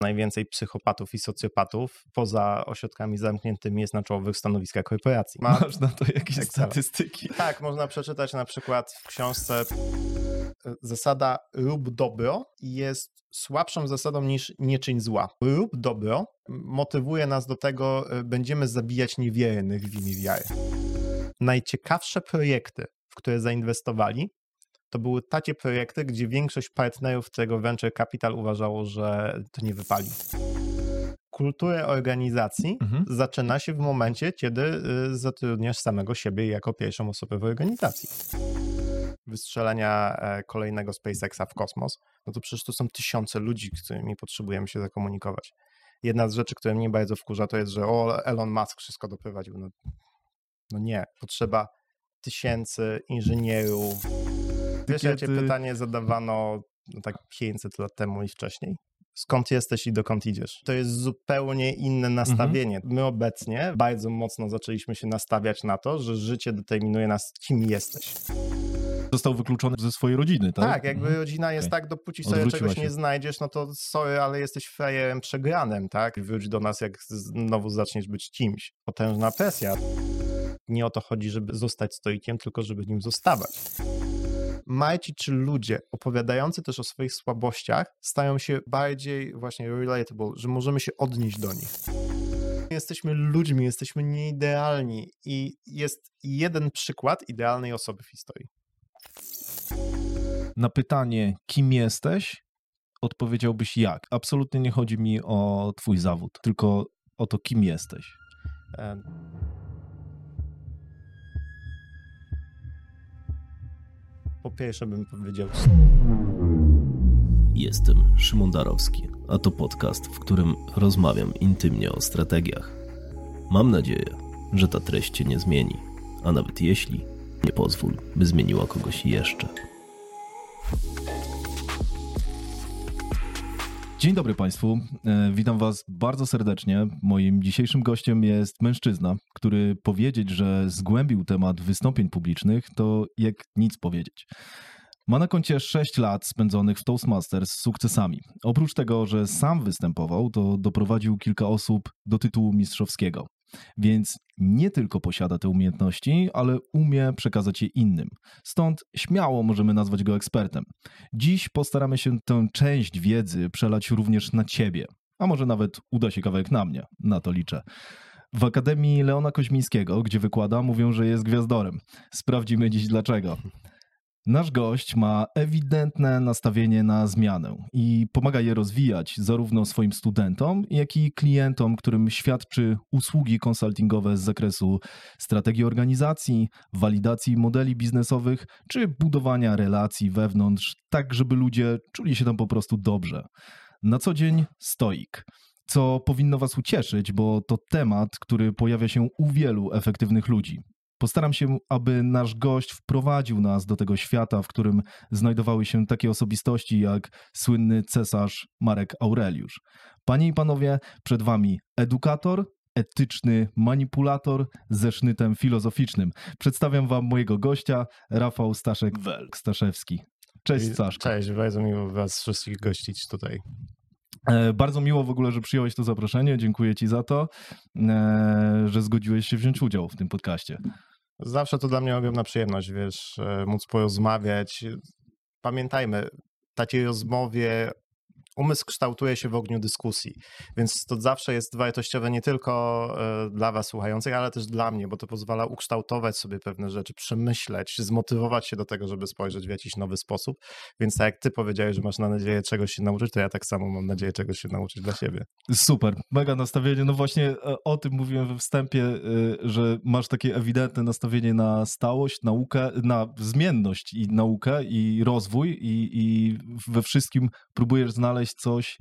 Najwięcej psychopatów i socjopatów poza ośrodkami zamkniętymi jest na czołowych stanowiskach korporacji. Masz na to jakieś statystyki? Tak, można przeczytać na przykład w książce zasada rób dobro jest słabszą zasadą niż nie czyń zła. Rób dobro motywuje nas do tego, będziemy zabijać niewiernych w imię wiary. Najciekawsze projekty, w które zainwestowali, to były takie projekty, gdzie większość partnerów tego venture capital uważało, że to nie wypali. Kultura organizacji zaczyna się w momencie, kiedy zatrudniasz samego siebie jako pierwszą osobę w organizacji. Wystrzelenia kolejnego SpaceXa w kosmos, no to przecież to są tysiące ludzi, z którymi potrzebujemy się zakomunikować. Jedna z rzeczy, która mnie bardzo wkurza, to jest, że Elon Musk wszystko doprowadził. No nie, potrzeba tysięcy inżynierów. Wiesz, jakie pytanie zadawano tak 500 lat temu i wcześniej? Skąd jesteś i dokąd idziesz? To jest zupełnie inne nastawienie. My obecnie bardzo mocno zaczęliśmy się nastawiać na to, że życie determinuje nas, kim jesteś. Został wykluczony ze swojej rodziny, tak? Tak, jakby rodzina jest tak, dopóki sobie czegoś nie znajdziesz, no to sorry, ale jesteś frajerem przegranym, tak? Wróć do nas, jak znowu zaczniesz być kimś. Potężna presja. Nie o to chodzi, żeby zostać stoikiem, tylko żeby nim zostawać. Marci czy ludzie opowiadający też o swoich słabościach stają się bardziej właśnie relatable, że możemy się odnieść do nich. Jesteśmy ludźmi, jesteśmy nieidealni i jest jeden przykład idealnej osoby w historii. Na pytanie, kim jesteś, odpowiedziałbyś jak? Absolutnie nie chodzi mi o twój zawód, tylko o to, kim jesteś. Po pierwsze bym powiedział... Jestem Szymon Darowski, a to podcast, w którym rozmawiam intymnie o strategiach. Mam nadzieję, że ta treść cię nie zmieni, a nawet jeśli, nie pozwól, by zmieniła kogoś jeszcze. Dzień dobry Państwu, witam Was bardzo serdecznie. Moim dzisiejszym gościem jest mężczyzna, który powiedzieć, że zgłębił temat wystąpień publicznych, to jak nic powiedzieć. Ma na koncie 6 lat spędzonych w Toastmasters z sukcesami. Oprócz tego, że sam występował, to doprowadził kilka osób do tytułu mistrzowskiego. Więc nie tylko posiada te umiejętności, ale umie przekazać je innym. Stąd śmiało możemy nazwać go ekspertem. Dziś postaramy się tę część wiedzy przelać również na ciebie. A może nawet uda się kawałek na mnie, na to liczę. W Akademii Leona Koźmińskiego, gdzie wykłada, mówią, że jest gwiazdorem. Sprawdzimy dziś dlaczego. Nasz gość ma ewidentne nastawienie na zmianę i pomaga je rozwijać zarówno swoim studentom, jak i klientom, którym świadczy usługi konsultingowe z zakresu strategii organizacji, walidacji modeli biznesowych czy budowania relacji wewnątrz, tak żeby ludzie czuli się tam po prostu dobrze. Na co dzień stoik. Co powinno Was ucieszyć, bo to temat, który pojawia się u wielu efektywnych ludzi. Postaram się, aby nasz gość wprowadził nas do tego świata, w którym znajdowały się takie osobistości jak słynny cesarz Marek Aureliusz. Panie i panowie, przed wami edukator, etyczny manipulator ze sznytem filozoficznym. Przedstawiam wam mojego gościa, Rafał Staszewski. Cześć Staszko. Cześć, bardzo miło was wszystkich gościć tutaj. Bardzo miło w ogóle, że przyjąłeś to zaproszenie. Dziękuję ci za to, że zgodziłeś się wziąć udział w tym podcaście. Zawsze to dla mnie ogromna przyjemność, wiesz, móc porozmawiać. Pamiętajmy, w takiej rozmowie umysł kształtuje się w ogniu dyskusji, więc to zawsze jest wartościowe nie tylko dla was słuchających, ale też dla mnie, bo to pozwala ukształtować sobie pewne rzeczy, przemyśleć, zmotywować się do tego, żeby spojrzeć w jakiś nowy sposób, więc tak jak ty powiedziałeś, że masz nadzieję czegoś się nauczyć, to ja tak samo mam nadzieję czegoś się nauczyć dla siebie. Super, mega nastawienie, no właśnie o tym mówiłem we wstępie, że masz takie ewidentne nastawienie na stałość, naukę, na zmienność i naukę i rozwój i we wszystkim próbujesz znaleźć coś,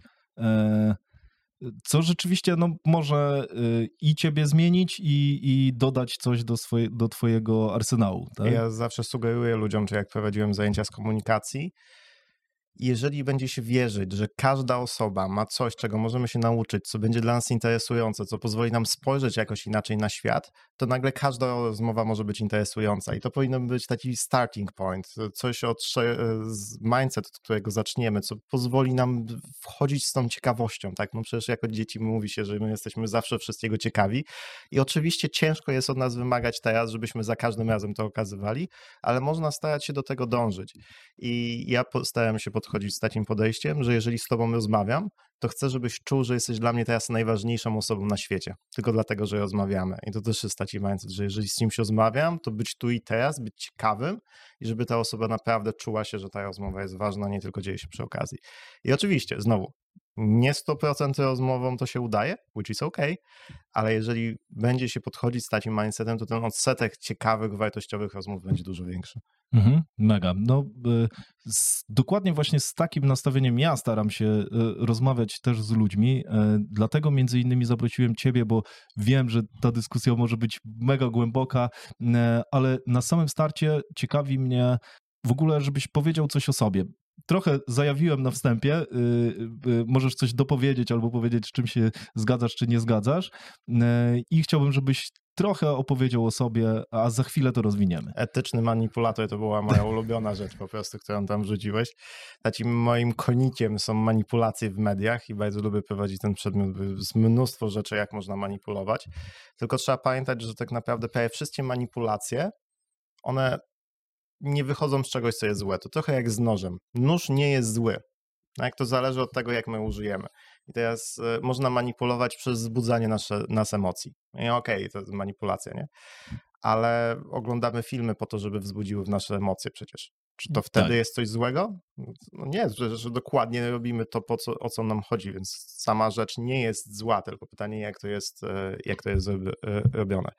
co rzeczywiście no, może i ciebie zmienić i dodać coś do twojego arsenału. Tak? Ja zawsze sugeruję ludziom, czy jak prowadziłem zajęcia z komunikacji, jeżeli będzie się wierzyć, że każda osoba ma coś, czego możemy się nauczyć, co będzie dla nas interesujące, co pozwoli nam spojrzeć jakoś inaczej na świat, to nagle każda rozmowa może być interesująca i to powinno być taki starting point, coś mindset, od którego zaczniemy, co pozwoli nam wchodzić z tą ciekawością, tak? No przecież jako dzieci mówi się, że my jesteśmy zawsze wszystkiego ciekawi i oczywiście ciężko jest od nas wymagać teraz, żebyśmy za każdym razem to okazywali, ale można starać się do tego dążyć i ja staram się podchodzić z takim podejściem, że jeżeli z tobą rozmawiam, to chcę, żebyś czuł, że jesteś dla mnie teraz najważniejszą osobą na świecie, tylko dlatego, że rozmawiamy. I to też jest taki mindset, że jeżeli z kimś rozmawiam, to być tu i teraz, być ciekawym i żeby ta osoba naprawdę czuła się, że ta rozmowa jest ważna, nie tylko dzieje się przy okazji. I oczywiście, znowu, nie 100% rozmową to się udaje, which is okay, ale jeżeli będzie się podchodzić z takim mindsetem, to ten odsetek ciekawych, wartościowych rozmów będzie dużo większy. Mega. No, dokładnie właśnie z takim nastawieniem ja staram się rozmawiać też z ludźmi, dlatego między innymi zaprosiłem ciebie, bo wiem, że ta dyskusja może być mega głęboka, ale na samym starcie ciekawi mnie w ogóle, żebyś powiedział coś o sobie. Trochę zajawiłem na wstępie, możesz coś dopowiedzieć albo powiedzieć, z czym się zgadzasz, czy nie zgadzasz i chciałbym, żebyś trochę opowiedział o sobie, a za chwilę to rozwiniemy. Etyczny manipulator to była moja ulubiona rzecz po prostu, którą tam rzuciłeś. Takim moim konikiem są manipulacje w mediach i bardzo lubię prowadzić ten przedmiot, bo jest mnóstwo rzeczy, jak można manipulować. Tylko trzeba pamiętać, że tak naprawdę prawie wszystkie manipulacje, one nie wychodzą z czegoś, co jest złe. To trochę jak z nożem. Nóż nie jest zły. Tak? To zależy od tego, jak my użyjemy. I teraz można manipulować przez wzbudzanie nas emocji. I okej, to jest manipulacja, nie? Ale oglądamy filmy po to, żeby wzbudziły nasze emocje przecież. Czy to wtedy jest coś złego? No nie, że dokładnie robimy to, o co nam chodzi, więc sama rzecz nie jest zła, tylko pytanie, jak to jest robione.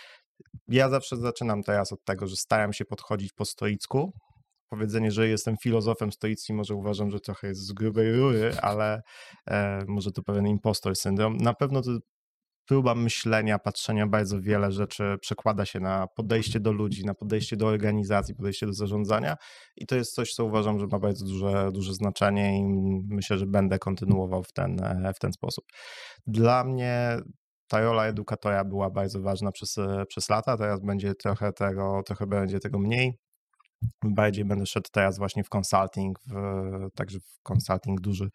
Ja zawsze zaczynam teraz od tego, że staram się podchodzić po stoicku. Powiedzenie, że jestem filozofem stoickim, może uważam, że trochę jest z grubej rury, ale może to pewien impostor syndrom. Na pewno to próba myślenia, patrzenia, bardzo wiele rzeczy przekłada się na podejście do ludzi, na podejście do organizacji, podejście do zarządzania i to jest coś, co uważam, że ma bardzo duże znaczenie i myślę, że będę kontynuował w ten sposób. Dla mnie ta rola edukatora była bardzo ważna przez lata, teraz będzie trochę będzie tego mniej. Bardziej będę szedł teraz właśnie w consulting, także w consulting duży,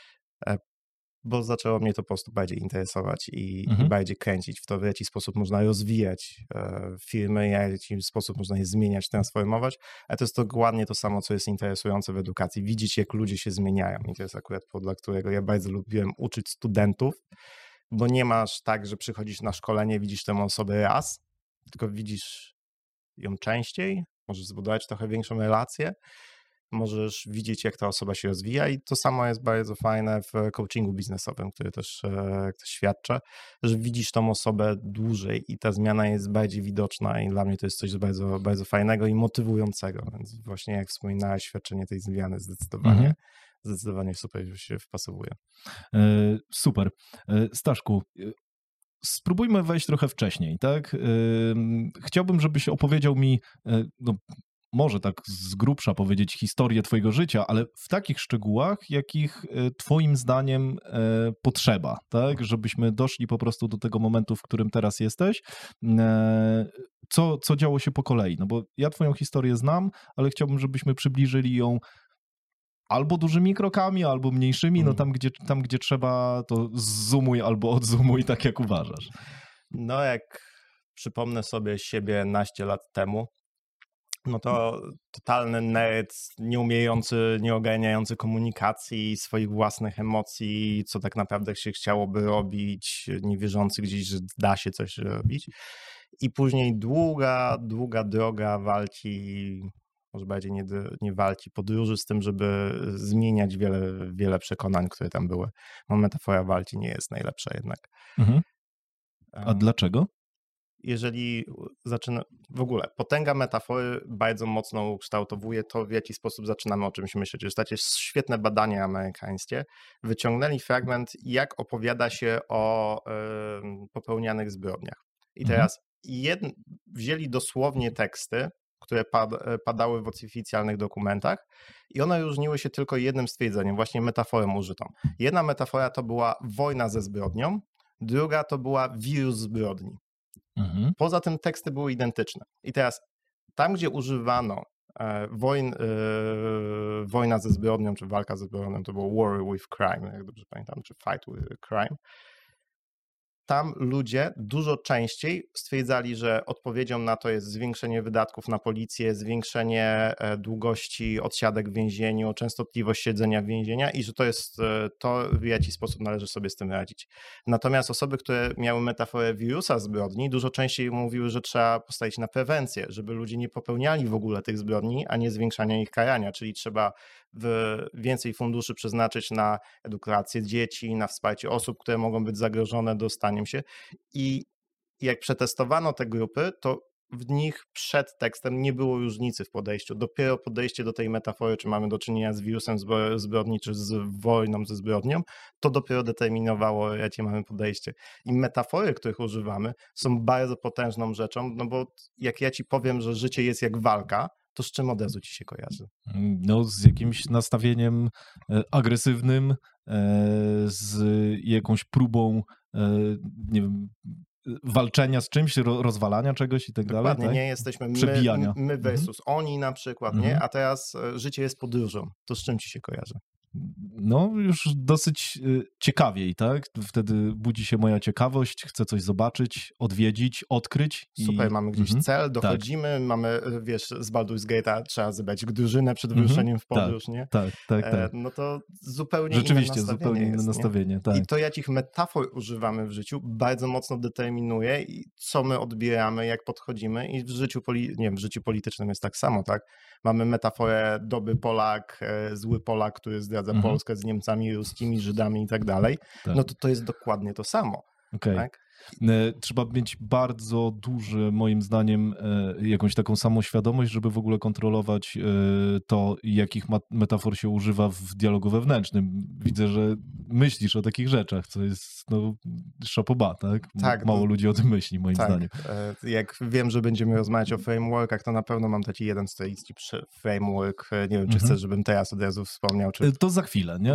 bo zaczęło mnie to po prostu bardziej interesować i bardziej kręcić w to, w jaki sposób można rozwijać firmy, w jaki sposób można je zmieniać, transformować, ale to jest dokładnie to samo, co jest interesujące w edukacji, widzieć, jak ludzie się zmieniają i to jest akurat powód, dla którego ja bardzo lubiłem uczyć studentów, bo nie masz tak, że przychodzisz na szkolenie, widzisz tę osobę raz, tylko widzisz ją częściej, możesz zbudować trochę większą relację, możesz widzieć, jak ta osoba się rozwija i to samo jest bardzo fajne w coachingu biznesowym, który też świadczę, że widzisz tą osobę dłużej i ta zmiana jest bardziej widoczna i dla mnie to jest coś bardzo, bardzo fajnego i motywującego, więc właśnie jak wspominałeś, świadczenie tej zmiany zdecydowanie super się wpasowuje. Super. Staszku, spróbujmy wejść trochę wcześniej, tak? Chciałbym, żebyś opowiedział mi, no, może tak z grubsza powiedzieć historię twojego życia, ale w takich szczegółach, jakich twoim zdaniem potrzeba, tak? Żebyśmy doszli po prostu do tego momentu, w którym teraz jesteś. Co działo się po kolei? No bo ja twoją historię znam, ale chciałbym, żebyśmy przybliżyli ją albo dużymi krokami, albo mniejszymi, no tam, gdzie trzeba, to zoomuj albo odzoomuj, tak jak uważasz. No jak przypomnę sobie siebie naście lat temu, no to totalny nerd, nie ogarniający komunikacji, swoich własnych emocji, co tak naprawdę się chciałoby robić, nie wierzący gdzieś, że da się coś robić. I później długa droga walki, może bardziej nie walki, podróży z tym, żeby zmieniać wiele przekonań, które tam były. Bo metafora walki nie jest najlepsza jednak. A dlaczego? Jeżeli w ogóle potęga metafory bardzo mocno ukształtowuje to, w jaki sposób zaczynamy o czymś myśleć. Jest takie świetne badanie amerykańskie. Wyciągnęli fragment, jak opowiada się o popełnianych zbrodniach. I teraz wzięli dosłownie teksty które padały w oficjalnych dokumentach i one różniły się tylko jednym stwierdzeniem, właśnie metaforą użytą. Jedna metafora to była wojna ze zbrodnią, druga to była wirus zbrodni. Poza tym teksty były identyczne. I teraz tam, gdzie używano wojna ze zbrodnią, czy walka ze zbrodnią, to było war with crime, jak dobrze pamiętam, czy fight with crime. Tam ludzie dużo częściej stwierdzali, że odpowiedzią na to jest zwiększenie wydatków na policję, zwiększenie długości odsiadek w więzieniu, częstotliwość siedzenia w więzienia i że to jest to, w jaki sposób należy sobie z tym radzić. Natomiast osoby, które miały metaforę wirusa zbrodni, dużo częściej mówiły, że trzeba postawić na prewencję, żeby ludzie nie popełniali w ogóle tych zbrodni, a nie zwiększania ich karania, czyli trzeba więcej funduszy przeznaczyć na edukację dzieci, na wsparcie osób, które mogą być zagrożone dostaniem się. I jak przetestowano te grupy, to w nich przed tekstem nie było różnicy w podejściu. Dopiero podejście do tej metafory, czy mamy do czynienia z wirusem zbrodni, czy z wojną ze zbrodnią, to dopiero determinowało, jakie mamy podejście. I metafory, których używamy, są bardzo potężną rzeczą, no bo jak ja ci powiem, że życie jest jak walka, to z czym od razu ci się kojarzy? No z jakimś nastawieniem agresywnym, z jakąś próbą, nie wiem, walczenia z czymś, rozwalania czegoś i tak dalej. Dokładnie, tak? nie jesteśmy Przebijania. my versus oni na przykład, nie? A teraz życie jest podróżą. To z czym ci się kojarzy? No już dosyć ciekawiej, tak? Wtedy budzi się moja ciekawość, chcę coś zobaczyć, odwiedzić, odkryć. Super, mamy gdzieś cel, dochodzimy, tak. Mamy, wiesz, z Baldur's Gate'a trzeba zebrać drużynę przed wyruszeniem w podróż, tak, nie? Tak. No to zupełnie rzeczywiście, inne nastawienie zupełnie inne jest, nastawienie, tak. I to, jakich metafor używamy w życiu, bardzo mocno determinuje, co my odbieramy, jak podchodzimy i w życiu, w życiu politycznym jest tak samo, tak? Mamy metaforę dobry Polak, zły Polak, który zdradza Polskę z Niemcami, ruskimi, Żydami i tak dalej. No to jest dokładnie to samo. Okay. Tak? Trzeba mieć bardzo duży, moim zdaniem, jakąś taką samoświadomość, żeby w ogóle kontrolować to, jakich metafor się używa w dialogu wewnętrznym. Widzę, że myślisz o takich rzeczach, co jest szapoba, tak? Tak. Mało ludzi o tym myśli, moim zdaniem. Jak wiem, że będziemy rozmawiać o frameworkach, to na pewno mam taki jeden stoicki framework. Nie wiem, czy chcesz, żebym teraz od razu wspomniał. Czy... To za chwilę, nie?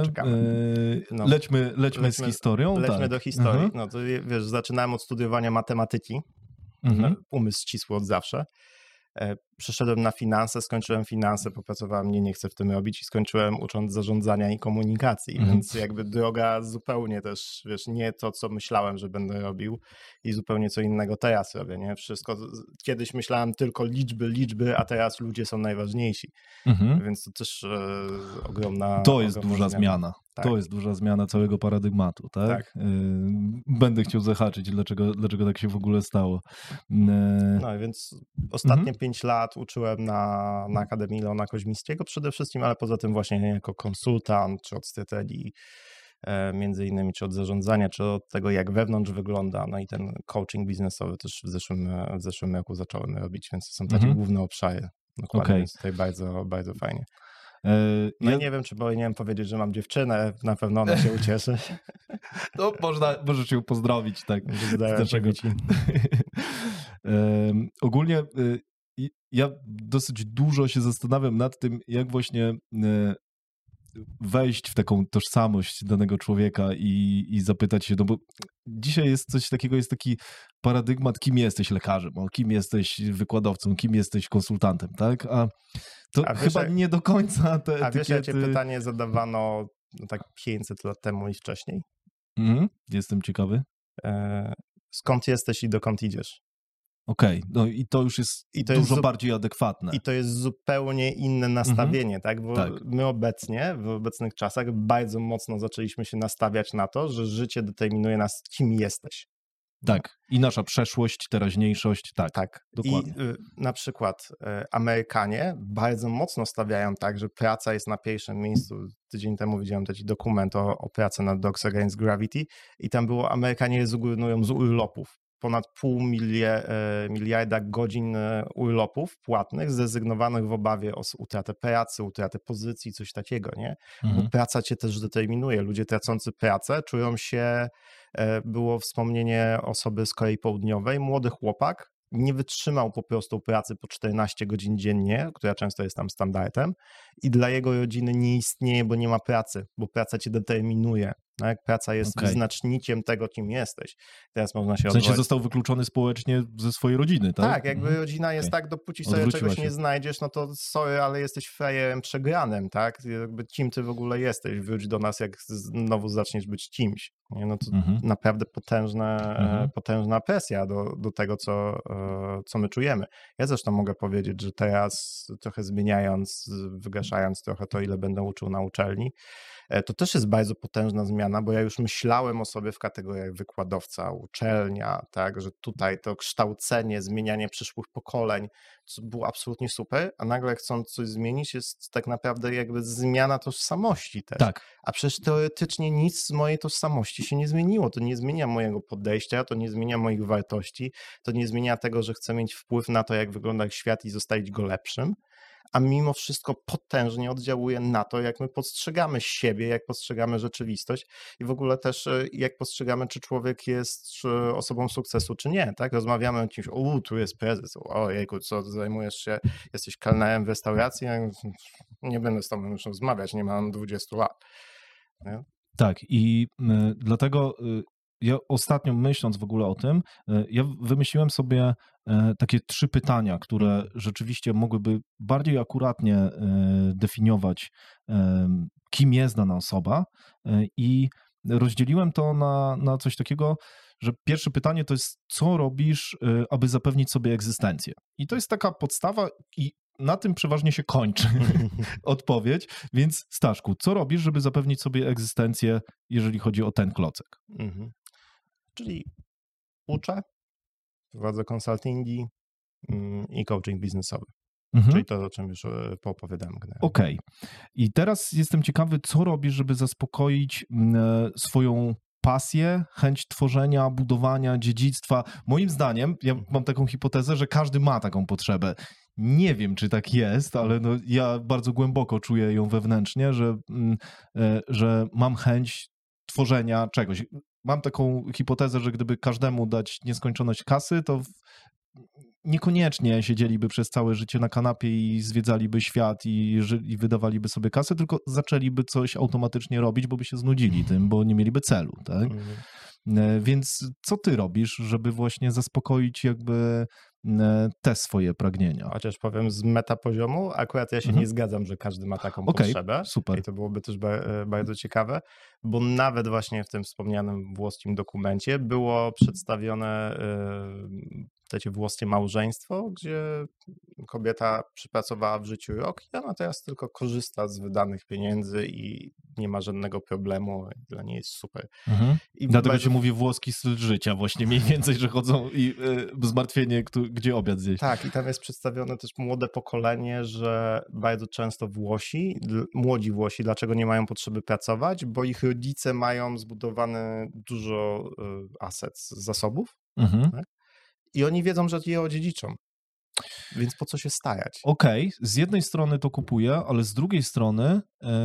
Lećmy z historią. Lećmy do historii. No to wiesz, zaczynałem od studiowania matematyki. Umysł ścisły od zawsze. Przeszedłem na finanse, skończyłem finanse, popracowałem, nie chcę w tym robić i skończyłem ucząc zarządzania i komunikacji, więc jakby droga zupełnie też, wiesz, nie to, co myślałem, że będę robił i zupełnie co innego teraz robię, nie? Wszystko, kiedyś myślałem tylko liczby, a teraz ludzie są najważniejsi, więc to też ogromna To jest duża zmiana. Tak. To jest duża zmiana całego paradygmatu, tak? Będę chciał zahaczyć, dlaczego tak się w ogóle stało. No więc ostatnie 5 lat uczyłem na Akademii Leona Koźmińskiego przede wszystkim, ale poza tym właśnie jako konsultant, czy od strategii między innymi, czy od zarządzania, czy od tego, jak wewnątrz wygląda, no i ten coaching biznesowy też w zeszłym roku zacząłem robić, więc to są takie główne obszary. Dokładnie, więc tutaj bardzo, bardzo fajnie. No i nie wiem, czy powinienem powiedzieć, że mam dziewczynę, na pewno ona się ucieszy. No, możesz ją pozdrowić, tak. Dlaczego ci? Ogólnie ja dosyć dużo się zastanawiam nad tym, jak właśnie wejść w taką tożsamość danego człowieka i zapytać się, no bo dzisiaj jest coś takiego, jest taki paradygmat, kim jesteś lekarzem, kim jesteś wykładowcą, kim jesteś konsultantem, tak? A to chyba nie do końca te etykiety... wiesz, jakie pytanie zadawano tak 500 lat temu i wcześniej? Jestem ciekawy. Skąd jesteś i dokąd idziesz? Okej, no i to już jest dużo bardziej adekwatne. I to jest zupełnie inne nastawienie, tak? Bo my obecnie, w obecnych czasach bardzo mocno zaczęliśmy się nastawiać na to, że życie determinuje nas, kim jesteś. Tak, i nasza przeszłość, teraźniejszość, tak. Dokładnie. I na przykład Amerykanie bardzo mocno stawiają tak, że praca jest na pierwszym miejscu. Tydzień temu widziałem taki dokument o pracy nad Dogs Against Gravity i tam było, Amerykanie rezygnują z urlopów. Ponad 0,5 miliarda godzin urlopów płatnych, zrezygnowanych w obawie o utratę pracy, utratę pozycji, coś takiego, nie? Bo praca cię też determinuje. Ludzie tracący pracę czują się, było wspomnienie osoby z Korei Południowej, młody chłopak, nie wytrzymał po prostu pracy po 14 godzin dziennie, która często jest tam standardem i dla jego rodziny nie istnieje, bo nie ma pracy, bo praca cię determinuje. Tak? Praca jest wyznacznikiem tego, kim jesteś. Teraz można się W sensie został wykluczony społecznie ze swojej rodziny, tak? Tak, jakby rodzina jest tak, dopóki sobie czegoś nie znajdziesz, no to sorry, ale jesteś frajerem przegranym, tak? Jakby kim ty w ogóle jesteś? Wróć do nas, jak znowu zaczniesz być kimś. Nie? No to naprawdę potężna presja do tego, co my czujemy. Ja zresztą mogę powiedzieć, że teraz trochę zmieniając, wygaszając trochę to, ile będę uczył na uczelni, to też jest bardzo potężna zmiana, bo ja już myślałem o sobie w kategoriach wykładowca, uczelnia, tak, że tutaj to kształcenie, zmienianie przyszłych pokoleń, co było absolutnie super, a nagle chcąc coś zmienić, jest tak naprawdę jakby zmiana tożsamości też. Tak. A przecież teoretycznie nic z mojej tożsamości się nie zmieniło. To nie zmienia mojego podejścia, to nie zmienia moich wartości, to nie zmienia tego, że chcę mieć wpływ na to, jak wygląda świat i zostawić go lepszym. A mimo wszystko potężnie oddziałuje na to, jak my postrzegamy siebie, jak postrzegamy rzeczywistość i w ogóle też jak postrzegamy, czy człowiek jest osobą sukcesu, czy nie, tak? Rozmawiamy o kimś, tu jest prezes, ojejku, co zajmujesz się, jesteś kelnerem w restauracji, ja nie będę z tobą już rozmawiać, nie mam 20 lat. Nie? Tak i dlatego ja ostatnio myśląc w ogóle o tym, ja wymyśliłem sobie takie 3 pytania, które rzeczywiście mogłyby bardziej akuratnie definiować, kim jest dana osoba i rozdzieliłem to na coś takiego, że pierwsze pytanie to jest, co robisz, aby zapewnić sobie egzystencję? I to jest taka podstawa i na tym przeważnie się kończy odpowiedź, więc Staszku, co robisz, żeby zapewnić sobie egzystencję, jeżeli chodzi o ten klocek? Czyli uczę, prowadzę konsultingi i coaching biznesowy. Czyli to, o czym już poopowiadałem. Okej. I teraz jestem ciekawy, co robisz, żeby zaspokoić swoją pasję, chęć tworzenia, budowania, dziedzictwa. Moim zdaniem, ja mam taką hipotezę, że każdy ma taką potrzebę. Nie wiem, czy tak jest, ale no, ja bardzo głęboko czuję ją wewnętrznie, że mam chęć tworzenia czegoś. Mam taką hipotezę, że gdyby każdemu dać nieskończoność kasy, to niekoniecznie siedzieliby przez całe życie na kanapie i zwiedzaliby świat i wydawaliby sobie kasę, tylko zaczęliby coś automatycznie robić, bo by się znudzili tym, bo nie mieliby celu, tak? Więc co ty robisz, żeby właśnie zaspokoić jakby te swoje pragnienia? Chociaż powiem z metapoziomu, akurat ja się nie zgadzam, że każdy ma taką potrzebę. Super. I to byłoby też bardzo ciekawe, bo nawet właśnie w tym wspomnianym włoskim dokumencie było przedstawione włoskie małżeństwo, gdzie kobieta przypracowała w życiu rok i ona teraz tylko korzysta z wydanych pieniędzy i nie ma żadnego problemu, dla niej jest super. I dlatego się mówi włoski styl życia właśnie mniej więcej, że chodzą i zmartwienie, gdzie obiad zjeść. Tak, i tam jest przedstawione też młode pokolenie, że bardzo często młodzi Włosi, dlaczego nie mają potrzeby pracować, bo ich rodzice mają zbudowane dużo zasobów, tak? I oni wiedzą, że je odziedziczą. Więc po co się starać? Okej, z jednej strony to kupuję, ale z drugiej strony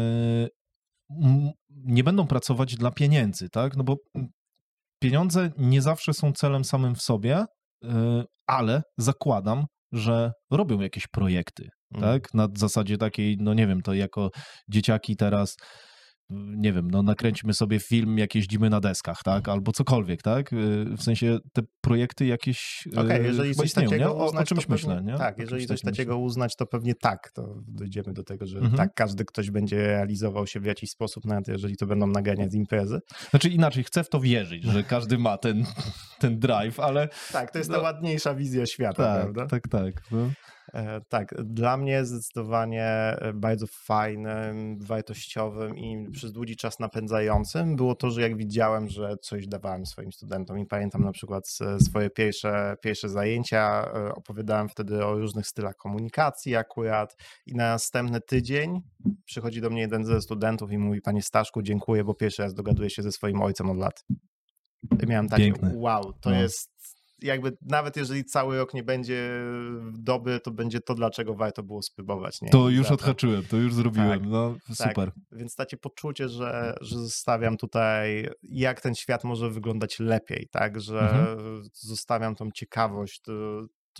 nie będą pracować dla pieniędzy, tak? No bo pieniądze nie zawsze są celem samym w sobie, ale zakładam, że robią jakieś projekty, tak? Na zasadzie takiej, no nie wiem, to jako dzieciaki teraz nie wiem, no nakręćmy sobie film, jak jeździmy na deskach, tak? Albo cokolwiek, tak? W sensie te projekty jakieś jeżeli coś istnieją, takiego nie? uznać, o czymś myślę, nie? Tak, jeżeli coś takiego uznać, to pewnie tak, to dojdziemy do tego, że tak, każdy ktoś będzie realizował się w jakiś sposób, nawet jeżeli to będą nagrania z imprezy. Znaczy inaczej, chcę w to wierzyć, że każdy ma ten drive, ale... Tak, to jest ta ładniejsza wizja świata, prawda? Tak. No. Tak, dla mnie zdecydowanie bardzo fajnym, wartościowym i przez długi czas napędzającym było to, że jak widziałem, że coś dawałem swoim studentom i pamiętam na przykład swoje pierwsze zajęcia, opowiadałem wtedy o różnych stylach komunikacji akurat i na następny tydzień przychodzi do mnie jeden ze studentów i mówi: panie Staszku, dziękuję, bo pierwszy raz dogaduję się ze swoim ojcem od lat. I miałem takie, piękne. Wow, to jest jakby nawet jeżeli cały rok nie będzie dobry, to będzie to, dlaczego warto było spróbować. Nie? To już odhaczyłem, to już zrobiłem, tak, no super. Tak. Więc takie poczucie, że zostawiam tutaj, jak ten świat może wyglądać lepiej, tak, że zostawiam tą ciekawość,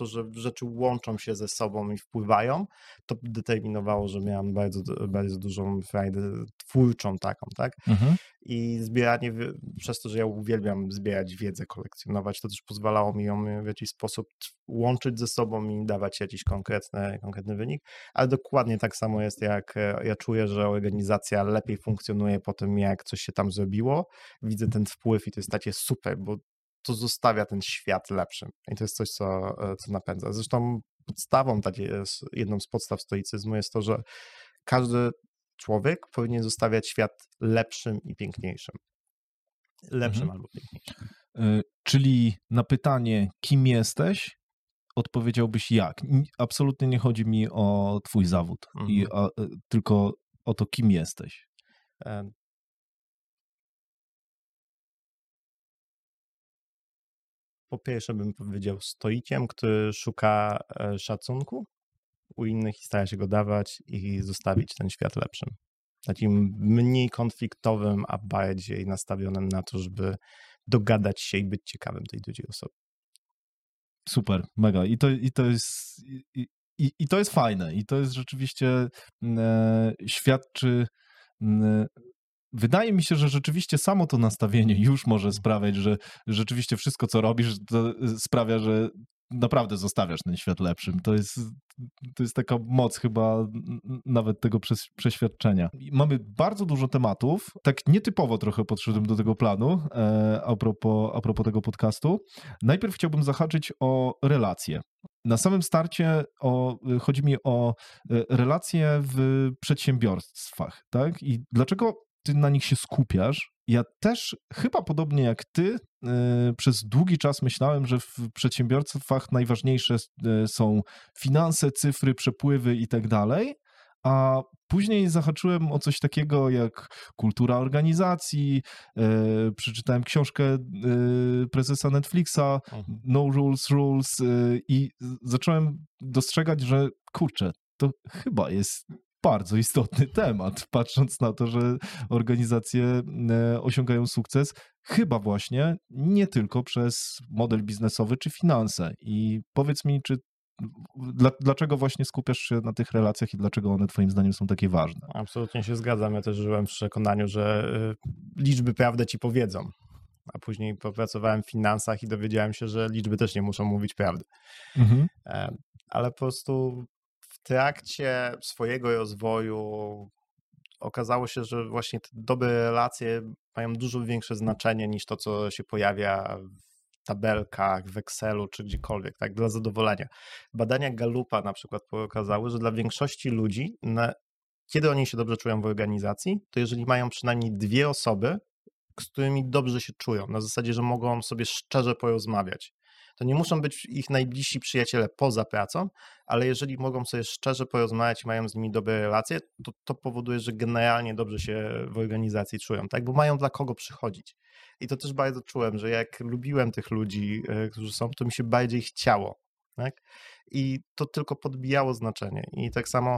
to, że rzeczy łączą się ze sobą i wpływają, to determinowało, że miałem bardzo dużą frajdę twórczą taką, tak? I zbieranie, przez to, że ja uwielbiam zbierać wiedzę, kolekcjonować, to też pozwalało mi ją w jakiś sposób łączyć ze sobą i dawać jakiś konkretny wynik, ale dokładnie tak samo jest, jak ja czuję, że organizacja lepiej funkcjonuje po tym, jak coś się tam zrobiło, widzę ten wpływ i to jest takie super, bo to zostawia ten świat lepszym i to jest coś, co napędza. Zresztą jedną z podstaw stoicyzmu jest to, że każdy człowiek powinien zostawiać świat lepszym i piękniejszym. Lepszym albo piękniejszym. Czyli na pytanie, kim jesteś, odpowiedziałbyś jak? Absolutnie nie chodzi mi o twój zawód, tylko o to, kim jesteś. Po pierwsze bym powiedział stoikiem, który szuka szacunku u innych i stara się go dawać i zostawić ten świat lepszym. Takim mniej konfliktowym, a bardziej nastawionym na to, żeby dogadać się i być ciekawym tej drugiej osoby. Super, mega. I to jest fajne. I to jest rzeczywiście świadczy... Wydaje mi się, że rzeczywiście samo to nastawienie już może sprawiać, że rzeczywiście wszystko, co robisz, to sprawia, że naprawdę zostawiasz ten świat lepszym. To jest taka moc chyba nawet tego przeświadczenia. Mamy bardzo dużo tematów. Tak nietypowo trochę podszedłem do tego planu a propos tego podcastu. Najpierw chciałbym zahaczyć o relacje. Na samym starcie chodzi mi o relacje w przedsiębiorstwach, tak? I dlaczego ty na nich się skupiasz? Ja też chyba podobnie jak ty przez długi czas myślałem, że w przedsiębiorstwach najważniejsze są finanse, cyfry, przepływy i tak dalej, a później zahaczyłem o coś takiego jak kultura organizacji, przeczytałem książkę prezesa Netflixa, No Rules i zacząłem dostrzegać, że kurczę, to chyba jest bardzo istotny temat, patrząc na to, że organizacje osiągają sukces, chyba właśnie nie tylko przez model biznesowy czy finanse. I powiedz mi, dlaczego właśnie skupiasz się na tych relacjach i dlaczego one twoim zdaniem są takie ważne? Absolutnie się zgadzam. Ja też żyłem w przekonaniu, że liczby prawdę ci powiedzą. A później popracowałem w finansach i dowiedziałem się, że liczby też nie muszą mówić prawdy. Ale po prostu w trakcie swojego rozwoju okazało się, że właśnie te dobre relacje mają dużo większe znaczenie niż to, co się pojawia w tabelkach, w Excelu czy gdziekolwiek, tak, dla zadowolenia. Badania Gallupa na przykład pokazały, że dla większości ludzi, kiedy oni się dobrze czują w organizacji, to jeżeli mają przynajmniej 2 osoby, z którymi dobrze się czują, na zasadzie, że mogą sobie szczerze porozmawiać. To nie muszą być ich najbliżsi przyjaciele poza pracą, ale jeżeli mogą sobie szczerze porozmawiać i mają z nimi dobre relacje, to powoduje, że generalnie dobrze się w organizacji czują, tak? Bo mają dla kogo przychodzić. I to też bardzo czułem, że jak lubiłem tych ludzi, którzy są, to mi się bardziej chciało, tak? I to tylko podbijało znaczenie. I tak samo,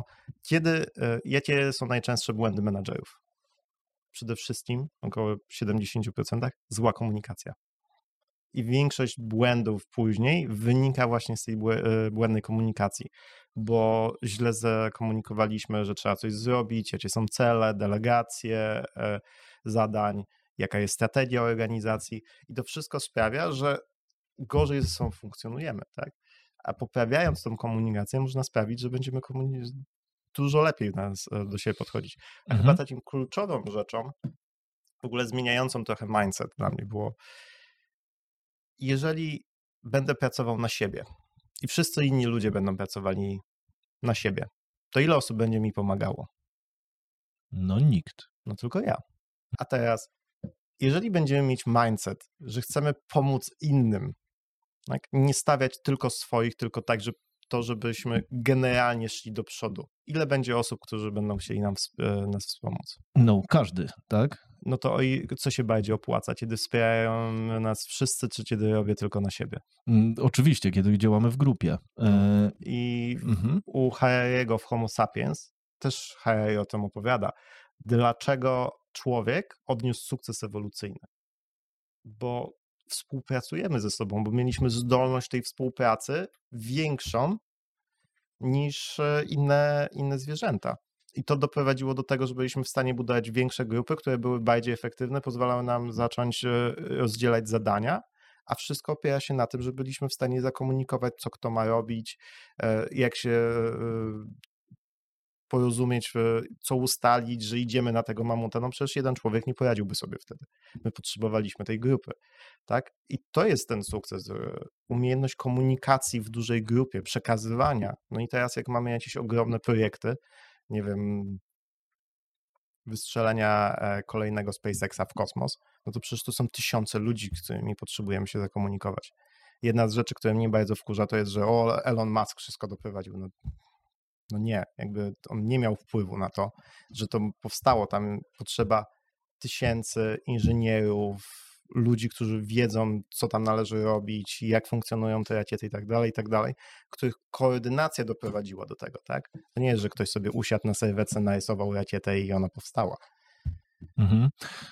jakie są najczęstsze błędy menadżerów? Przede wszystkim, około 70%, zła komunikacja. I większość błędów później wynika właśnie z tej błędnej komunikacji, bo źle zakomunikowaliśmy, że trzeba coś zrobić, jakie są cele, delegacje zadań, jaka jest strategia organizacji i to wszystko sprawia, że gorzej ze sobą funkcjonujemy, tak? A poprawiając tą komunikację można sprawić, że będziemy dużo lepiej do siebie podchodzić. A chyba takim kluczową rzeczą, w ogóle zmieniającą trochę mindset dla mnie było, jeżeli będę pracował na siebie i wszyscy inni ludzie będą pracowali na siebie, to ile osób będzie mi pomagało? No nikt. No tylko ja. A teraz, jeżeli będziemy mieć mindset, że chcemy pomóc innym, tak? Nie stawiać tylko swoich, tylko tak, żebyśmy generalnie szli do przodu. Ile będzie osób, którzy będą chcieli nas wspomóc? No, każdy, tak? No to co się bardziej opłaca? Kiedy wspierają nas wszyscy, czy kiedy robię tylko na siebie? Oczywiście, kiedy działamy w grupie. I u Harariego w Homo sapiens też Harari o tym opowiada. Dlaczego człowiek odniósł sukces ewolucyjny? Bo współpracujemy ze sobą, bo mieliśmy zdolność tej współpracy większą niż inne zwierzęta. I to doprowadziło do tego, że byliśmy w stanie budować większe grupy, które były bardziej efektywne, pozwalały nam zacząć rozdzielać zadania, a wszystko opiera się na tym, że byliśmy w stanie zakomunikować, co kto ma robić, jak się porozumieć, co ustalić, że idziemy na tego mamuta. No przecież jeden człowiek nie poradziłby sobie wtedy. My potrzebowaliśmy tej grupy, tak? I to jest ten sukces, umiejętność komunikacji w dużej grupie, przekazywania. No i teraz jak mamy jakieś ogromne projekty, nie wiem, wystrzelenia kolejnego SpaceXa w kosmos, no to przecież to są tysiące ludzi, z którymi potrzebujemy się zakomunikować. Jedna z rzeczy, która mnie bardzo wkurza, to jest, że Elon Musk wszystko doprowadził. No nie, jakby on nie miał wpływu na to, że to powstało. Tam potrzeba tysięcy inżynierów, ludzi, którzy wiedzą, co tam należy robić, jak funkcjonują te rakiety i tak dalej, których koordynacja doprowadziła do tego, tak? To nie jest, że ktoś sobie usiadł na serwetce, narysował rakietę i ona powstała. Mhm.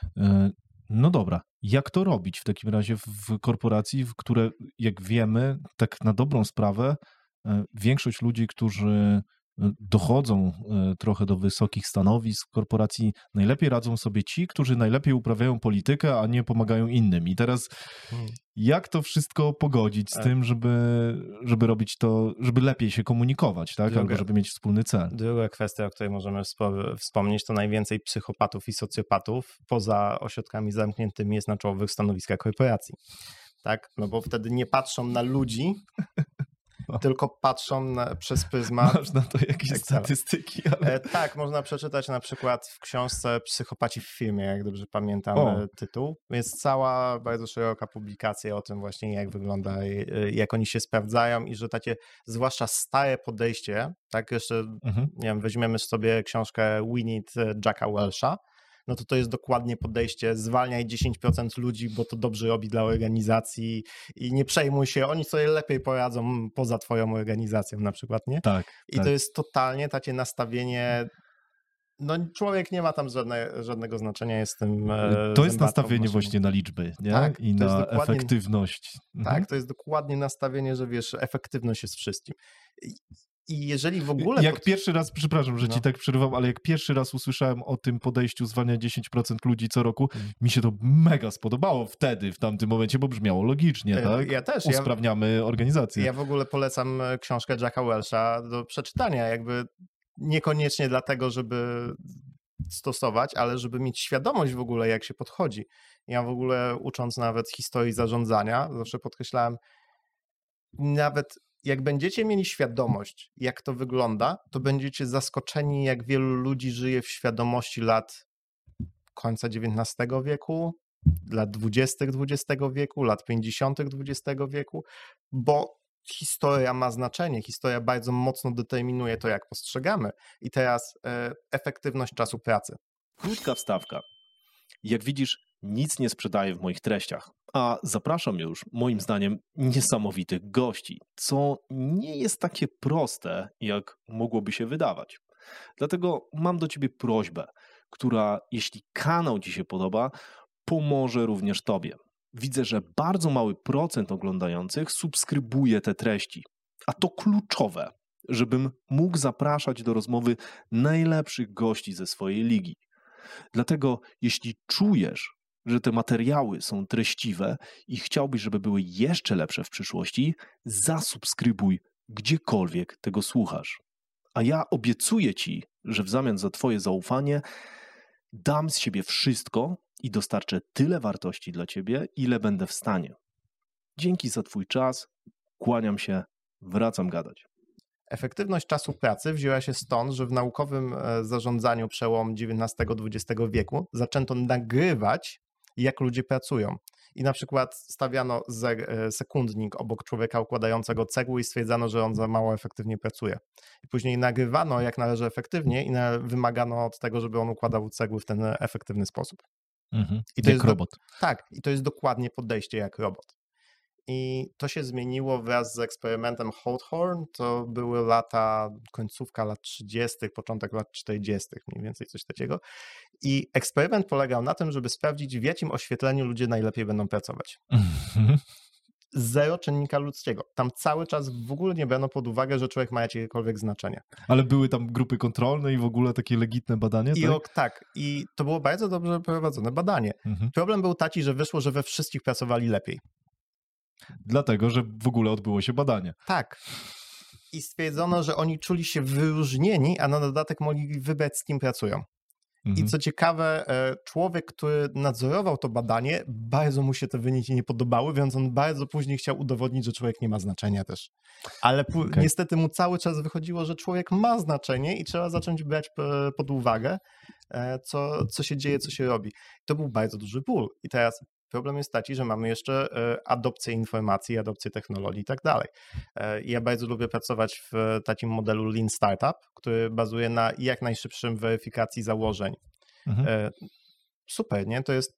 No dobra, jak to robić w takim razie w korporacji, w które, jak wiemy, tak na dobrą sprawę, większość ludzi, którzy dochodzą trochę do wysokich stanowisk w korporacji, najlepiej radzą sobie ci, którzy najlepiej uprawiają politykę, a nie pomagają innym. I teraz jak to wszystko pogodzić z tym, żeby robić to, żeby lepiej się komunikować, tak? Albo żeby mieć wspólny cel? Druga kwestia, o której możemy wspomnieć, to najwięcej psychopatów i socjopatów poza ośrodkami zamkniętymi jest na czołowych stanowiskach korporacji. Tak? No bo wtedy nie patrzą na ludzi, tylko patrzą przez pryzmat. Masz na to jakieś statystyki? Ale... Tak, można przeczytać na przykład w książce Psychopaci w firmie, jak dobrze pamiętam tytuł. Jest cała bardzo szeroka publikacja o tym właśnie, jak wygląda, jak oni się sprawdzają i że takie, zwłaszcza stare podejście, tak jeszcze, nie wiem, weźmiemy sobie książkę We Need Jacka Welsha, no to jest dokładnie podejście, zwalniaj 10% ludzi, bo to dobrze robi dla organizacji i nie przejmuj się, oni sobie lepiej poradzą poza twoją organizacją na przykład, nie? Tak. I to jest totalnie takie nastawienie, no człowiek nie ma tam żadnego znaczenia, jest tym to jest nastawienie właśnie na liczby, nie? Tak, i na efektywność. Tak, to jest dokładnie nastawienie, że wiesz, efektywność jest wszystkim. I jeżeli w ogóle... Jak pierwszy raz, przepraszam, że ci tak przerywam, ale jak pierwszy raz usłyszałem o tym podejściu zwalnia 10% ludzi co roku, mi się to mega spodobało wtedy, w tamtym momencie, bo brzmiało logicznie, tak? Ja też. Usprawniamy organizację. Ja w ogóle polecam książkę Jacka Welsha do przeczytania, jakby niekoniecznie dlatego, żeby stosować, ale żeby mieć świadomość w ogóle, jak się podchodzi. Ja w ogóle ucząc nawet historii zarządzania, zawsze podkreślałem, nawet jak będziecie mieli świadomość, jak to wygląda, to będziecie zaskoczeni, jak wielu ludzi żyje w świadomości lat końca XIX wieku, lat 20. XX wieku, lat 50. XX wieku, bo historia ma znaczenie, historia bardzo mocno determinuje to, jak postrzegamy. I teraz efektywność czasu pracy. Krótka wstawka. Jak widzisz, nic nie sprzedaję w moich treściach, a zapraszam już, moim zdaniem, niesamowitych gości, co nie jest takie proste, jak mogłoby się wydawać. Dlatego mam do ciebie prośbę, która, jeśli kanał ci się podoba, pomoże również tobie. Widzę, że bardzo mały procent oglądających subskrybuje te treści, a to kluczowe, żebym mógł zapraszać do rozmowy najlepszych gości ze swojej ligi. Dlatego, jeśli czujesz, że te materiały są treściwe i chciałbyś, żeby były jeszcze lepsze w przyszłości, zasubskrybuj gdziekolwiek tego słuchasz. A ja obiecuję ci, że w zamian za twoje zaufanie dam z siebie wszystko i dostarczę tyle wartości dla ciebie, ile będę w stanie. Dzięki za twój czas, kłaniam się, wracam gadać. Efektywność czasu pracy wzięła się stąd, że w naukowym zarządzaniu przełom XIX-XX wieku zaczęto nagrywać, jak ludzie pracują. I na przykład stawiano sekundnik obok człowieka układającego cegły i stwierdzano, że on za mało efektywnie pracuje. I później nagrywano, jak należy efektywnie i wymagano od tego, żeby on układał cegły w ten efektywny sposób. I to jak robot. Tak, i to jest dokładnie podejście jak robot. I to się zmieniło wraz z eksperymentem Hawthorne. To były końcówka lat 30., początek lat 40., mniej więcej coś takiego. I eksperyment polegał na tym, żeby sprawdzić, w jakim oświetleniu ludzie najlepiej będą pracować. Zero czynnika ludzkiego. Tam cały czas w ogóle nie brano pod uwagę, że człowiek ma jakiekolwiek znaczenie. Ale były tam grupy kontrolne i w ogóle takie legitne badanie, tak? Tak. I to było bardzo dobrze prowadzone badanie. Problem był taki, że wyszło, że we wszystkich pracowali lepiej. Dlatego, że w ogóle odbyło się badanie. Tak. I stwierdzono, że oni czuli się wyróżnieni, a na dodatek mogli wybrać, z kim pracują. I co ciekawe, człowiek, który nadzorował to badanie, bardzo mu się te wyniki nie podobały, więc on bardzo później chciał udowodnić, że człowiek nie ma znaczenia też. Ale niestety mu cały czas wychodziło, że człowiek ma znaczenie i trzeba zacząć brać pod uwagę, co się dzieje, co się robi. To był bardzo duży ból. I teraz problem jest taki, że mamy jeszcze adopcję informacji, adopcję technologii i tak dalej. Ja bardzo lubię pracować w takim modelu Lean Startup, który bazuje na jak najszybszym weryfikacji założeń. Super, nie? To jest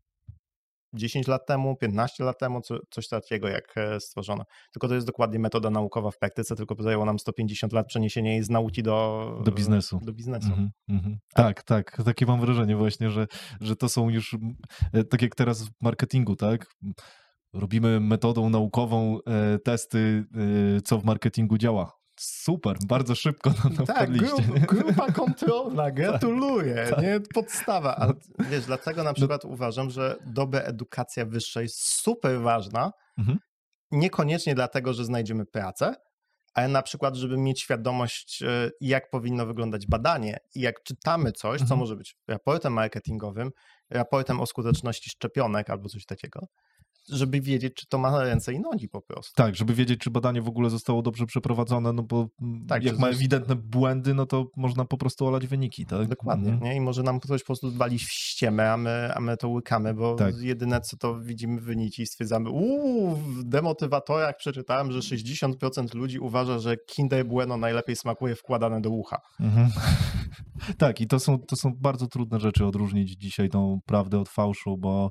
10 lat temu, 15 lat temu, coś takiego jak stworzono. Tylko to jest dokładnie metoda naukowa w praktyce, tylko zajęło nam 150 lat przeniesienia jej z nauki do biznesu. Tak. Takie mam wrażenie właśnie, że to są już, tak jak teraz w marketingu, tak? Robimy metodą naukową testy, co w marketingu działa. Super, bardzo szybko na to wpadliście. Grupa kontrolna, gratuluję, tak. Nie? Podstawa. Ale wiesz, dlatego na przykład uważam, że dobra edukacja wyższa jest super ważna, niekoniecznie dlatego, że znajdziemy pracę, ale na przykład, żeby mieć świadomość, jak powinno wyglądać badanie i jak czytamy coś, co może być raportem marketingowym, raportem o skuteczności szczepionek albo coś takiego, żeby wiedzieć, czy to ma ręce i nogi po prostu. Tak, żeby wiedzieć, czy badanie w ogóle zostało dobrze przeprowadzone, no bo jak ma ewidentne błędy, no to można po prostu olać wyniki, tak? Dokładnie, nie? I może nam ktoś po prostu wali w ściemę, a my to łykamy, bo jedyne, co to widzimy wyniki i stwierdzamy, w demotywatorach przeczytałem, że 60% ludzi uważa, że Kinder Bueno najlepiej smakuje wkładane do ucha. Tak, i to są bardzo trudne rzeczy odróżnić dzisiaj tą prawdę od fałszu, bo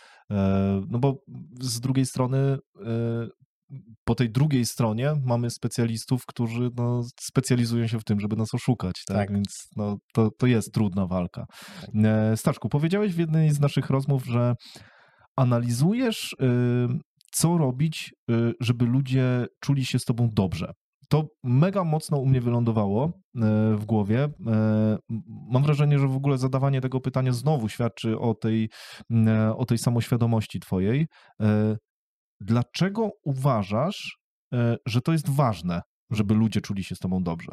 z drugiej strony, po tej drugiej stronie mamy specjalistów, którzy specjalizują się w tym, żeby nas oszukać, tak? Więc to jest trudna walka. Tak. Staszku, powiedziałeś w jednej z naszych rozmów, że analizujesz, co robić, żeby ludzie czuli się z tobą dobrze. To mega mocno u mnie wylądowało w głowie. Mam wrażenie, że w ogóle zadawanie tego pytania znowu świadczy o tej samoświadomości twojej. Dlaczego uważasz, że to jest ważne, żeby ludzie czuli się z tobą dobrze?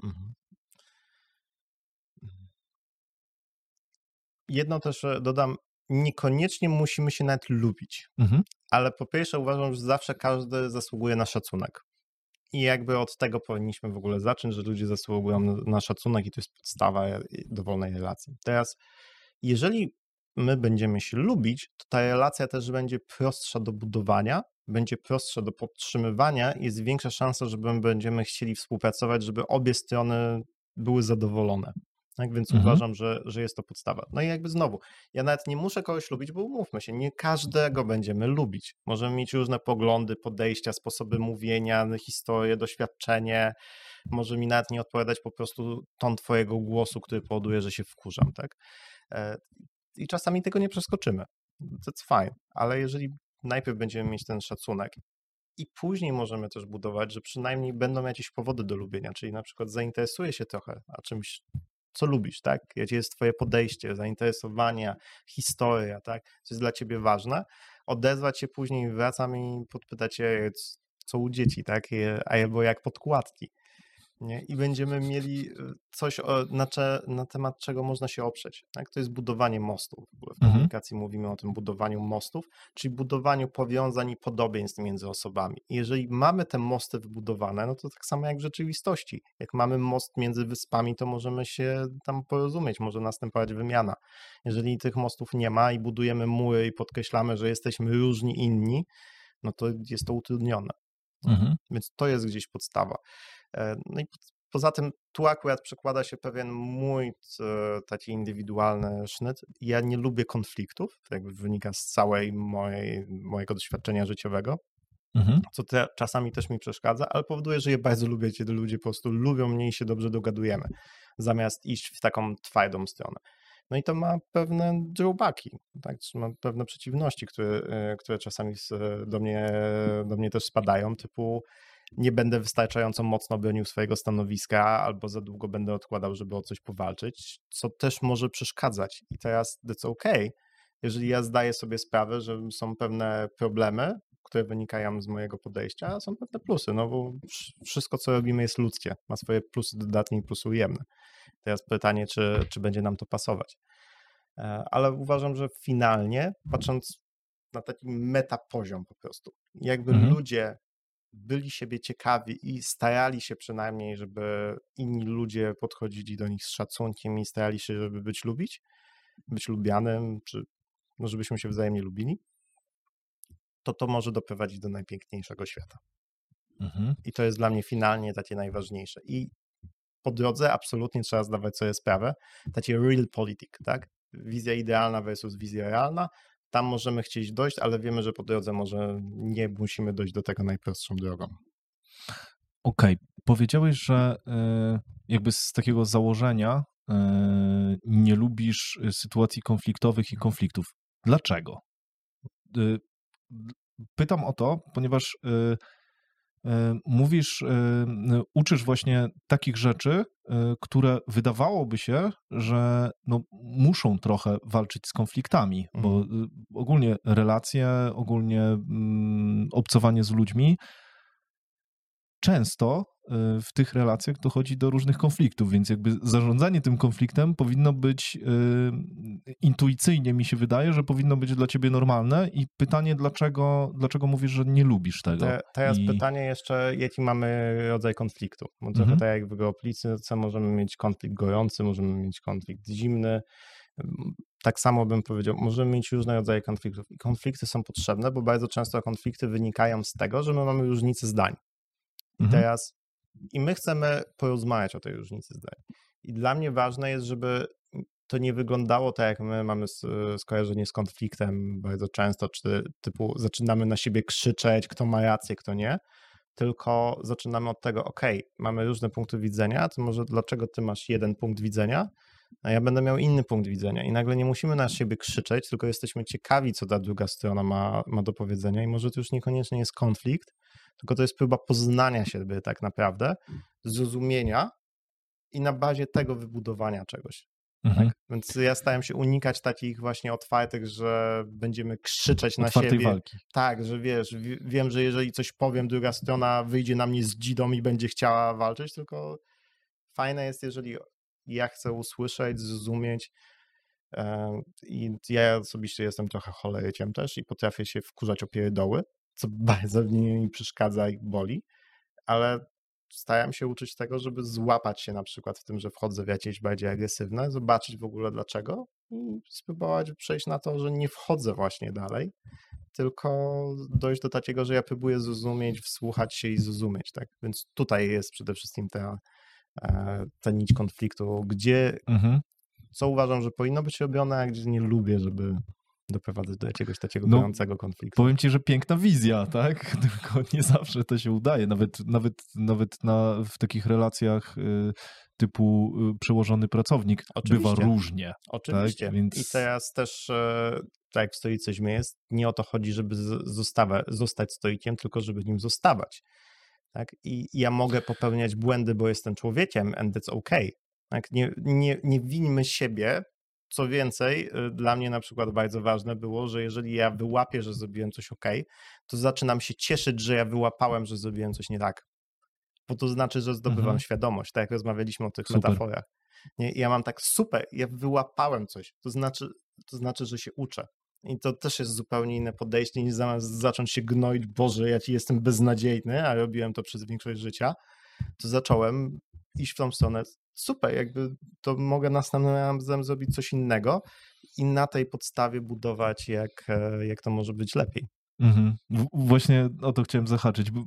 Jedno też dodam, niekoniecznie musimy się nawet lubić, ale po pierwsze uważam, że zawsze każdy zasługuje na szacunek. I jakby od tego powinniśmy w ogóle zacząć, że ludzie zasługują na szacunek i to jest podstawa dowolnej relacji. Teraz, jeżeli my będziemy się lubić, to ta relacja też będzie prostsza do budowania, będzie prostsza do podtrzymywania i jest większa szansa, że będziemy chcieli współpracować, żeby obie strony były zadowolone. Tak więc uważam, że jest to podstawa. No i jakby znowu, ja nawet nie muszę kogoś lubić, bo umówmy się, nie każdego będziemy lubić. Możemy mieć różne poglądy, podejścia, sposoby mówienia, historie, doświadczenie. Może mi nawet nie odpowiadać po prostu ton twojego głosu, który powoduje, że się wkurzam, tak? I czasami tego nie przeskoczymy. That's fine. Ale jeżeli najpierw będziemy mieć ten szacunek i później możemy też budować, że przynajmniej będą jakieś powody do lubienia, czyli na przykład zainteresuję się trochę czymś, co lubisz, tak? Jakie jest twoje podejście, zainteresowania, historia, tak? Co jest dla ciebie ważne. Odezwać się później, wracam i podpytać się, co u dzieci, tak? Albo jak podkładki. Nie? I będziemy mieli coś, na temat czego można się oprzeć. Tak? To jest budowanie mostów. W ogóle w komunikacji mówimy o tym budowaniu mostów, czyli budowaniu powiązań i podobieństw między osobami. I jeżeli mamy te mosty wybudowane, no to tak samo jak w rzeczywistości. Jak mamy most między wyspami, to możemy się tam porozumieć, może następować wymiana. Jeżeli tych mostów nie ma i budujemy mury i podkreślamy, że jesteśmy różni, inni, no to jest to utrudnione. Więc to jest gdzieś podstawa. No i poza tym tu akurat przekłada się pewien mój taki indywidualny sznyt. Ja nie lubię konfliktów, to jakby wynika z całej mojego doświadczenia życiowego. co czasami też mi przeszkadza, ale powoduje, że ja bardzo lubię, kiedy ludzie po prostu lubią mnie i się dobrze dogadujemy, zamiast iść w taką twardą stronę. No i to ma pewne drawbacki, tak? Ma pewne przeciwności, które czasami do mnie też spadają, typu nie będę wystarczająco mocno bronił swojego stanowiska albo za długo będę odkładał, żeby o coś powalczyć, co też może przeszkadzać. I teraz that's okay, jeżeli ja zdaję sobie sprawę, że są pewne problemy, które wynikają z mojego podejścia, a są pewne plusy, no bo wszystko, co robimy, jest ludzkie, ma swoje plusy dodatnie i plusy ujemne. Teraz pytanie, czy będzie nam to pasować. Ale uważam, że finalnie, patrząc na taki metapoziom po prostu, jakby ludzie byli siebie ciekawi i starali się przynajmniej, żeby inni ludzie podchodzili do nich z szacunkiem i starali się, żeby być lubianym, czy no żebyśmy się wzajemnie lubili, to może doprowadzić do najpiękniejszego świata. I to jest dla mnie finalnie takie najważniejsze. I po drodze absolutnie trzeba zdawać sobie sprawę, takie real politic, tak? Wizja idealna versus wizja realna. Tam możemy chcieć dojść, ale wiemy, że po drodze może nie musimy dojść do tego najprostszą drogą. Okej. Powiedziałeś, że jakby z takiego założenia nie lubisz sytuacji konfliktowych i konfliktów. Dlaczego? Pytam o to, ponieważ mówisz, uczysz właśnie takich rzeczy, które wydawałoby się, że no, muszą trochę walczyć z konfliktami, bo ogólnie relacje, ogólnie obcowanie z ludźmi, często w tych relacjach dochodzi do różnych konfliktów, więc jakby zarządzanie tym konfliktem powinno być intuicyjnie, mi się wydaje, że powinno być dla ciebie normalne i pytanie, dlaczego mówisz, że nie lubisz tego? Teraz pytanie jeszcze, jaki mamy rodzaj konfliktu, bo trochę tak jak w geopolityce możemy mieć konflikt gorący, możemy mieć konflikt zimny, tak samo bym powiedział, możemy mieć różne rodzaje konfliktów i konflikty są potrzebne, bo bardzo często konflikty wynikają z tego, że my mamy różnice zdań. I my chcemy porozmawiać o tej różnicy zdań. I dla mnie ważne jest, żeby to nie wyglądało tak, jak my mamy skojarzenie z konfliktem bardzo często, czy typu zaczynamy na siebie krzyczeć, kto ma rację, kto nie, tylko zaczynamy od tego, mamy różne punkty widzenia, to może dlaczego ty masz jeden punkt widzenia, a ja będę miał inny punkt widzenia i nagle nie musimy na siebie krzyczeć, tylko jesteśmy ciekawi, co ta druga strona ma do powiedzenia i może to już niekoniecznie jest konflikt, tylko to jest próba poznania siebie tak naprawdę, zrozumienia i na bazie tego wybudowania czegoś. Tak? Więc ja staram się unikać takich właśnie otwartych, że będziemy krzyczeć na siebie. Walki. Tak, że wiesz, wiem, że jeżeli coś powiem, druga strona wyjdzie na mnie z dzidą i będzie chciała walczyć, tylko fajne jest, jeżeli ja chcę usłyszeć, zrozumieć i ja osobiście jestem trochę choleryciem też i potrafię się wkurzać o pierdoły, co bardzo mi przeszkadza i boli, ale staram się uczyć tego, żeby złapać się na przykład w tym, że wchodzę w jakieś bardziej agresywne, zobaczyć w ogóle dlaczego i spróbować przejść na to, że nie wchodzę właśnie dalej, tylko dojść do takiego, że ja próbuję zrozumieć, wsłuchać się i zrozumieć, tak? Więc tutaj jest przede wszystkim ta nić konfliktu, gdzie co uważam, że powinno być robione, a gdzie nie lubię, żeby doprowadzać do jakiegoś takiego gorącego konfliktu. Powiem ci, że piękna wizja, tak? Tylko nie zawsze to się udaje. Nawet w takich relacjach typu przełożony pracownik bywa różnie. Oczywiście. Tak? Więc... I teraz też, tak jak w stoicyzmie jest, nie o to chodzi, żeby zostać stoikiem, tylko żeby nim zostawać. Tak? I ja mogę popełniać błędy, bo jestem człowiekiem and that's okay. Tak? Nie winimy siebie. Co więcej, dla mnie na przykład bardzo ważne było, że jeżeli ja wyłapię, że zrobiłem coś to zaczynam się cieszyć, że ja wyłapałem, że zrobiłem coś nie tak. Bo to znaczy, że zdobywam świadomość, tak jak rozmawialiśmy o tych metaforach. Nie? Ja mam tak super, ja wyłapałem coś, to znaczy, że się uczę. I to też jest zupełnie inne podejście, niż zamiast zacząć się gnoić, Boże, ja ci jestem beznadziejny, a robiłem to przez większość życia, to zacząłem iść w tą stronę. Super, jakby to mogę następnym razem zrobić coś innego i na tej podstawie budować, jak to może być lepiej. Właśnie o to chciałem zahaczyć,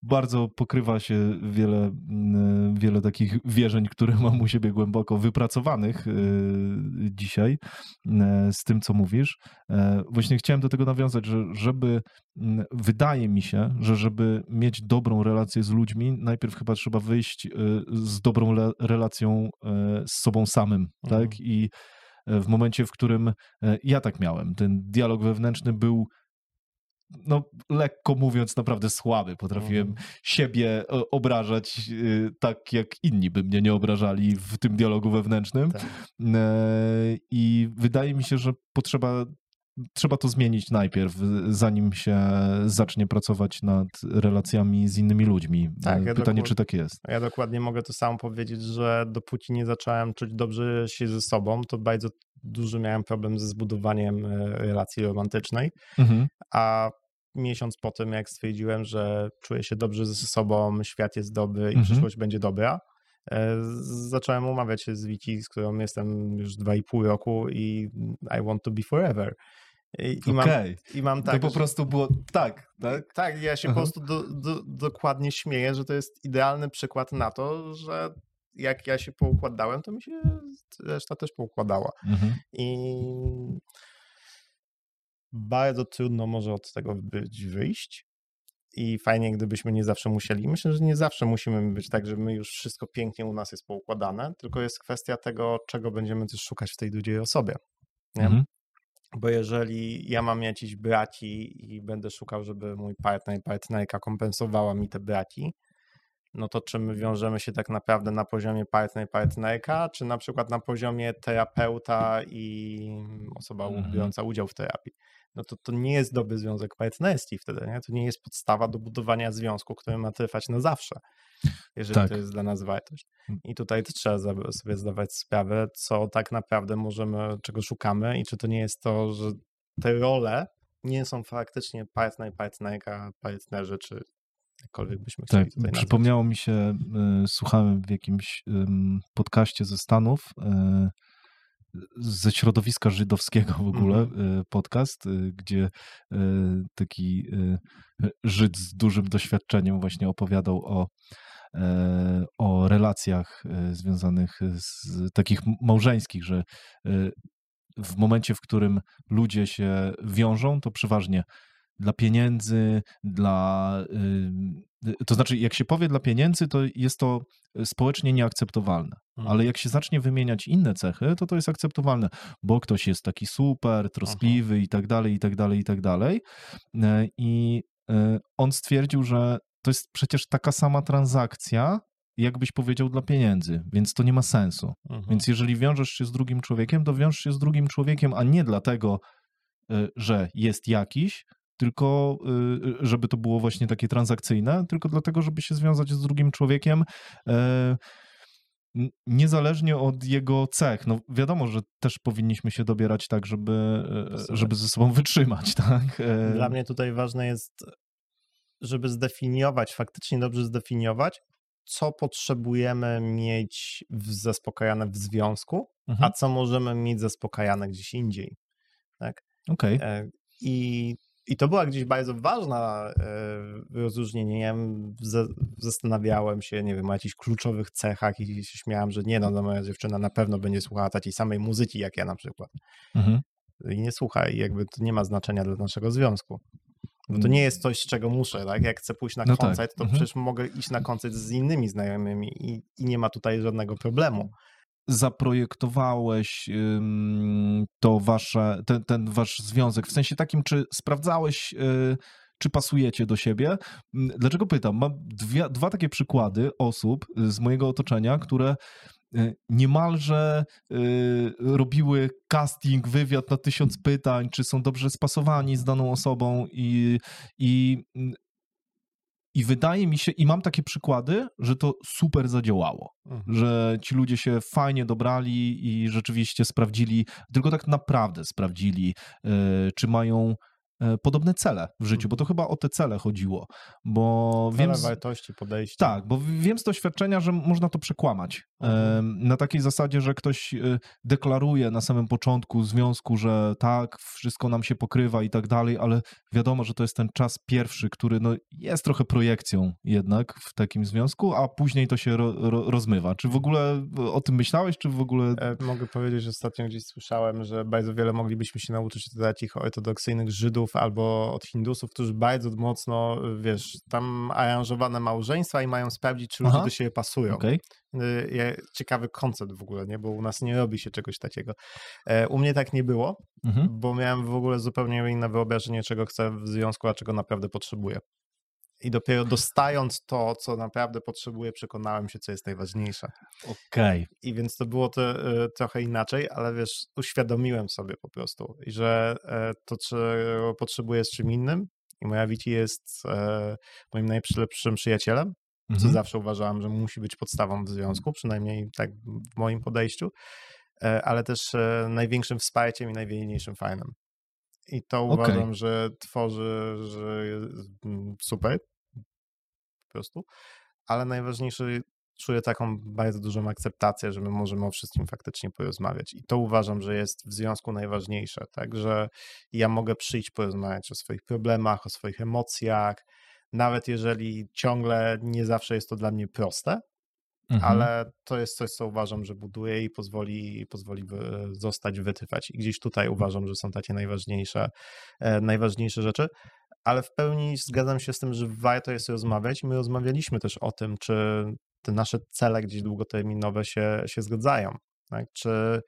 bardzo pokrywa się wiele takich wierzeń, które mam u siebie głęboko wypracowanych dzisiaj z tym, co mówisz. Właśnie chciałem do tego nawiązać, że wydaje mi się, że żeby mieć dobrą relację z ludźmi, najpierw chyba trzeba wyjść z dobrą relacją z sobą samym, tak? I w momencie, w którym ja tak miałem, ten dialog wewnętrzny był, no lekko mówiąc, naprawdę słaby. Potrafiłem siebie obrażać tak, jak inni by mnie nie obrażali w tym dialogu wewnętrznym. Tak. I wydaje mi się, że trzeba to zmienić najpierw, zanim się zacznie pracować nad relacjami z innymi ludźmi. Tak, Pytanie, czy tak jest? Ja dokładnie mogę to samo powiedzieć, że dopóki nie zacząłem czuć dobrze się ze sobą, to bardzo duży miałem problem ze zbudowaniem relacji romantycznej, a miesiąc po tym, jak stwierdziłem, że czuję się dobrze ze sobą, świat jest dobry i przyszłość będzie dobra, zacząłem umawiać się z Wiki, z którą jestem już 2,5 roku i I want to be forever. I mam tak, to po prostu było tak? Tak, ja się po prostu dokładnie śmieję, że to jest idealny przykład na to, że jak ja się poukładałem, to mi się reszta też poukładała. I bardzo trudno może od tego wyjść. I fajnie, gdybyśmy nie zawsze musieli. Myślę, że nie zawsze musimy być tak, że my już wszystko pięknie u nas jest poukładane, tylko jest kwestia tego, czego będziemy też szukać w tej drugiej osobie. Nie? Bo jeżeli ja mam jakiś braci i będę szukał, żeby mój partner i partnerka kompensowała mi te braci, no to czy my wiążemy się tak naprawdę na poziomie partner-partnerka, czy na przykład na poziomie terapeuta i osoba biorąca udział w terapii? No to nie jest dobry związek partnerski wtedy, nie? To nie jest podstawa do budowania związku, który ma trwać na zawsze, jeżeli to jest dla nas wartość. I tutaj trzeba sobie zdawać sprawę, co tak naprawdę możemy, czego szukamy i czy to nie jest to, że te role nie są faktycznie partner, partnerka, partnerzy, czy jakkolwiek byśmy chcieli tutaj nazwać. Przypomniało mi się, słuchałem w jakimś podcaście ze Stanów, ze środowiska żydowskiego w ogóle podcast, gdzie taki Żyd z dużym doświadczeniem właśnie opowiadał o relacjach związanych z takich małżeńskich, że w momencie, w którym ludzie się wiążą, to przeważnie dla pieniędzy, to znaczy jak się powie dla pieniędzy, to jest to społecznie nieakceptowalne, ale jak się zacznie wymieniać inne cechy, to jest akceptowalne, bo ktoś jest taki super, troskliwy i tak dalej, i tak dalej, i tak dalej. I on stwierdził, że to jest przecież taka sama transakcja, jakbyś powiedział dla pieniędzy, więc to nie ma sensu. Więc jeżeli wiążesz się z drugim człowiekiem, to wiąż się z drugim człowiekiem, a nie dlatego, że jest jakiś, tylko żeby to było właśnie takie transakcyjne, tylko dlatego, żeby się związać z drugim człowiekiem niezależnie od jego cech. No wiadomo, że też powinniśmy się dobierać tak, żeby ze sobą wytrzymać, tak? Dla mnie tutaj ważne jest, żeby faktycznie dobrze zdefiniować, co potrzebujemy mieć zaspokajane w związku, a co możemy mieć zaspokajane gdzieś indziej. Tak? Okej. I to była gdzieś bardzo ważna rozróżnienie. Ja zastanawiałem się, nie wiem, o jakichś kluczowych cechach i się śmiałem, że moja dziewczyna na pewno będzie słuchała takiej samej muzyki jak ja na przykład. I nie słucha i jakby to nie ma znaczenia dla naszego związku. Bo to nie jest coś, z czego muszę, tak? Jak chcę pójść na koncert, to przecież mogę iść na koncert z innymi znajomymi i nie ma tutaj żadnego problemu. Zaprojektowałeś ten wasz związek, w sensie takim, czy sprawdzałeś, czy pasujecie do siebie? Dlaczego pytam? Mam dwa takie przykłady osób z mojego otoczenia, które niemalże robiły casting, wywiad na 1000 pytań, czy są dobrze spasowani z daną osobą i wydaje mi się, i mam takie przykłady, że to super zadziałało, że ci ludzie się fajnie dobrali i rzeczywiście sprawdzili, tylko tak naprawdę sprawdzili, czy mają podobne cele w życiu, bo to chyba o te cele chodziło, bo wiem... wartości, podejście. Tak, bo wiem z doświadczenia, że można to przekłamać. Na takiej zasadzie, że ktoś deklaruje na samym początku związku, że tak, wszystko nam się pokrywa i tak dalej, ale wiadomo, że to jest ten czas pierwszy, który no, jest trochę projekcją jednak w takim związku, a później to się rozmywa. Czy w ogóle o tym myślałeś, czy w ogóle... Mogę powiedzieć, że ostatnio gdzieś słyszałem, że bardzo wiele moglibyśmy się nauczyć od takich ortodoksyjnych Żydów albo od Hindusów, którzy bardzo mocno, wiesz, tam aranżowane małżeństwa i mają sprawdzić, czy ludzie do siebie pasują. Okay. Ciekawy koncept w ogóle, nie? Bo u nas nie robi się czegoś takiego. U mnie tak nie było, bo miałem w ogóle zupełnie inne wyobrażenie, czego chcę w związku, a czego naprawdę potrzebuję. I dopiero dostając to, co naprawdę potrzebuję, przekonałem się, co jest najważniejsze. Okej. I więc to było trochę inaczej, ale wiesz, uświadomiłem sobie po prostu, że to, czego potrzebuję, jest czym innym. I moja Viti jest moim najlepszym przyjacielem, co zawsze uważałem, że musi być podstawą w związku, przynajmniej tak w moim podejściu, ale też największym wsparciem i najważniejszym fanem. I to uważam, że tworzy, że jest super, po prostu, ale najważniejsze, czuję taką bardzo dużą akceptację, że my możemy o wszystkim faktycznie porozmawiać. I to uważam, że jest w związku najważniejsze, tak, że ja mogę przyjść porozmawiać o swoich problemach, o swoich emocjach, nawet jeżeli ciągle nie zawsze jest to dla mnie proste, ale to jest coś, co uważam, że buduje i pozwoli zostać, wytrwać. I gdzieś tutaj uważam, że są takie najważniejsze rzeczy, ale w pełni zgadzam się z tym, że warto jest rozmawiać i my rozmawialiśmy też o tym, czy te nasze cele gdzieś długoterminowe się zgadzają, tak? Czy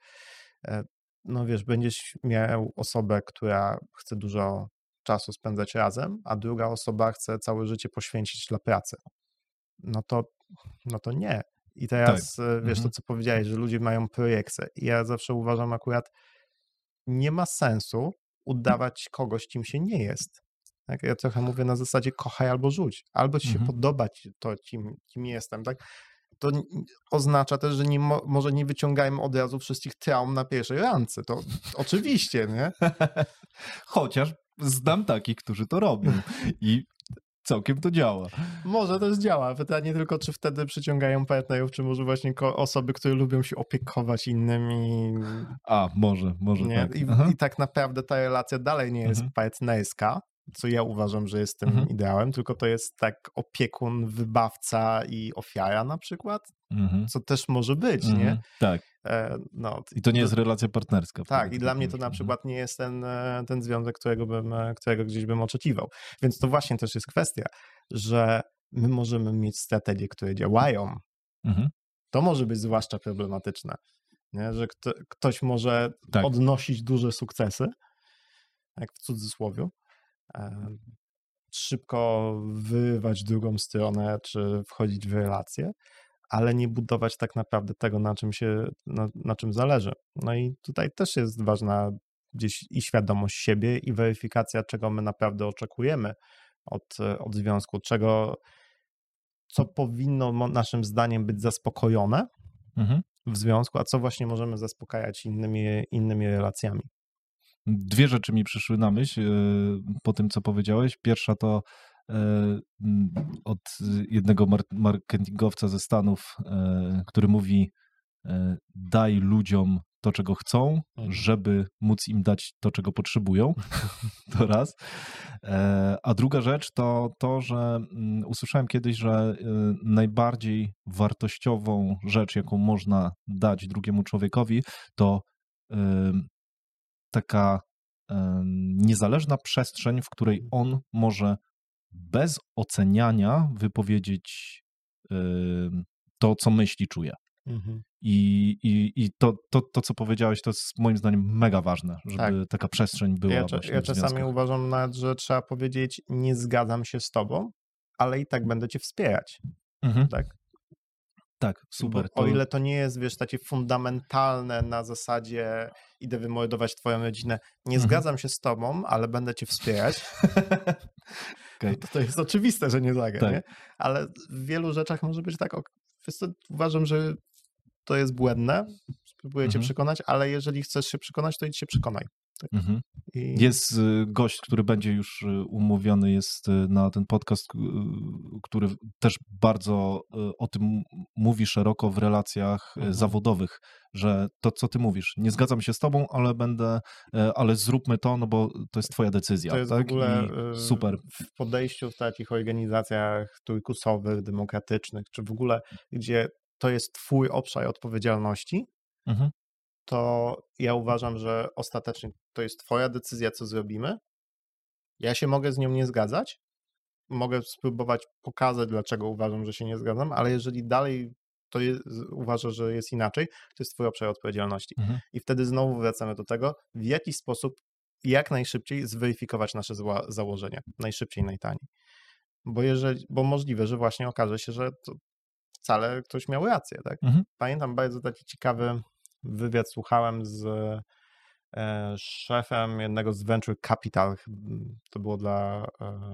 no wiesz, będziesz miał osobę, która chce dużo czasu spędzać razem, a druga osoba chce całe życie poświęcić dla pracy. No to nie. I teraz, wiesz, to co powiedziałeś, że ludzie mają projekcje. I ja zawsze uważam akurat, nie ma sensu udawać kogoś, kim się nie jest. Tak? Ja trochę mówię na zasadzie kochaj albo rzuć. Albo ci się podobać to, kim jestem, tak? To oznacza też, że może nie wyciągajmy od razu wszystkich traum na pierwszej randce. To oczywiście, nie? Chociaż znam takich, którzy to robią i całkiem to działa. Może też działa. Pytanie tylko, czy wtedy przyciągają partnerów, czy może właśnie osoby, które lubią się opiekować innymi. A, może nie? tak. I tak naprawdę ta relacja dalej nie jest partnerska, co ja uważam, że jest tym ideałem, tylko to jest tak opiekun, wybawca i ofiara na przykład, co też może być, nie? Tak. No, i to nie jest relacja partnerska. Tak, i dla mnie to na przykład nie jest ten związek, którego gdzieś bym oczekiwał. Więc to właśnie też jest kwestia, że my możemy mieć strategie, które działają. To może być zwłaszcza problematyczne, nie? Że ktoś może odnosić duże sukcesy, jak w cudzysłowie, szybko wyrywać drugą stronę, czy wchodzić w relacje, ale nie budować tak naprawdę tego, na czym zależy. No i tutaj też jest ważna gdzieś i świadomość siebie, i weryfikacja, czego my naprawdę oczekujemy od związku, co powinno naszym zdaniem być zaspokojone w związku, a co właśnie możemy zaspokajać innymi relacjami. Dwie rzeczy mi przyszły na myśl po tym, co powiedziałeś. Pierwsza to od jednego marketingowca ze Stanów, który mówi: daj ludziom to, czego chcą, żeby móc im dać to, czego potrzebują. To raz. A druga rzecz to to, że usłyszałem kiedyś, że najbardziej wartościową rzecz, jaką można dać drugiemu człowiekowi, to taka niezależna przestrzeń, w której on może bez oceniania wypowiedzieć to, co myśli, czuje. I to, co powiedziałeś, to jest moim zdaniem mega ważne, żeby taka przestrzeń była. Ja czasami uważam nawet, że trzeba powiedzieć: nie zgadzam się z tobą, ale i tak będę cię wspierać. Tak? Tak, super. O ile to nie jest, wiesz, takie fundamentalne na zasadzie idę wymordować twoją rodzinę, nie zgadzam się z tobą, ale będę cię wspierać. To jest oczywiste, że nie tak, nie? Ale w wielu rzeczach może być tak, uważam, że to jest błędne, spróbuję cię przekonać, ale jeżeli chcesz się przekonać, to idź się przekonaj. Tak. Mhm. Jest gość, który będzie już umówiony, jest na ten podcast, który też bardzo o tym mówi szeroko w relacjach zawodowych, że to, co ty mówisz, nie zgadzam się z tobą, ale zróbmy to, no bo to jest twoja decyzja. To jest tak? w ogóle super. w podejściu w takich organizacjach turkusowych, demokratycznych, czy w ogóle, gdzie to jest twój obszar odpowiedzialności, to ja uważam, że ostatecznie to jest twoja decyzja, co zrobimy. Ja się mogę z nią nie zgadzać, mogę spróbować pokazać, dlaczego uważam, że się nie zgadzam, ale jeżeli dalej uważasz, że jest inaczej, to jest twój obszar odpowiedzialności. I wtedy znowu wracamy do tego, w jaki sposób jak najszybciej zweryfikować nasze założenia. Najszybciej, najtaniej. Bo możliwe, że właśnie okaże się, że to wcale ktoś miał rację. Tak? Pamiętam bardzo taki ciekawy wywiad słuchałem z szefem jednego z Venture Capital. To było dla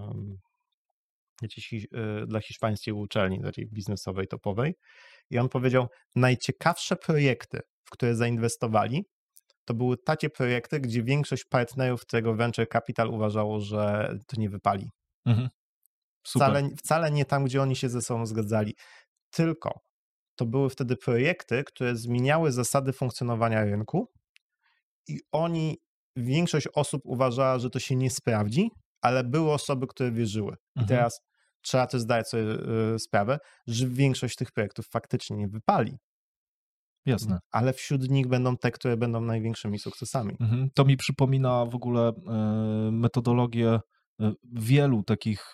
hiszpańskiej uczelni, takiej biznesowej, topowej. I on powiedział, najciekawsze projekty, w które zainwestowali, to były takie projekty, gdzie większość partnerów tego Venture Capital uważało, że to nie wypali. Wcale nie tam, gdzie oni się ze sobą zgadzali. Tylko to były wtedy projekty, które zmieniały zasady funkcjonowania rynku i większość osób uważała, że to się nie sprawdzi, ale były osoby, które wierzyły. I teraz trzeba też zdać sobie sprawę, że większość tych projektów faktycznie nie wypali. Jasne. Ale wśród nich będą te, które będą największymi sukcesami. To mi przypomina w ogóle metodologię wielu takich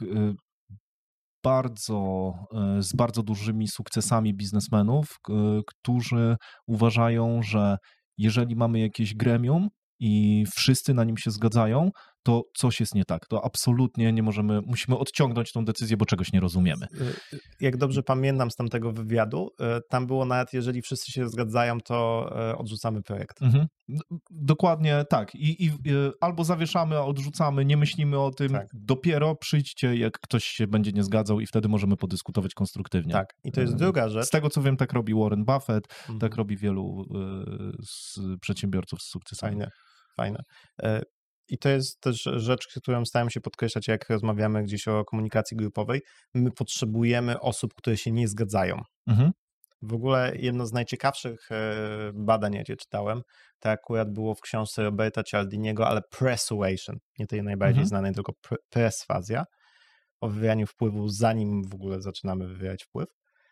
z bardzo dużymi sukcesami biznesmenów, którzy uważają, że jeżeli mamy jakieś gremium i wszyscy na nim się zgadzają, to coś jest nie tak. To absolutnie nie musimy odciągnąć tą decyzję, bo czegoś nie rozumiemy. Jak dobrze pamiętam z tamtego wywiadu, tam było nawet, jeżeli wszyscy się zgadzają, to odrzucamy projekt. Dokładnie tak. I albo zawieszamy, odrzucamy, nie myślimy o tym, dopiero przyjdźcie, jak ktoś się będzie nie zgadzał i wtedy możemy podyskutować konstruktywnie. Tak, i to jest druga rzecz. Z tego, co wiem, tak robi Warren Buffett, tak robi wielu przedsiębiorców z sukcesami. Fajne. I to jest też rzecz, którą starałem się podkreślać, jak rozmawiamy gdzieś o komunikacji grupowej. My potrzebujemy osób, które się nie zgadzają. W ogóle jedno z najciekawszych badań, jakie czytałem, to akurat było w książce Roberta Cialdiniego, ale Persuasion, nie tej najbardziej znanej, tylko perswazja, o wywieraniu wpływu, zanim w ogóle zaczynamy wywierać wpływ.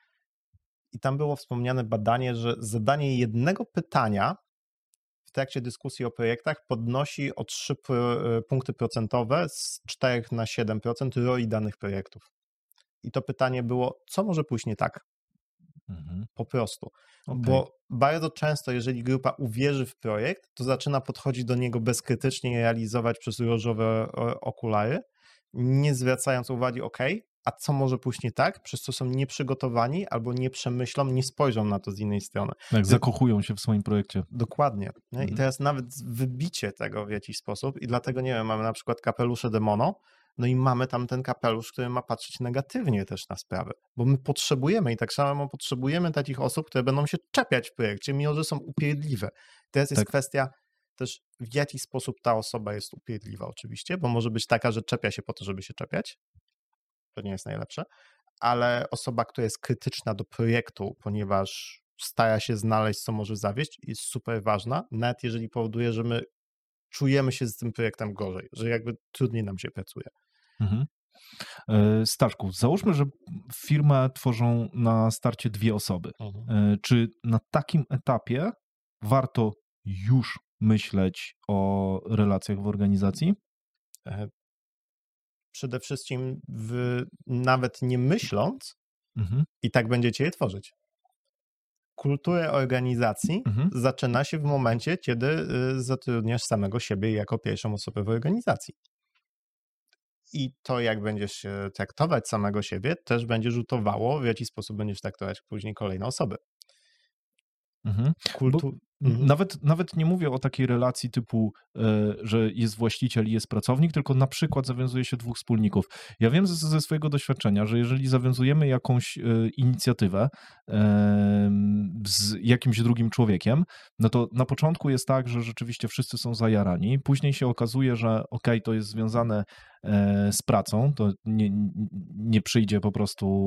I tam było wspomniane badanie, że zadanie jednego pytania w trakcie dyskusji o projektach podnosi o 3 punkty procentowe z 4 na 7% ROI danych projektów. I to pytanie było, co może pójść nie tak? Po prostu. Bo bardzo często, jeżeli grupa uwierzy w projekt, to zaczyna podchodzić do niego bezkrytycznie i realizować przez różowe okulary, nie zwracając uwagi, a co może pójść nie tak, przez co są nieprzygotowani albo nie przemyślą, nie spojrzą na to z innej strony. Tak, zakochują się w swoim projekcie. Dokładnie. I teraz nawet wybicie tego w jakiś sposób i dlatego, nie wiem, mamy na przykład kapelusze Demono, no i mamy tam ten kapelusz, który ma patrzeć negatywnie też na sprawę, bo my potrzebujemy i tak samo potrzebujemy takich osób, które będą się czepiać w projekcie, mimo że są upierdliwe. Teraz jest kwestia też, w jaki sposób ta osoba jest upierdliwa oczywiście, bo może być taka, że czepia się po to, żeby się czepiać, to nie jest najlepsze, ale osoba, która jest krytyczna do projektu, ponieważ stara się znaleźć, co może zawieść, jest super ważna, nawet jeżeli powoduje, że my czujemy się z tym projektem gorzej, że jakby trudniej nam się pracuje. Staszku, załóżmy, że firmę tworzą na starcie 2 osoby. Czy na takim etapie warto już myśleć o relacjach w organizacji? Przede wszystkim nawet nie myśląc, i tak będziecie je tworzyć. Kultura organizacji zaczyna się w momencie, kiedy zatrudniasz samego siebie jako pierwszą osobę w organizacji. I to, jak będziesz traktować samego siebie, też będzie rzutowało, w jaki sposób będziesz traktować później kolejne osoby. Nawet nie mówię o takiej relacji typu, że jest właściciel i jest pracownik, tylko na przykład zawiązuje się dwóch wspólników. Ja wiem ze swojego doświadczenia, że jeżeli zawiązujemy jakąś inicjatywę z jakimś drugim człowiekiem, no to na początku jest tak, że rzeczywiście wszyscy są zajarani, później się okazuje, że okej, to jest związane z pracą, to nie przyjdzie po prostu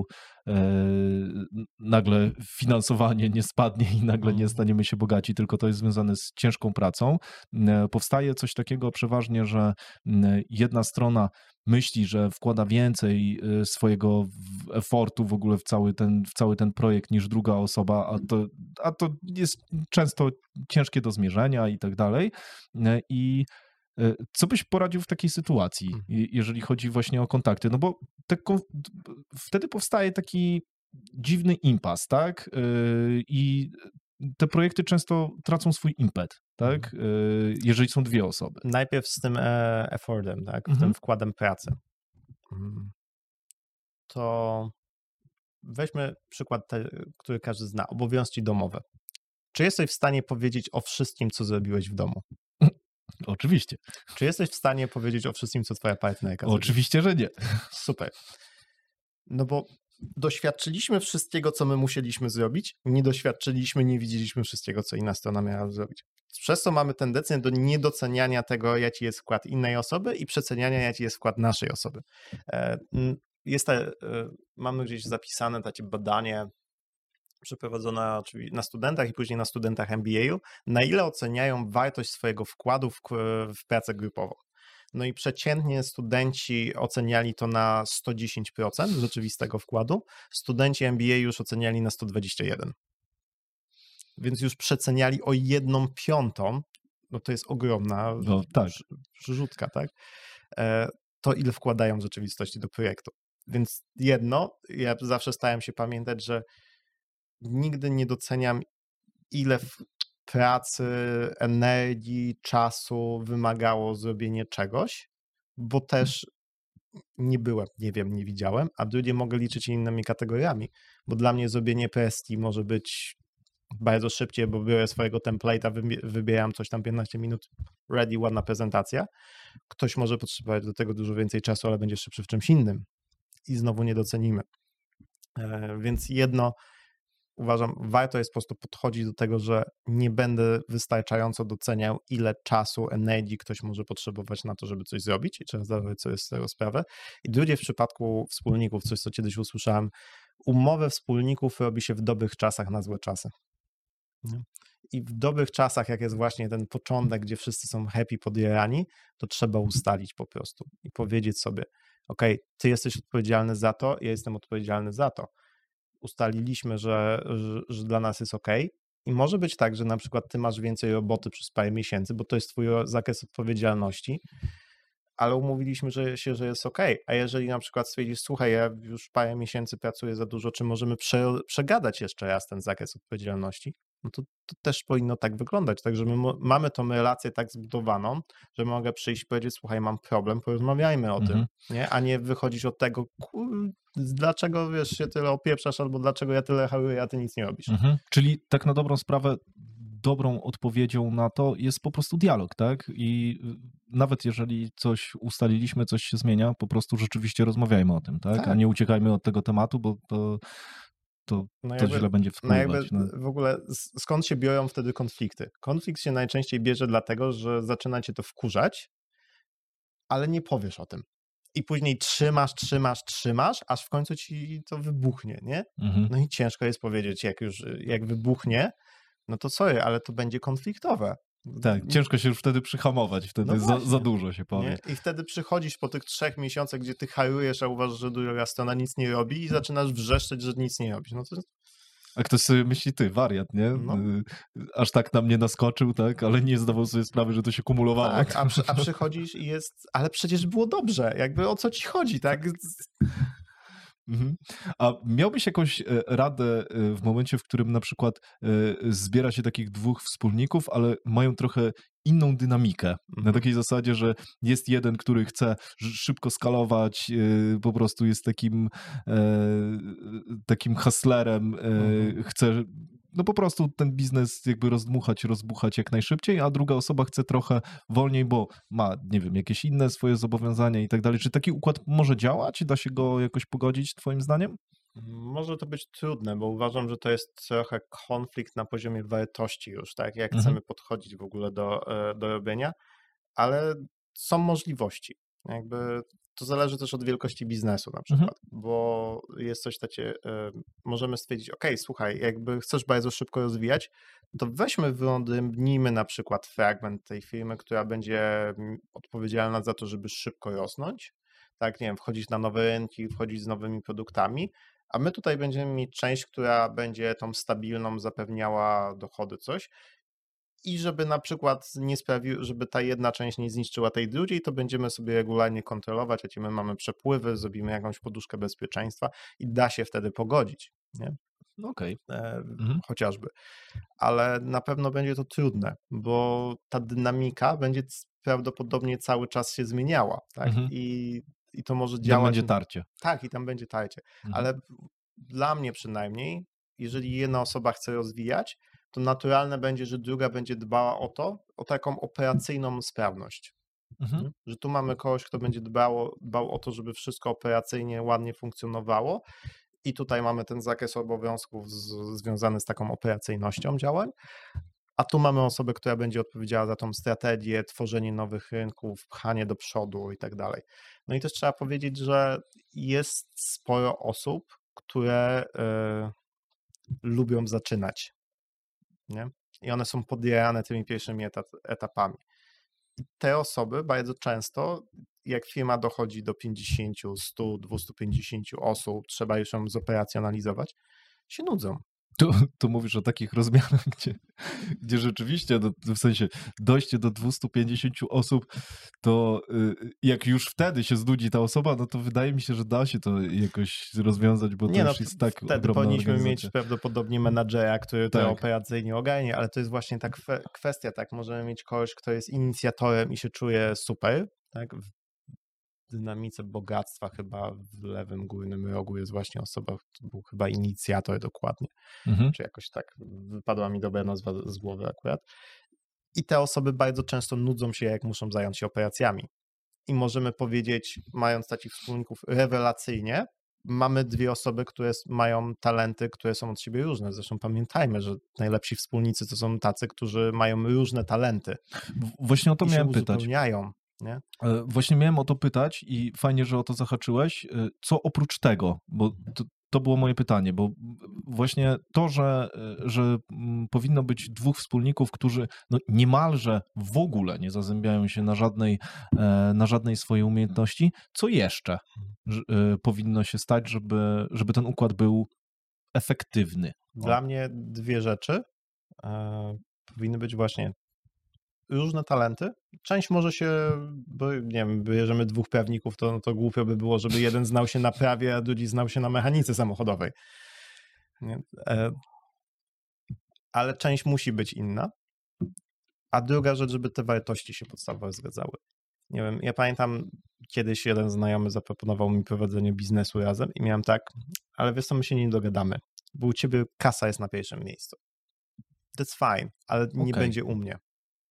nagle finansowanie nie spadnie i nagle nie staniemy się bogaci, tylko to jest związane z ciężką pracą. Powstaje coś takiego przeważnie, że jedna strona myśli, że wkłada więcej swojego efortu w ogóle w cały ten projekt niż druga osoba, a to jest często ciężkie do zmierzenia i tak dalej. I co byś poradził w takiej sytuacji, jeżeli chodzi właśnie o kontakty? No bo wtedy powstaje taki dziwny impas, tak? I te projekty często tracą swój impet, tak? Jeżeli są dwie osoby. Najpierw z tym effortem, tak? Z tym wkładem pracy. To weźmy przykład, który każdy zna. Obowiązki domowe. Czy jesteś w stanie powiedzieć o wszystkim, co zrobiłeś w domu? Oczywiście. Czy jesteś w stanie powiedzieć o wszystkim, co twoja partnerka zrobiła? Oczywiście, że nie. Super. No bo doświadczyliśmy wszystkiego, co my musieliśmy zrobić, nie doświadczyliśmy, nie widzieliśmy wszystkiego, co inna strona miała zrobić. Przez to mamy tendencję do niedoceniania tego, jaki jest wkład innej osoby i przeceniania, jaki jest wkład naszej osoby. Mamy gdzieś zapisane takie badanie przeprowadzone oczywiście na studentach i później na studentach MBA-u, na ile oceniają wartość swojego wkładu w pracę grupową. No i przeciętnie studenci oceniali to na 110% rzeczywistego wkładu, studenci MBA już oceniali na 121%. Więc już przeceniali o 1/5, no to jest ogromna przerzutka, tak? To ile wkładają w rzeczywistości do projektu. Więc ja zawsze starałem się pamiętać, że nigdy nie doceniam, ile pracy, energii, czasu wymagało zrobienie czegoś, bo też nie byłem, nie wiem, nie widziałem, a drugie mogę liczyć innymi kategoriami, bo dla mnie zrobienie PST może być bardzo szybciej, bo biorę swojego template'a, wybieram coś tam 15 minut, ready, ładna prezentacja. Ktoś może potrzebować do tego dużo więcej czasu, ale będzie szybszy w czymś innym i znowu nie docenimy. Więc uważam, warto jest po prostu podchodzić do tego, że nie będę wystarczająco doceniał, ile czasu, energii ktoś może potrzebować na to, żeby coś zrobić i trzeba zdawać sobie z tego sprawę. I drugie, w przypadku wspólników, coś, co kiedyś usłyszałem, umowę wspólników robi się w dobrych czasach na złe czasy. I w dobrych czasach, jak jest właśnie ten początek, gdzie wszyscy są happy, podjarani, to trzeba ustalić po prostu i powiedzieć sobie, okej, ty jesteś odpowiedzialny za to, ja jestem odpowiedzialny za to. Ustaliliśmy, że dla nas jest okej. I może być tak, że na przykład ty masz więcej roboty przez parę miesięcy, bo to jest twój zakres odpowiedzialności, ale umówiliśmy że jest okej. A jeżeli na przykład stwierdzisz, słuchaj, ja już parę miesięcy pracuję za dużo, czy możemy przegadać jeszcze raz ten zakres odpowiedzialności? No to też powinno tak wyglądać. Także my mamy tą relację tak zbudowaną, że mogę przyjść i powiedzieć, słuchaj, mam problem, porozmawiajmy o tym, nie? A nie wychodzić od tego, dlaczego wiesz, się tyle opieprzasz, albo dlaczego ja tyle haluję, a ty nic nie robisz. Czyli tak na dobrą sprawę, dobrą odpowiedzią na to jest po prostu dialog, tak? I nawet jeżeli coś ustaliliśmy, coś się zmienia, po prostu rzeczywiście rozmawiajmy o tym, tak? A nie uciekajmy od tego tematu, bo to źle będzie wpływać. W ogóle skąd się biorą wtedy konflikty? Konflikt się najczęściej bierze dlatego, że zaczyna cię to wkurzać, ale nie powiesz o tym. I później trzymasz, aż w końcu ci to wybuchnie, nie? No i ciężko jest powiedzieć, jak wybuchnie, no to sorry, ale to będzie konfliktowe. Tak, ciężko się już wtedy przyhamować, wtedy za dużo się powie. Nie? I wtedy przychodzisz po tych 3 miesiącach, gdzie ty harujesz, a uważasz, że druga strona nic nie robi i zaczynasz wrzeszczeć, że nic nie robisz. No to... A ktoś sobie myśli, ty, wariat, nie? No. Aż tak na mnie naskoczył, tak? Ale nie zdawał sobie sprawy, że to się kumulowało. Tak, a przychodzisz i ale przecież było dobrze, jakby o co ci chodzi, tak? A miałbyś jakąś radę w momencie, w którym na przykład zbiera się takich dwóch wspólników, ale mają trochę inną dynamikę, na takiej zasadzie, że jest jeden, który chce szybko skalować, po prostu jest takim hustlerem, chce no po prostu ten biznes jakby rozbuchać jak najszybciej, a druga osoba chce trochę wolniej, bo ma, nie wiem, jakieś inne swoje zobowiązania i tak dalej. Czy taki układ może działać? Da się go jakoś pogodzić, twoim zdaniem? Może to być trudne, bo uważam, że to jest trochę konflikt na poziomie wartości już, tak? Jak Mhm. chcemy podchodzić w ogóle do robienia, ale są możliwości. Jakby to zależy też od wielkości biznesu na przykład, bo jest coś takiego, możemy stwierdzić, słuchaj, jakby chcesz bardzo szybko rozwijać, to weźmy, wyodrębnijmy na przykład fragment tej firmy, która będzie odpowiedzialna za to, żeby szybko rosnąć, tak, nie wiem, wchodzić na nowe rynki, wchodzić z nowymi produktami, a my tutaj będziemy mieć część, która będzie tą stabilną zapewniała dochody, coś. I żeby na przykład nie sprawił, żeby ta jedna część nie zniszczyła tej drugiej, to będziemy sobie regularnie kontrolować, jakie my mamy przepływy, zrobimy jakąś poduszkę bezpieczeństwa i da się wtedy pogodzić, nie? Okej. Chociażby. Ale na pewno będzie to trudne, bo ta dynamika będzie prawdopodobnie cały czas się zmieniała, tak? I to może działać. Tam będzie tarcie. Tak, i tam będzie tarcie. Ale dla mnie przynajmniej, jeżeli jedna osoba chce rozwijać, to naturalne będzie, że druga będzie dbała o taką operacyjną sprawność. Że tu mamy kogoś, kto będzie dbał o to, żeby wszystko operacyjnie ładnie funkcjonowało i tutaj mamy ten zakres obowiązków związany z taką operacyjnością działań, a tu mamy osobę, która będzie odpowiedzialna za tą strategię, tworzenie nowych rynków, pchanie do przodu i tak dalej. No i też trzeba powiedzieć, że jest sporo osób, które lubią zaczynać, nie? I one są podjarane tymi pierwszymi etapami. I te osoby bardzo często, jak firma dochodzi do 50, 100, 250 osób, trzeba już ją zoperacjonalizować, się nudzą. Tu mówisz o takich rozmiarach, gdzie rzeczywiście, w sensie dojście do 250 osób, to jak już wtedy się znudzi ta osoba, no to wydaje mi się, że da się to jakoś rozwiązać, bo to już jest tak wtedy ogromna powinniśmy organizacja. mieć prawdopodobnie menadżera, który to operacyjnie ogarnie, ale to jest właśnie ta kwestia, tak, możemy mieć kogoś, kto jest inicjatorem i się czuje super, tak, w dynamice bogactwa chyba w lewym górnym rogu jest właśnie osoba, to był chyba inicjator dokładnie, czy jakoś tak, wypadła mi dobra nazwa z głowy akurat. I te osoby bardzo często nudzą się, jak muszą zająć się operacjami. I możemy powiedzieć, mając takich wspólników rewelacyjnie, mamy dwie osoby, które mają talenty, które są od siebie różne. Zresztą pamiętajmy, że najlepsi wspólnicy to są tacy, którzy mają różne talenty. Właśnie o to miałem pytać. Uzupełniają. Nie? Właśnie miałem o to pytać i fajnie, że o to zahaczyłeś. Co oprócz tego? Bo to było moje pytanie, bo właśnie to, że powinno być dwóch wspólników, którzy no niemalże w ogóle nie zazębiają się na żadnej swojej umiejętności, co jeszcze powinno się stać, żeby ten układ był efektywny? Dla mnie dwie rzeczy powinny być właśnie różne talenty. Część może się, bo nie wiem, bierzemy dwóch prawników, to głupio by było, żeby jeden znał się na prawie, a drugi znał się na mechanice samochodowej. Nie? Ale część musi być inna. A druga rzecz, żeby te wartości się podstawowo zgadzały. Nie wiem, ja pamiętam, kiedyś jeden znajomy zaproponował mi prowadzenie biznesu razem i miałem tak, ale wiesz co, my się nie dogadamy, bo u ciebie kasa jest na pierwszym miejscu. That's fine, ale nie będzie u mnie.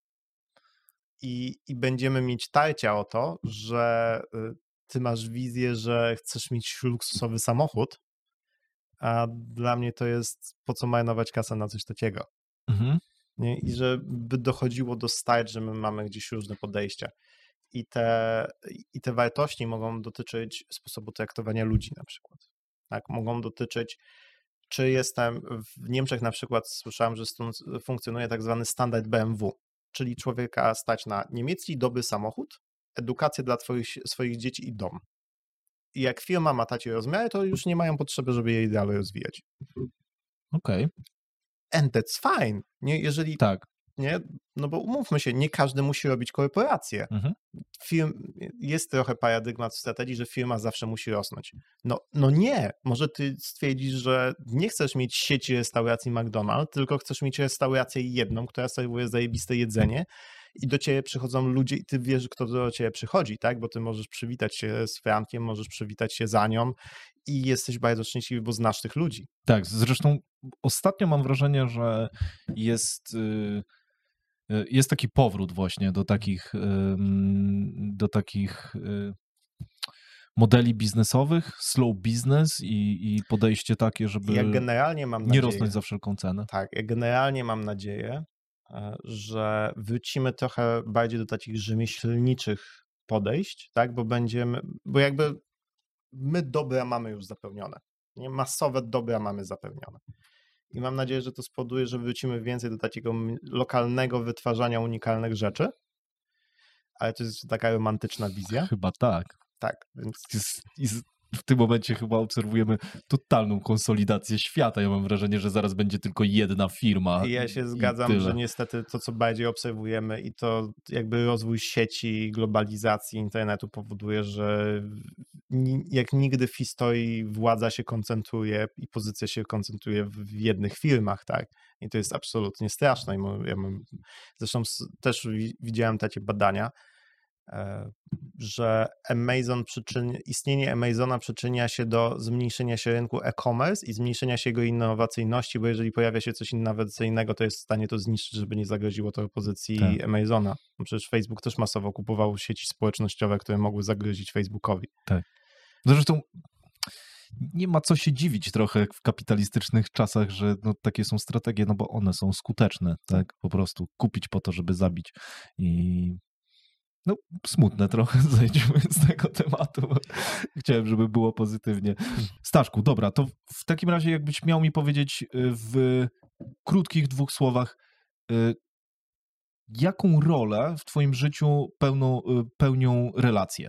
I będziemy mieć tarcia o to, że ty masz wizję, że chcesz mieć luksusowy samochód, a dla mnie to jest, po co marnować kasę na coś takiego. Nie? I żeby dochodziło do start, że my mamy gdzieś różne podejścia. I te wartości mogą dotyczyć sposobu traktowania ludzi na przykład. Tak? Mogą dotyczyć, czy jestem, w Niemczech na przykład słyszałem, że funkcjonuje tak zwany standard BMW, czyli człowieka stać na niemiecki dobry samochód, edukację dla swoich dzieci i dom. I jak firma ma takie rozmiary, to już nie mają potrzeby, żeby jej dalej rozwijać. Okej. And that's fine. Nie? Jeżeli tak. Nie? No bo umówmy się, nie każdy musi robić korporację. Jest trochę paradygmat w strategii, że firma zawsze musi rosnąć. No nie. Może ty stwierdzisz, że nie chcesz mieć sieci restauracji McDonald's, tylko chcesz mieć restaurację jedną, która serwuje zajebiste jedzenie i do ciebie przychodzą ludzie i ty wiesz, kto do ciebie przychodzi, tak? Bo ty możesz przywitać się z Frankiem, możesz przywitać się za nią i jesteś bardzo szczęśliwy, bo znasz tych ludzi. Tak, zresztą ostatnio mam wrażenie, że jest taki powrót właśnie do takich modeli biznesowych, slow business i podejście takie, żeby Ja generalnie mam nie nadzieję, rosnąć za wszelką cenę. tak, ja generalnie mam nadzieję, że wrócimy trochę bardziej do takich rzemieślniczych podejść, tak, bo jakby my dobra mamy już zapełnione, nie? Masowe dobra mamy zapełnione. I mam nadzieję, że to spowoduje, że wrócimy więcej do takiego lokalnego wytwarzania unikalnych rzeczy, ale to jest taka romantyczna wizja. Chyba tak. Tak, więc W tym momencie chyba obserwujemy totalną konsolidację świata. Ja mam wrażenie, że zaraz będzie tylko jedna firma. ja się i zgadzam, tyle. że niestety to, co bardziej obserwujemy i to jakby rozwój sieci, globalizacji internetu powoduje, że jak nigdy w historii władza się koncentruje i pozycja się koncentruje w jednych firmach, tak? I to jest absolutnie straszne. Zresztą też widziałem takie badania, że istnienie Amazona przyczynia się do zmniejszenia się rynku e-commerce i zmniejszenia się jego innowacyjności, bo jeżeli pojawia się coś innowacyjnego, to jest w stanie to zniszczyć, żeby nie zagroziło to pozycji Tak. Amazona. No przecież Facebook też masowo kupował sieci społecznościowe, które mogły zagrozić Facebookowi. Tak. Zresztą nie ma co się dziwić trochę w kapitalistycznych czasach, że no, takie są strategie, no bo one są skuteczne, tak? Po prostu kupić po to, żeby zabić i no, smutne trochę, zejdźmy z tego tematu, bo chciałem, żeby było pozytywnie. Staszku, dobra, to w takim razie jakbyś miał mi powiedzieć w krótkich 2 słowach, jaką rolę w twoim życiu pełnią relacje?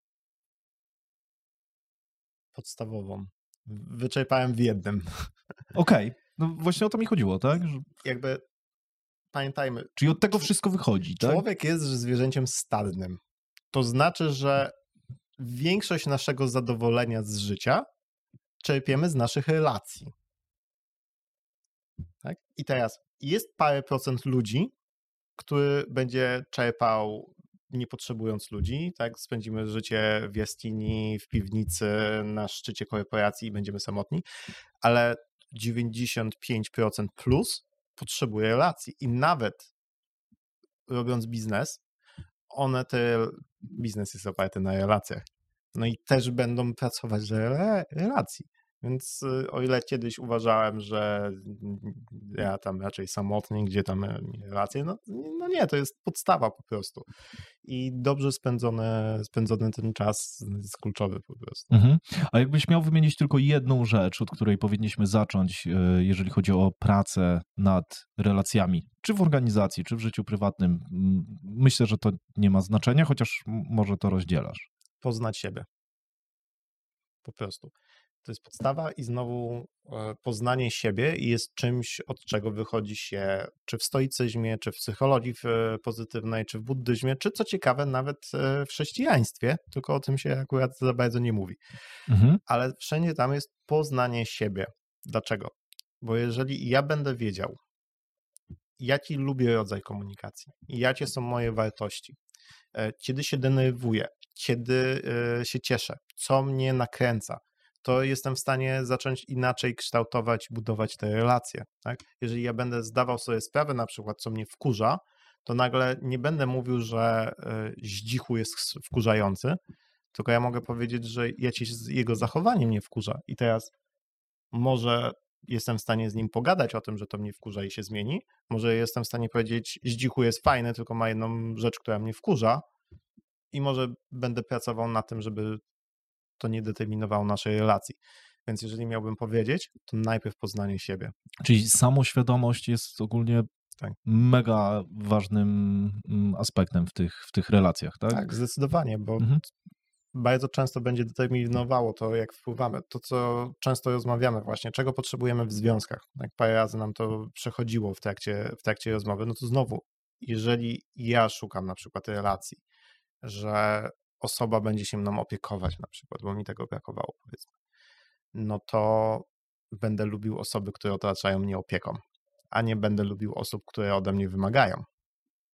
Podstawową. Wyczerpałem w jednym. Okej, no właśnie o to mi chodziło, tak? Jakby pamiętajmy, Czyli od tego wszystko wychodzi, tak? człowiek jest zwierzęciem stadnym. To znaczy, że większość naszego zadowolenia z życia czerpiemy z naszych relacji. Tak? I teraz jest parę procent ludzi, który będzie czerpał nie potrzebując ludzi, tak? Spędzimy życie w jaskini, w piwnicy, na szczycie korporacji i będziemy samotni, ale 95% plus potrzebuje relacji i nawet robiąc biznes, biznes jest oparty na relacjach. No i też będą pracować dla relacji. Więc o ile kiedyś uważałem, że ja tam raczej samotnie, gdzie tam relacje, no nie, to jest podstawa po prostu. I dobrze spędzony ten czas jest kluczowy po prostu. Mhm. A jakbyś miał wymienić tylko jedną rzecz, od której powinniśmy zacząć, jeżeli chodzi o pracę nad relacjami, czy w organizacji, czy w życiu prywatnym, myślę, że to nie ma znaczenia, chociaż może to rozdzielasz. Poznać siebie. Po prostu. To jest podstawa i znowu poznanie siebie jest czymś, od czego wychodzi się czy w stoicyzmie, czy w psychologii pozytywnej, czy w buddyzmie, czy co ciekawe nawet w chrześcijaństwie, tylko o tym się akurat za bardzo nie mówi. Mhm. Ale wszędzie tam jest poznanie siebie. Dlaczego? Bo jeżeli ja będę wiedział, jaki lubię rodzaj komunikacji, jakie są moje wartości, kiedy się denerwuję, kiedy się cieszę, co mnie nakręca, to jestem w stanie zacząć inaczej kształtować, budować te relacje. Tak? Jeżeli ja będę zdawał sobie sprawę na przykład, co mnie wkurza, to nagle nie będę mówił, że Zdzichu jest wkurzający, tylko ja mogę powiedzieć, że jego zachowanie mnie wkurza i teraz może jestem w stanie z nim pogadać o tym, że to mnie wkurza i się zmieni, może jestem w stanie powiedzieć, Zdzichu jest fajny, tylko ma jedną rzecz, która mnie wkurza i może będę pracował na tym, żeby to nie determinowało naszej relacji. Więc jeżeli miałbym powiedzieć, to najpierw poznanie siebie. Czyli samoświadomość jest ogólnie mega ważnym aspektem w tych relacjach, tak? Tak, zdecydowanie, bo bardzo często będzie determinowało to, jak wpływamy. To, co często rozmawiamy właśnie, czego potrzebujemy w związkach. Jak parę razy nam to przechodziło w trakcie rozmowy, no to znowu, jeżeli ja szukam na przykład relacji, że osoba będzie się mną opiekować na przykład, bo mi tego brakowało, powiedzmy, no to będę lubił osoby, które otaczają mnie opieką, a nie będę lubił osób, które ode mnie wymagają.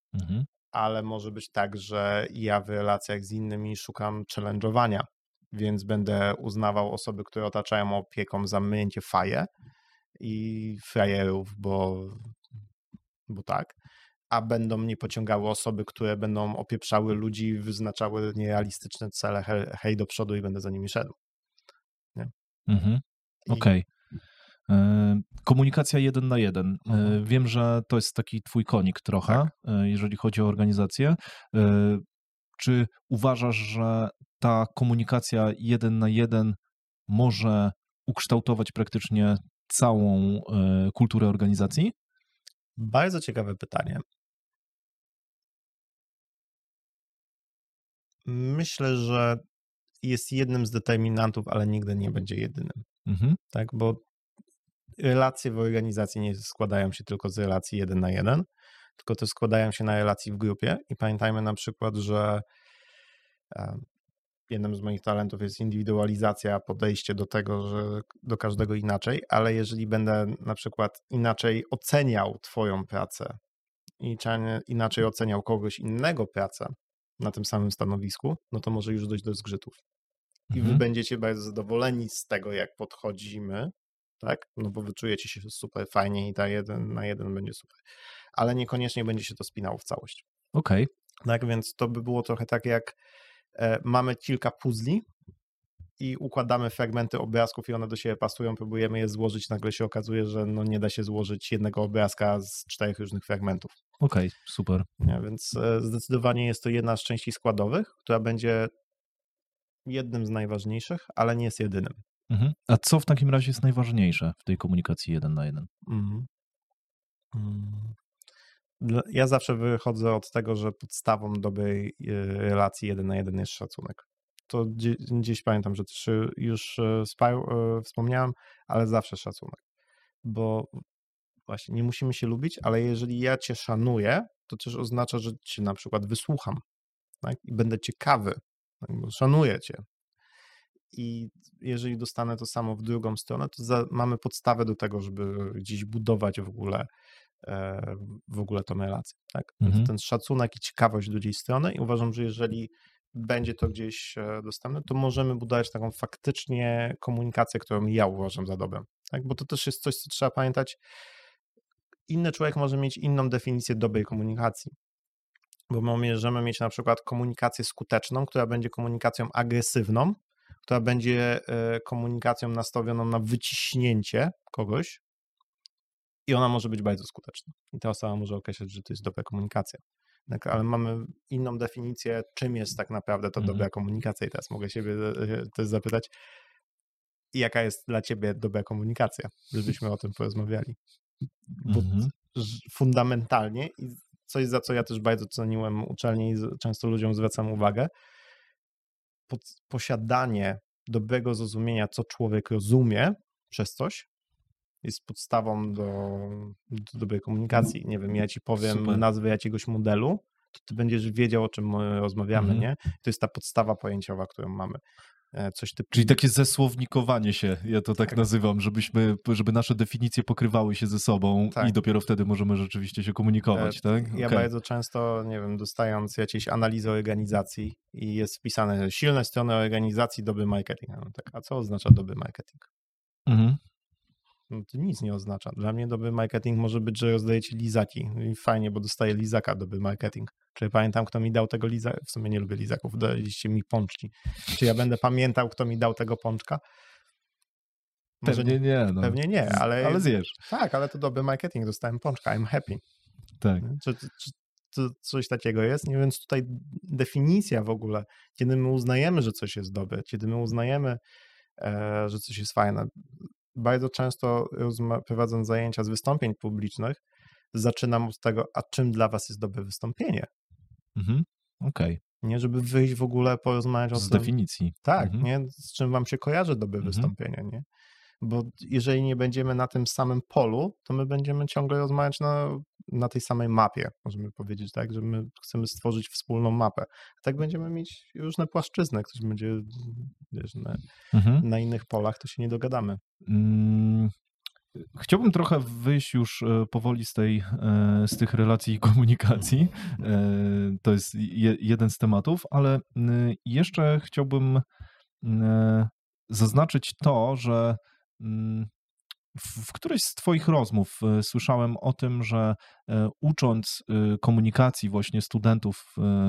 Mhm. ale może być tak, że ja w relacjach z innymi szukam challenge'owania, więc będę uznawał osoby, które otaczają opieką za myjęcie faje i frajerów, bo tak, a będą mnie pociągały osoby, które będą opieprzały ludzi, wyznaczały nierealistyczne cele, hej do przodu i będę za nimi szedł. Nie? Mhm. I- Okej. Komunikacja 1 na 1. Wiem, że to jest taki twój konik trochę, Tak. jeżeli chodzi o organizację. Czy uważasz, że ta komunikacja 1 na 1 może ukształtować praktycznie całą kulturę organizacji? Bardzo ciekawe pytanie. Myślę, że jest jednym z determinantów, ale nigdy nie będzie jedynym. Mhm. Tak, bo relacje w organizacji nie składają się tylko z relacji 1 na 1, tylko też składają się na relacji w grupie i pamiętajmy na przykład, że jednym z moich talentów jest indywidualizacja, podejście do tego, że do każdego inaczej, ale jeżeli będę na przykład inaczej oceniał twoją pracę i inaczej oceniał kogoś innego pracę na tym samym stanowisku, no to może już dojść do zgrzytów. I wy będziecie bardzo zadowoleni z tego, jak podchodzimy, tak? No bo wy czujecie się super fajnie i ta 1 na 1 będzie super. Ale niekoniecznie będzie się to spinało w całość. Okej. Tak, więc to by było trochę tak, jak mamy kilka puzli i układamy fragmenty obrazków i one do siebie pasują, próbujemy je złożyć, nagle się okazuje, że no nie da się złożyć jednego obrazka z 4 różnych fragmentów. Okej, super. Nie? Więc zdecydowanie jest to jedna z części składowych, która będzie jednym z najważniejszych, ale nie jest jedynym. Mhm. A co w takim razie jest najważniejsze w tej komunikacji 1 na 1? Ja zawsze wychodzę od tego, że podstawą dobrej relacji 1 na 1 jest szacunek. To gdzieś pamiętam, że też już wspomniałem, ale zawsze szacunek. Bo właśnie nie musimy się lubić, ale jeżeli ja cię szanuję, to też oznacza, że cię na przykład wysłucham, tak? I będę ciekawy, tak? Bo szanuję cię. I jeżeli dostanę to samo w drugą stronę, to mamy podstawę do tego, żeby gdzieś budować w ogóle tą relację. Tak? Więc ten szacunek i ciekawość drugiej strony i uważam, że jeżeli będzie to gdzieś dostępne, to możemy budować taką faktycznie komunikację, którą ja uważam za dobrą. Tak? Bo to też jest coś, co trzeba pamiętać. Inny człowiek może mieć inną definicję dobrej komunikacji. Bo możemy mieć na przykład komunikację skuteczną, która będzie komunikacją agresywną, która będzie komunikacją nastawioną na wyciśnięcie kogoś i ona może być bardzo skuteczna. I ta osoba może określać, że to jest dobra komunikacja. Tak, ale mamy inną definicję, czym jest tak naprawdę to dobra komunikacja i teraz mogę siebie też zapytać, jaka jest dla ciebie dobra komunikacja, żebyśmy o tym porozmawiali. Bo fundamentalnie i coś, za co ja też bardzo ceniłem uczelnię i często ludziom zwracam uwagę, posiadanie dobrego zrozumienia, co człowiek rozumie przez coś, jest podstawą do dobrej komunikacji. Nie wiem, ja ci powiem nazwę jakiegoś modelu, to ty będziesz wiedział, o czym my rozmawiamy, nie? To jest ta podstawa pojęciowa, którą mamy. Coś typu... Czyli takie zesłownikowanie się, ja to tak nazywam, żeby nasze definicje pokrywały się ze sobą i dopiero wtedy możemy rzeczywiście się komunikować, tak? Ja bardzo często, nie wiem, dostając jakieś analizy organizacji i jest wpisane silne strony organizacji, dobry marketing. No tak, a co oznacza dobry marketing? No to nic nie oznacza. Dla mnie dobry marketing może być, że rozdajecie lizaki. I fajnie, bo dostaję lizaka, dobry marketing. Czy pamiętam, kto mi dał tego lizaka? W sumie nie lubię lizaków, daliście mi pączki. Czy ja będę pamiętał, kto mi dał tego pączka? Może pewnie nie. No. Pewnie nie, ale zjesz. Tak, ale to dobry marketing, dostałem pączka, I'm happy. Tak. Czy coś takiego jest? Nie, więc tutaj definicja w ogóle, kiedy my uznajemy, że coś jest dobre, kiedy my uznajemy, że coś jest fajne. Bardzo często prowadząc zajęcia z wystąpień publicznych, zaczynam od tego, a czym dla was jest dobre wystąpienie? Okej. Nie, żeby wyjść w ogóle, porozmawiać o tym. Z definicji. Tak, nie? Z czym wam się kojarzy dobre wystąpienie, nie? Bo jeżeli nie będziemy na tym samym polu, to my będziemy ciągle rozmawiać na tej samej mapie, możemy powiedzieć, tak, że my chcemy stworzyć wspólną mapę. Tak będziemy mieć różne płaszczyzny, ktoś będzie, wiesz, na innych polach, to się nie dogadamy. Chciałbym trochę wyjść już powoli z tych relacji i komunikacji. To jest jeden z tematów, ale jeszcze chciałbym zaznaczyć to, że w którejś z twoich rozmów słyszałem o tym, że ucząc komunikacji właśnie studentów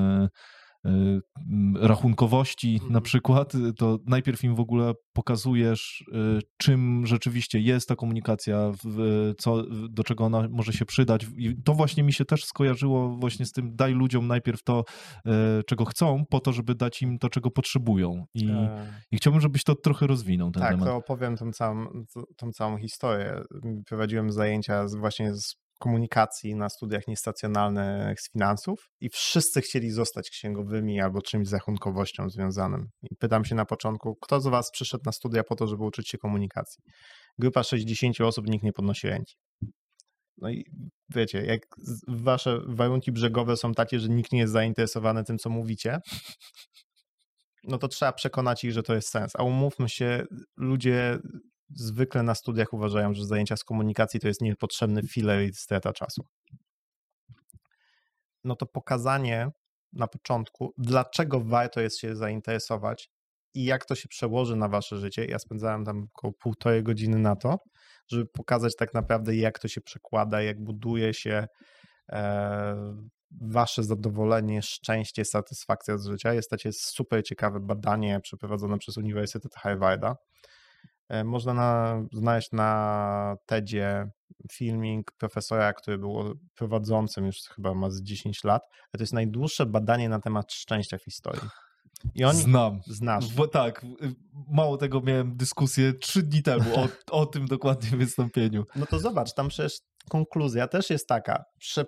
rachunkowości na przykład, to najpierw im w ogóle pokazujesz, czym rzeczywiście jest ta komunikacja, do czego ona może się przydać. I to właśnie mi się też skojarzyło właśnie z tym, daj ludziom najpierw to, czego chcą, po to, żeby dać im to, czego potrzebują. I chciałbym, żebyś to trochę rozwinął, ten temat. Tak, to opowiem tą całą historię. Prowadziłem zajęcia właśnie z komunikacji na studiach niestacjonalnych z finansów i wszyscy chcieli zostać księgowymi albo czymś z rachunkowością związanym. I pytam się na początku, kto z was przyszedł na studia po to, żeby uczyć się komunikacji? Grupa 60 osób, nikt nie podnosi ręki. No i wiecie, jak wasze warunki brzegowe są takie, że nikt nie jest zainteresowany tym, co mówicie, no to trzeba przekonać ich, że to jest sens. A umówmy się, ludzie zwykle na studiach uważają, że zajęcia z komunikacji to jest niepotrzebny filler i strata czasu. No to pokazanie na początku, dlaczego warto jest się zainteresować i jak to się przełoży na wasze życie. Ja spędzałem tam około 1,5 godziny na to, żeby pokazać tak naprawdę, jak to się przekłada, jak buduje się wasze zadowolenie, szczęście, satysfakcja z życia. Jest takie super ciekawe badanie przeprowadzone przez Uniwersytet Harvarda. Można znaleźć na TEDzie filmik profesora, który był prowadzącym, już chyba ma z 10 lat. To jest najdłuższe badanie na temat szczęścia w historii. I Znasz. Bo tak, mało tego, miałem dyskusję 3 dni temu o tym dokładnie wystąpieniu. No to zobacz, tam przecież konkluzja też jest taka.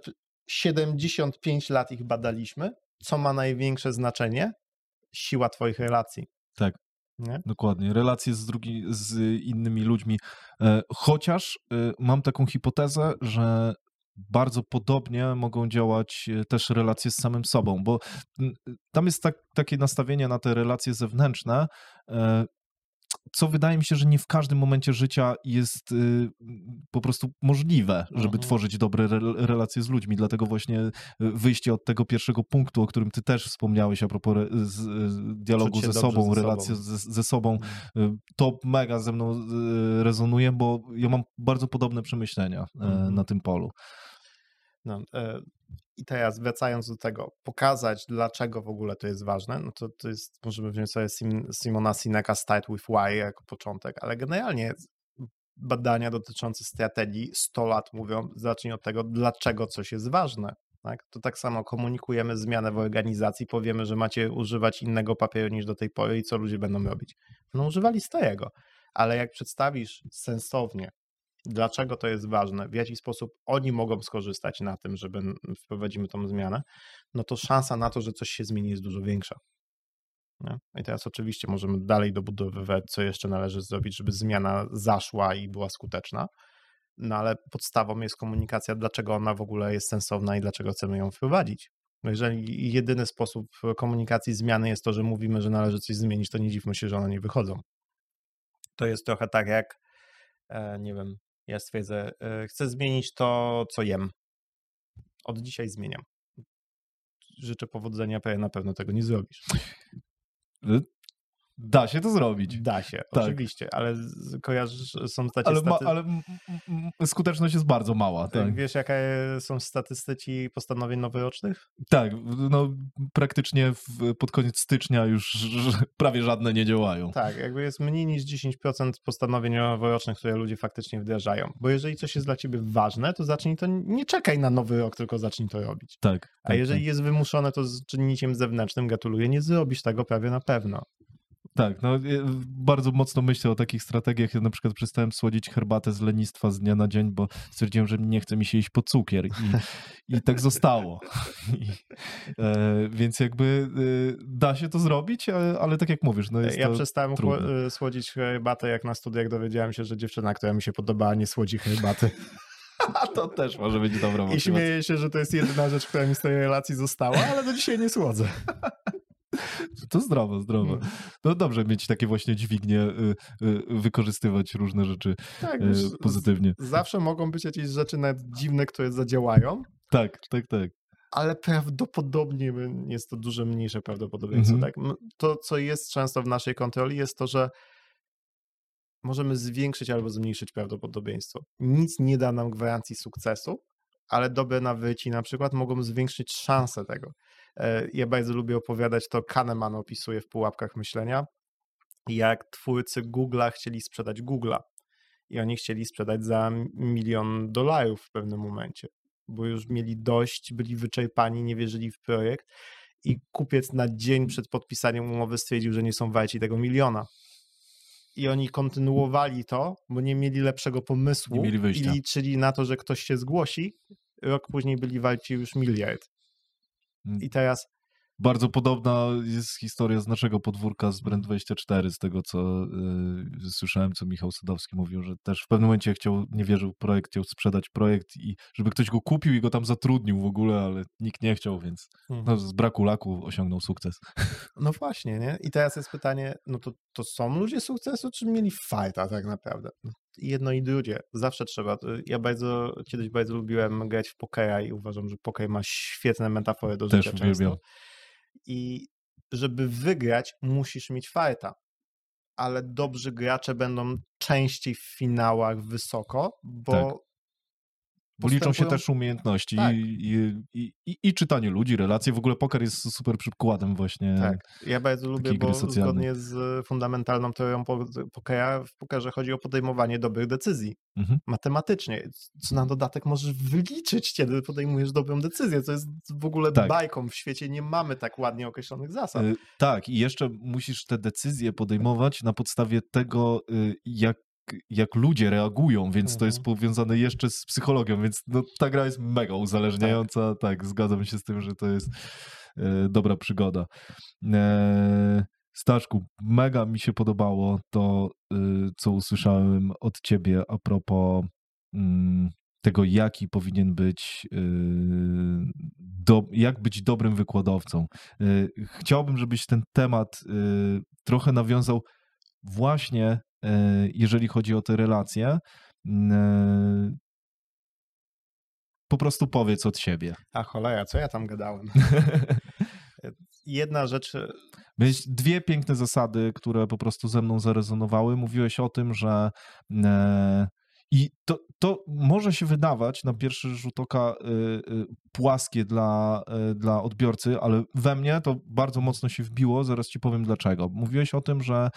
75 lat ich badaliśmy. Co ma największe znaczenie? Siła twoich relacji. Tak. Nie? Dokładnie. Relacje z innymi ludźmi. Chociaż mam taką hipotezę, że bardzo podobnie mogą działać też relacje z samym sobą, bo tam jest takie nastawienie na te relacje zewnętrzne, co wydaje mi się, że nie w każdym momencie życia jest po prostu możliwe, żeby tworzyć dobre relacje z ludźmi. Dlatego właśnie wyjście od tego pierwszego punktu, o którym ty też wspomniałeś a propos dialogu ze sobą, relacji ze sobą, to mega ze mną rezonuje, bo ja mam bardzo podobne przemyślenia na tym polu. No, i teraz wracając do tego, pokazać, dlaczego w ogóle to jest ważne, no to jest, możemy wziąć sobie Simona Sineka Start with Why jako początek, ale generalnie badania dotyczące strategii 100 lat mówią, zacznij od tego, dlaczego coś jest ważne. Tak? To tak samo komunikujemy zmianę w organizacji, powiemy, że macie używać innego papieru niż do tej pory i co ludzie będą robić. No używali starego, ale jak przedstawisz sensownie, dlaczego to jest ważne, w jaki sposób oni mogą skorzystać na tym, żeby wprowadzimy tą zmianę, no to szansa na to, że coś się zmieni, jest dużo większa. Nie? I teraz oczywiście możemy dalej dobudowywać, co jeszcze należy zrobić, żeby zmiana zaszła i była skuteczna, no ale podstawą jest komunikacja, dlaczego ona w ogóle jest sensowna i dlaczego chcemy ją wprowadzić. No jeżeli jedyny sposób komunikacji zmiany jest to, że mówimy, że należy coś zmienić, to nie dziwmy się, że one nie wychodzą. To jest trochę tak jak, nie wiem, ja stwierdzę, chcę zmienić to, co jem. Od dzisiaj zmieniam. Życzę powodzenia, na pewno tego nie zrobisz. Da się to zrobić. Da się, tak. Oczywiście, ale kojarzysz, są statystyki. Ale skuteczność jest bardzo mała. Tak. Wiesz, jakie są statystyki postanowień noworocznych? Tak, no praktycznie pod koniec stycznia już prawie żadne nie działają. Tak, jakby jest mniej niż 10% postanowień noworocznych, które ludzie faktycznie wdrażają. Bo jeżeli coś jest dla ciebie ważne, to zacznij to, nie czekaj na nowy rok, tylko zacznij to robić. Tak. A jeżeli jest wymuszone to z czynnikiem zewnętrznym, gratuluję, nie zrobisz tego prawie na pewno. Tak, no bardzo mocno myślę o takich strategiach. Ja na przykład przestałem słodzić herbatę z lenistwa z dnia na dzień, bo stwierdziłem, że nie chce mi się iść po cukier i tak zostało. Więc jakby da się to zrobić, ale tak jak mówisz, no jest ja to przestałem słodzić herbatę, jak na studiach dowiedziałem się, że dziewczyna, która mi się podobała, nie słodzi herbaty. A to też może być dobra motywacja. I śmieję się, że to jest jedyna rzecz, która mi z tej relacji została, ale do dzisiaj nie słodzę. To zdrowo. No dobrze mieć takie właśnie dźwignie, wykorzystywać różne rzeczy Tak, pozytywnie. Zawsze mogą być jakieś rzeczy nawet dziwne, które zadziałają. Tak. Ale prawdopodobnie jest to dużo mniejsze prawdopodobieństwo. Tak? To, co jest często w naszej kontroli, jest to, że możemy zwiększyć albo zmniejszyć prawdopodobieństwo. Nic nie da nam gwarancji sukcesu, ale dobre nawyki na przykład mogą zwiększyć szansę tego. Ja bardzo lubię opowiadać, to Kahneman opisuje w Pułapkach myślenia, jak twórcy Google'a chcieli sprzedać Google'a i oni chcieli sprzedać za $1 milion w pewnym momencie, bo już mieli dość, byli wyczerpani, nie wierzyli w projekt i kupiec na dzień przed podpisaniem umowy stwierdził, że nie są warci tego 1 miliona. I oni kontynuowali to, bo nie mieli lepszego pomysłu nie mieli wyjścia. I liczyli na to, że ktoś się zgłosi. Rok później byli warci już 1 miliard. I teraz... Bardzo podobna jest historia z naszego podwórka z Brand24, z tego co słyszałem, co Michał Sadowski mówił, że też w pewnym momencie nie wierzył w projekt, chciał sprzedać projekt i żeby ktoś go kupił i go tam zatrudnił w ogóle, ale nikt nie chciał, więc z braku laku osiągnął sukces. No właśnie, nie? I teraz jest pytanie, no to są ludzie sukcesu, czy mieli fajta tak naprawdę? Jedno i drugie. Zawsze trzeba. Ja kiedyś bardzo lubiłem grać w pokera i uważam, że poker ma świetne metafory do życia często. I żeby wygrać, musisz mieć farta. Ale dobrzy gracze będą częściej w finałach wysoko, bo liczą się też umiejętności i czytanie ludzi, relacje. W ogóle poker jest super przykładem właśnie. Tak, ja bardzo lubię, bo zgodnie z fundamentalną teorią pokera, w pokerze chodzi o podejmowanie dobrych decyzji. Matematycznie. Co na dodatek możesz wyliczyć, kiedy podejmujesz dobrą decyzję, co jest w ogóle bajką. W świecie nie mamy tak ładnie określonych zasad. Tak, i jeszcze musisz te decyzje podejmować na podstawie tego, jak ludzie reagują, więc to jest powiązane jeszcze z psychologią, więc ta gra jest mega uzależniająca. Tak, zgadzam się z tym, że to jest dobra przygoda. Staszku, mega mi się podobało to, co usłyszałem od ciebie a propos tego, jaki powinien być, jak być dobrym wykładowcą. Chciałbym, żebyś ten temat trochę nawiązał właśnie, jeżeli chodzi o te relacje. Po prostu powiedz od siebie. A cholera, co ja tam gadałem? Jedna rzecz... Miałeś 2 piękne zasady, które po prostu ze mną zarezonowały. Mówiłeś o tym, że i to może się wydawać na pierwszy rzut oka płaskie dla odbiorcy, ale we mnie to bardzo mocno się wbiło, zaraz ci powiem dlaczego. Mówiłeś o tym,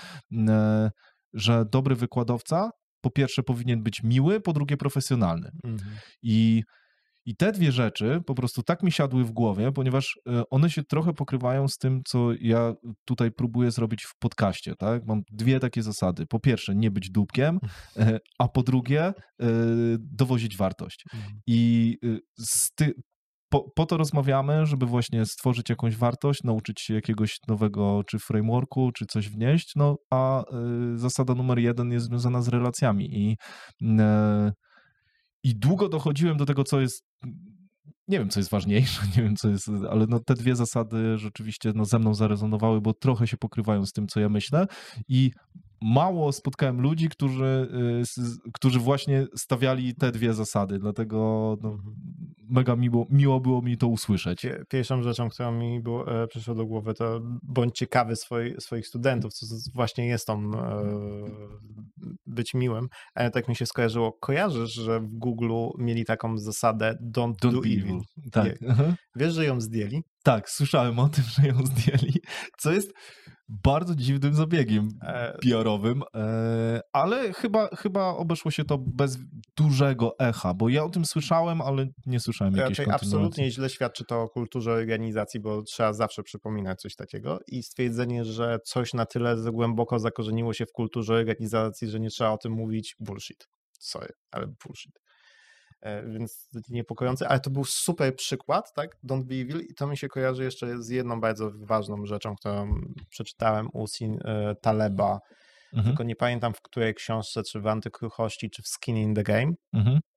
że dobry wykładowca po pierwsze powinien być miły, po drugie profesjonalny. I te 2 rzeczy po prostu tak mi siadły w głowie, ponieważ one się trochę pokrywają z tym, co ja tutaj próbuję zrobić w podcaście, tak? Mam 2 takie zasady. Po pierwsze, nie być dupkiem, a po drugie, dowozić wartość. I po to rozmawiamy, żeby właśnie stworzyć jakąś wartość, nauczyć się jakiegoś nowego czy frameworku, czy coś wnieść, a zasada numer 1 jest związana z relacjami i długo dochodziłem do tego, co jest, nie wiem, co jest ważniejsze, nie wiem, co jest, ale te 2 zasady rzeczywiście ze mną zarezonowały, bo trochę się pokrywają z tym, co ja myślę i mało spotkałem ludzi, którzy właśnie stawiali te 2 zasady, dlatego mega miło było mi to usłyszeć. Pierwszą rzeczą, która mi przyszła do głowy, to bądź ciekawy swoich studentów, co właśnie jest tam być miłym. A tak mi się skojarzyło. Kojarzysz, że w Google'u mieli taką zasadę don't do evil. Tak. Wiesz, że ją zdjęli? Tak, słyszałem o tym, że ją zdjęli, co jest bardzo dziwnym zabiegiem PR-owym, ale chyba obeszło się to bez dużego echa, bo ja o tym słyszałem, ale nie słyszałem jakiejś kontynuacji. Absolutnie źle świadczy to o kulturze organizacji, bo trzeba zawsze przypominać coś takiego i stwierdzenie, że coś na tyle głęboko zakorzeniło się w kulturze organizacji, że nie trzeba o tym mówić, bullshit. Sorry, ale bullshit. Więc niepokojące, ale to był super przykład, tak, Don't Be Evil i to mi się kojarzy jeszcze z jedną bardzo ważną rzeczą, którą przeczytałem u Taleba, tylko nie pamiętam w której książce, czy w Antykruchości, czy w Skin in the Game,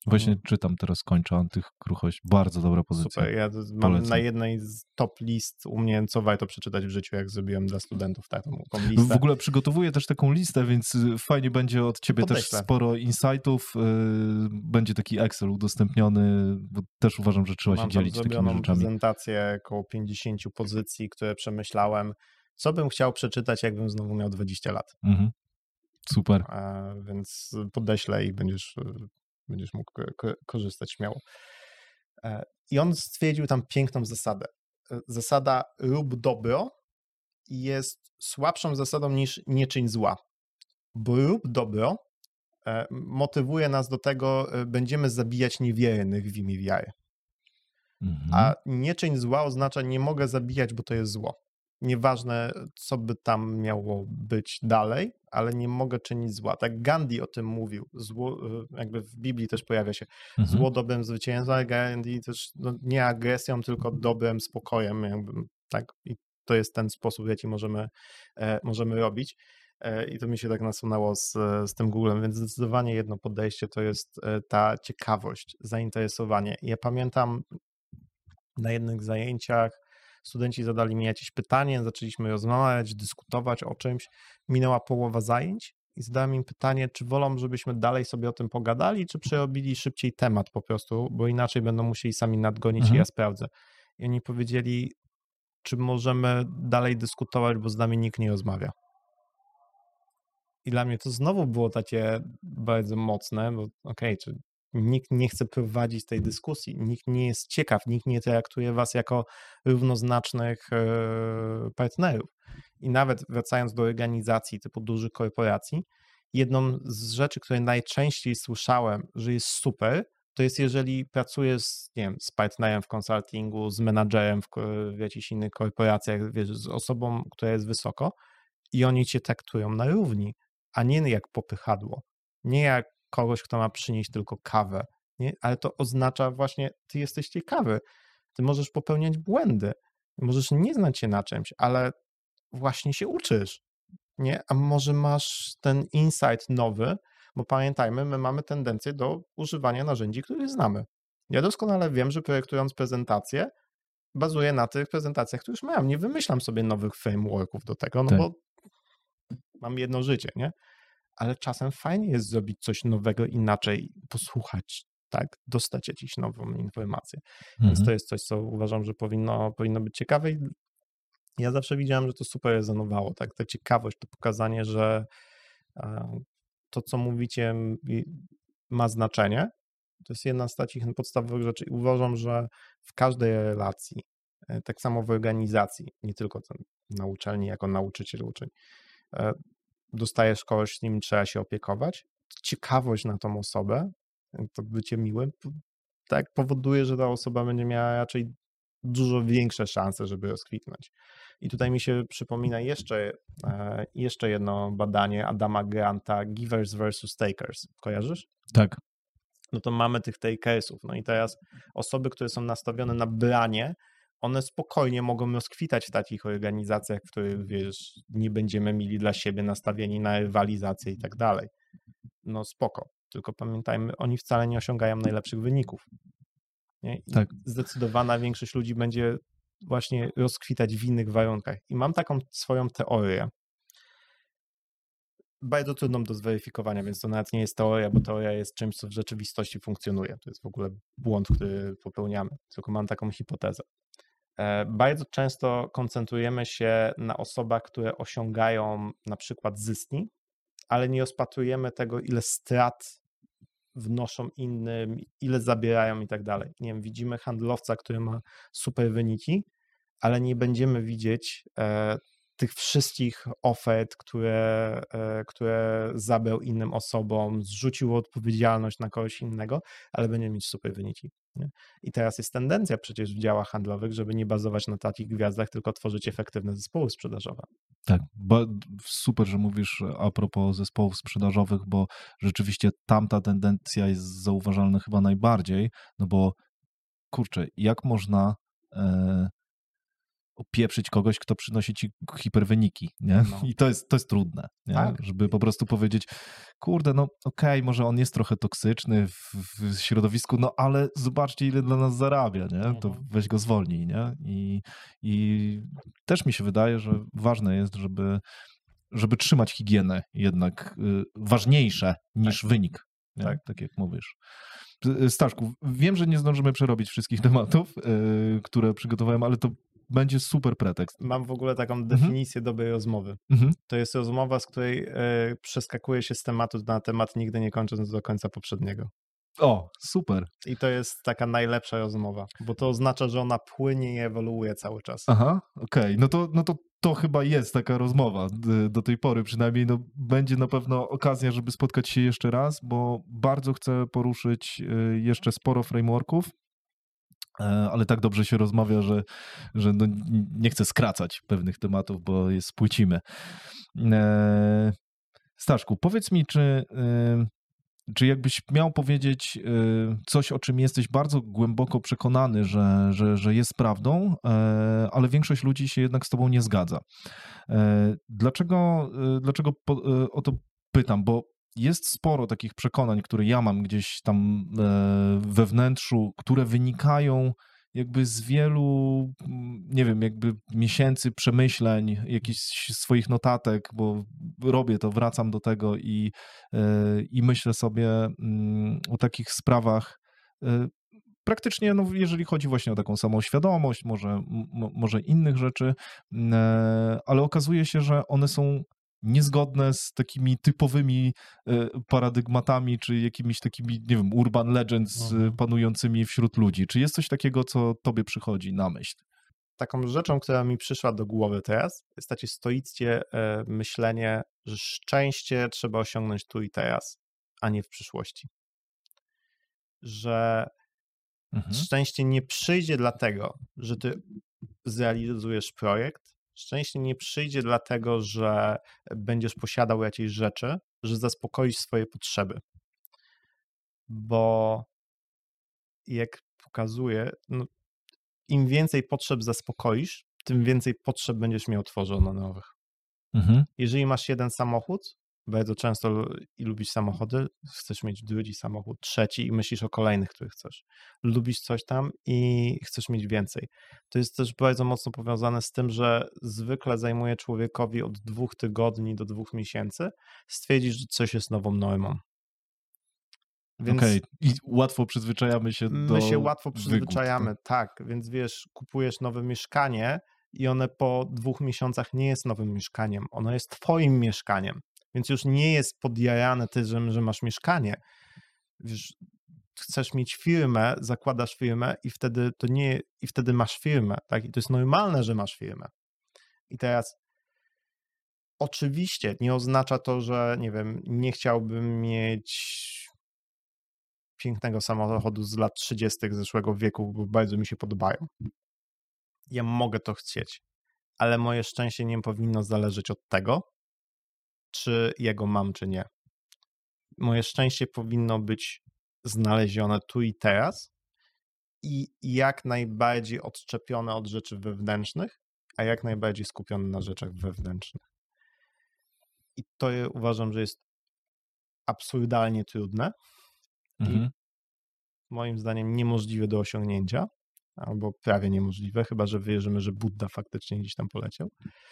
Właśnie czytam teraz, kończę Antykruchość. Bardzo dobra pozycja. Super, ja mam na jednej z top list u mnie, co warto przeczytać w życiu, jak zrobiłem dla studentów tą listę. W ogóle przygotowuję też taką listę, więc fajnie będzie od ciebie też sporo insightów. Będzie taki Excel udostępniony, bo też uważam, że trzeba się dzielić takimi rzeczami. Mam prezentację około 50 pozycji, które przemyślałem. Co bym chciał przeczytać, jakbym znowu miał 20 lat. Super. Więc podeślę i będziesz mógł korzystać śmiało. I on stwierdził tam piękną zasadę. Zasada rób dobro jest słabszą zasadą niż nie czyń zła. Bo rób dobro motywuje nas do tego, będziemy zabijać niewiernych w imię wiary. A nie czyń zła oznacza nie mogę zabijać, bo to jest zło. Nieważne, co by tam miało być dalej, ale nie mogę czynić zła. Tak Gandhi o tym mówił. Zło, jakby w Biblii też pojawia się zło dobrem zwycięża. Gandhi też nie agresją, tylko dobrem, spokojem. Jakby, tak? I to jest ten sposób, w jaki możemy robić. I to mi się tak nasunęło z tym Googlem, więc zdecydowanie jedno podejście to jest ta ciekawość, zainteresowanie. Ja pamiętam na jednych zajęciach studenci zadali mi jakieś pytanie, zaczęliśmy rozmawiać, dyskutować o czymś. Minęła połowa zajęć i zadałem im pytanie, czy wolą, żebyśmy dalej sobie o tym pogadali, czy przerobili szybciej temat po prostu, bo inaczej będą musieli sami nadgonić i ja sprawdzę. I oni powiedzieli, czy możemy dalej dyskutować, bo z nami nikt nie rozmawia. I dla mnie to znowu było takie bardzo mocne, bo czy nikt nie chce prowadzić tej dyskusji, nikt nie jest ciekaw, nikt nie traktuje was jako równoznacznych partnerów. I nawet wracając do organizacji typu dużych korporacji, jedną z rzeczy, które najczęściej słyszałem, że jest super, to jest jeżeli pracujesz z partnerem w konsultingu, z menadżerem w jakichś innych korporacjach, wiesz, z osobą, która jest wysoko i oni cię traktują na równi, a nie jak popychadło, nie jak kogoś, kto ma przynieść tylko kawę, nie? Ale to oznacza właśnie, ty jesteś ciekawy, ty możesz popełniać błędy, możesz nie znać się na czymś, ale właśnie się uczysz, nie? A może masz ten insight nowy, bo pamiętajmy, my mamy tendencję do używania narzędzi, które znamy. Ja doskonale wiem, że projektując prezentację, bazuję na tych prezentacjach, które już miałem, nie wymyślam sobie nowych frameworków do tego, bo mam jedno życie, nie? Ale czasem fajnie jest zrobić coś nowego, inaczej, posłuchać, tak, dostać jakąś nową informację. Więc to jest coś, co uważam, że powinno być ciekawe i ja zawsze widziałem, że to super rezonowało, tak, ta ciekawość, to pokazanie, że to, co mówicie, ma znaczenie. To jest jedna z takich podstawowych rzeczy. Uważam, że w każdej relacji, tak samo w organizacji, nie tylko na uczelni, jako nauczyciel uczeń, dostajesz kogoś, z nim trzeba się opiekować. Ciekawość na tą osobę, to bycie miłym, tak powoduje, że ta osoba będzie miała raczej dużo większe szanse, żeby rozkwitnąć. I tutaj mi się przypomina jeszcze jedno badanie Adama Granta, Givers versus Takers. Kojarzysz? Tak. No to mamy tych takersów. No i teraz osoby, które są nastawione na branie, one spokojnie mogą rozkwitać w takich organizacjach, w których, wiesz, nie będziemy mieli dla siebie nastawieni na rywalizację i tak dalej. No spoko. Tylko pamiętajmy, oni wcale nie osiągają najlepszych wyników. Nie? I zdecydowana większość ludzi będzie właśnie rozkwitać w innych warunkach. I mam taką swoją teorię, bardzo trudną do zweryfikowania, więc to nawet nie jest teoria, bo teoria jest czymś, co w rzeczywistości funkcjonuje. To jest w ogóle błąd, który popełniamy. Tylko mam taką hipotezę. Bardzo często koncentrujemy się na osobach, które osiągają na przykład zyski, ale nie rozpatrujemy tego, ile strat wnoszą innym, ile zabierają i tak dalej. Nie wiem, widzimy handlowca, który ma super wyniki, ale nie będziemy widzieć tych wszystkich ofert, które zabrał innym osobom, zrzucił odpowiedzialność na kogoś innego, ale będzie mieć super wyniki. Nie? I teraz jest tendencja przecież w działach handlowych, żeby nie bazować na takich gwiazdach, tylko tworzyć efektywne zespoły sprzedażowe. Tak, super, że mówisz a propos zespołów sprzedażowych, bo rzeczywiście tamta tendencja jest zauważalna chyba najbardziej, no bo kurczę, jak można opieprzyć kogoś, kto przynosi ci hiperwyniki, nie? No. I to jest trudne, nie? Tak. Żeby po prostu powiedzieć, kurde, no okej, może on jest trochę toksyczny w środowisku, no ale zobaczcie, ile dla nas zarabia, nie? To weź go zwolnij, nie? I też mi się wydaje, że ważne jest, żeby trzymać higienę jednak ważniejsze niż wynik, nie? Tak jak mówisz. Staszku, wiem, że nie zdążymy przerobić wszystkich tematów, które przygotowałem, ale to będzie super pretekst. Mam w ogóle taką definicję dobrej rozmowy. To jest rozmowa, z której przeskakuje się z tematu na temat, nigdy nie kończąc do końca poprzedniego. O, super. I to jest taka najlepsza rozmowa, bo to oznacza, że ona płynie i ewoluuje cały czas. Aha, okej. No to chyba jest taka rozmowa do tej pory przynajmniej. No, będzie na pewno okazja, żeby spotkać się jeszcze raz, bo bardzo chcę poruszyć jeszcze sporo frameworków, ale tak dobrze się rozmawia, że no nie chcę skracać pewnych tematów, bo je spłycimy. Staszku, powiedz mi, czy jakbyś miał powiedzieć coś, o czym jesteś bardzo głęboko przekonany, że jest prawdą, ale większość ludzi się jednak z tobą nie zgadza. Dlaczego o to pytam? Bo jest sporo takich przekonań, które ja mam gdzieś tam we wnętrzu, które wynikają jakby z wielu, nie wiem, jakby miesięcy przemyśleń, jakichś swoich notatek, bo robię to, wracam do tego i myślę sobie o takich sprawach praktycznie, no, jeżeli chodzi właśnie o taką samoświadomość, może innych rzeczy, ale okazuje się, że one są niezgodne z takimi typowymi paradygmatami, czy jakimiś takimi, nie wiem, urban legends panującymi wśród ludzi. Czy jest coś takiego, co tobie przychodzi na myśl? Taką rzeczą, która mi przyszła do głowy teraz, jest takie stoickie myślenie, że szczęście trzeba osiągnąć tu i teraz, a nie w przyszłości. Że szczęście nie przyjdzie dlatego, że ty zrealizujesz projekt, szczęście nie przyjdzie dlatego, że będziesz posiadał jakieś rzeczy, że zaspokoisz swoje potrzeby. Bo jak pokazuje, no, im więcej potrzeb zaspokoisz, tym więcej potrzeb będziesz miał tworzono nowych. Jeżeli masz jeden samochód, bardzo często i lubisz samochody, chcesz mieć drugi samochód, trzeci i myślisz o kolejnych, których chcesz. Lubisz coś tam i chcesz mieć więcej. To jest też bardzo mocno powiązane z tym, że zwykle zajmuje człowiekowi od 2 tygodni do 2 miesięcy stwierdzić, że coś jest nową normą. Więc i łatwo przyzwyczajamy się do... My się łatwo przyzwyczajamy, tak. Więc wiesz, kupujesz nowe mieszkanie i one po 2 miesiącach nie jest nowym mieszkaniem. Ono jest twoim mieszkaniem. Więc już nie jest podjarane ty, że masz mieszkanie. Wiesz, chcesz mieć firmę, zakładasz firmę i wtedy i wtedy masz firmę, tak? I to jest normalne, że masz firmę. I teraz oczywiście nie oznacza to, że nie wiem, nie chciałbym mieć pięknego samochodu z lat 30. zeszłego wieku, bo bardzo mi się podobają. Ja mogę to chcieć, ale moje szczęście nie powinno zależeć od tego, czy jego mam, czy nie. Moje szczęście powinno być znalezione tu i teraz i jak najbardziej odczepione od rzeczy wewnętrznych, a jak najbardziej skupione na rzeczach wewnętrznych. I to uważam, że jest absurdalnie trudne i moim zdaniem niemożliwe do osiągnięcia, albo prawie niemożliwe, chyba że wierzymy, że Budda faktycznie gdzieś tam poleciał.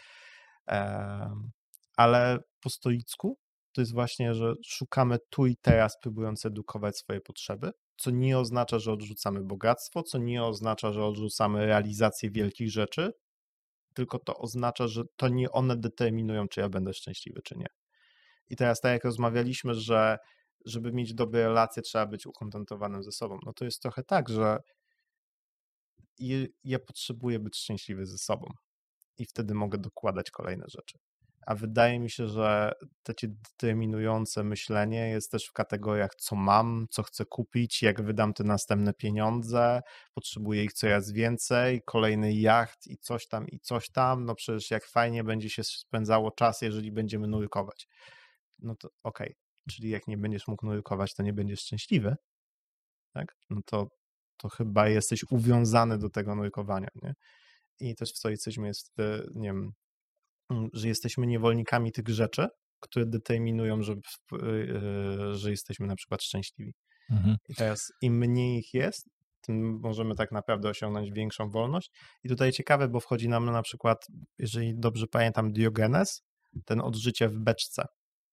Ale po stoicku to jest właśnie, że szukamy tu i teraz, próbując edukować swoje potrzeby, co nie oznacza, że odrzucamy bogactwo, co nie oznacza, że odrzucamy realizację wielkich rzeczy, tylko to oznacza, że to nie one determinują, czy ja będę szczęśliwy, czy nie. I teraz tak jak rozmawialiśmy, że żeby mieć dobre relacje, trzeba być ukontentowanym ze sobą. No to jest trochę tak, że ja potrzebuję być szczęśliwy ze sobą i wtedy mogę dokładać kolejne rzeczy. A wydaje mi się, że takie determinujące myślenie jest też w kategoriach co mam, co chcę kupić, jak wydam te następne pieniądze, potrzebuję ich coraz więcej, kolejny jacht i coś tam, no przecież jak fajnie będzie się spędzało czas, jeżeli będziemy nurkować. No to okej, czyli jak nie będziesz mógł nurkować, to nie będziesz szczęśliwy, tak? No to chyba jesteś uwiązany do tego nurkowania, nie? i też w stoicyzmie jest, nie wiem, że jesteśmy niewolnikami tych rzeczy, które determinują, że jesteśmy na przykład szczęśliwi. I teraz im mniej ich jest, tym możemy tak naprawdę osiągnąć większą wolność. I tutaj ciekawe, bo wchodzi nam na przykład, jeżeli dobrze pamiętam, Diogenes, ten od życia w beczce.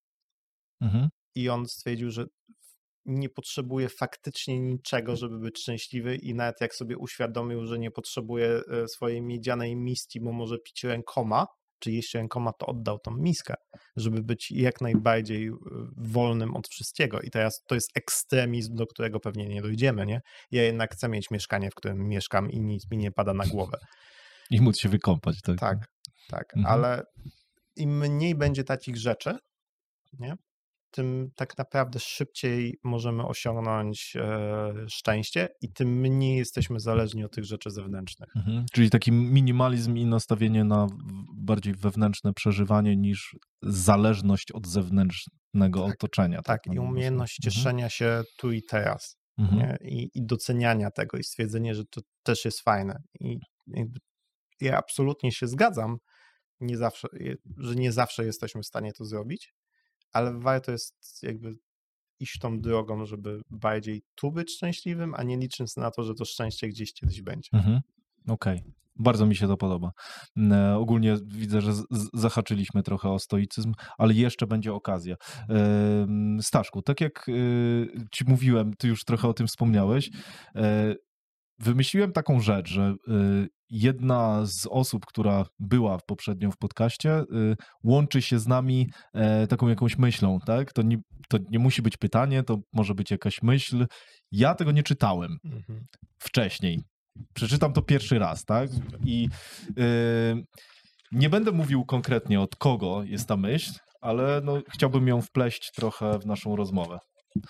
I on stwierdził, że nie potrzebuje faktycznie niczego, żeby być szczęśliwy i nawet jak sobie uświadomił, że nie potrzebuje swojej miedzianej miski, bo może pić rękoma, czy jeść rękoma, to oddał tą miskę, żeby być jak najbardziej wolnym od wszystkiego. I teraz to jest ekstremizm, do którego pewnie nie dojdziemy, nie? Ja jednak chcę mieć mieszkanie, w którym mieszkam i nic mi nie pada na głowę. I móc się wykąpać, tak? Tak. Ale im mniej będzie takich rzeczy, nie? Tym tak naprawdę szybciej możemy osiągnąć szczęście i tym mniej jesteśmy zależni od tych rzeczy zewnętrznych. Czyli taki minimalizm i nastawienie na bardziej wewnętrzne przeżywanie niż zależność od zewnętrznego otoczenia. Tak, i umiejętność cieszenia się tu i teraz. Nie? I doceniania tego i stwierdzenie, że to też jest fajne. I ja absolutnie się zgadzam, że nie zawsze jesteśmy w stanie to zrobić, ale warto jest jakby iść tą drogą, żeby bardziej tu być szczęśliwym, a nie licząc na to, że to szczęście gdzieś kiedyś będzie. Okej. Bardzo mi się to podoba. Ogólnie widzę, że zahaczyliśmy trochę o stoicyzm, ale jeszcze będzie okazja. Staszku, tak jak ci mówiłem, ty już trochę o tym wspomniałeś, wymyśliłem taką rzecz, że jedna z osób, która była poprzednio w podcaście, łączy się z nami taką jakąś myślą, tak? To nie musi być pytanie, to może być jakaś myśl. Ja tego nie czytałem wcześniej. Przeczytam to pierwszy raz, tak? I nie będę mówił konkretnie od kogo jest ta myśl, ale no, chciałbym ją wpleść trochę w naszą rozmowę.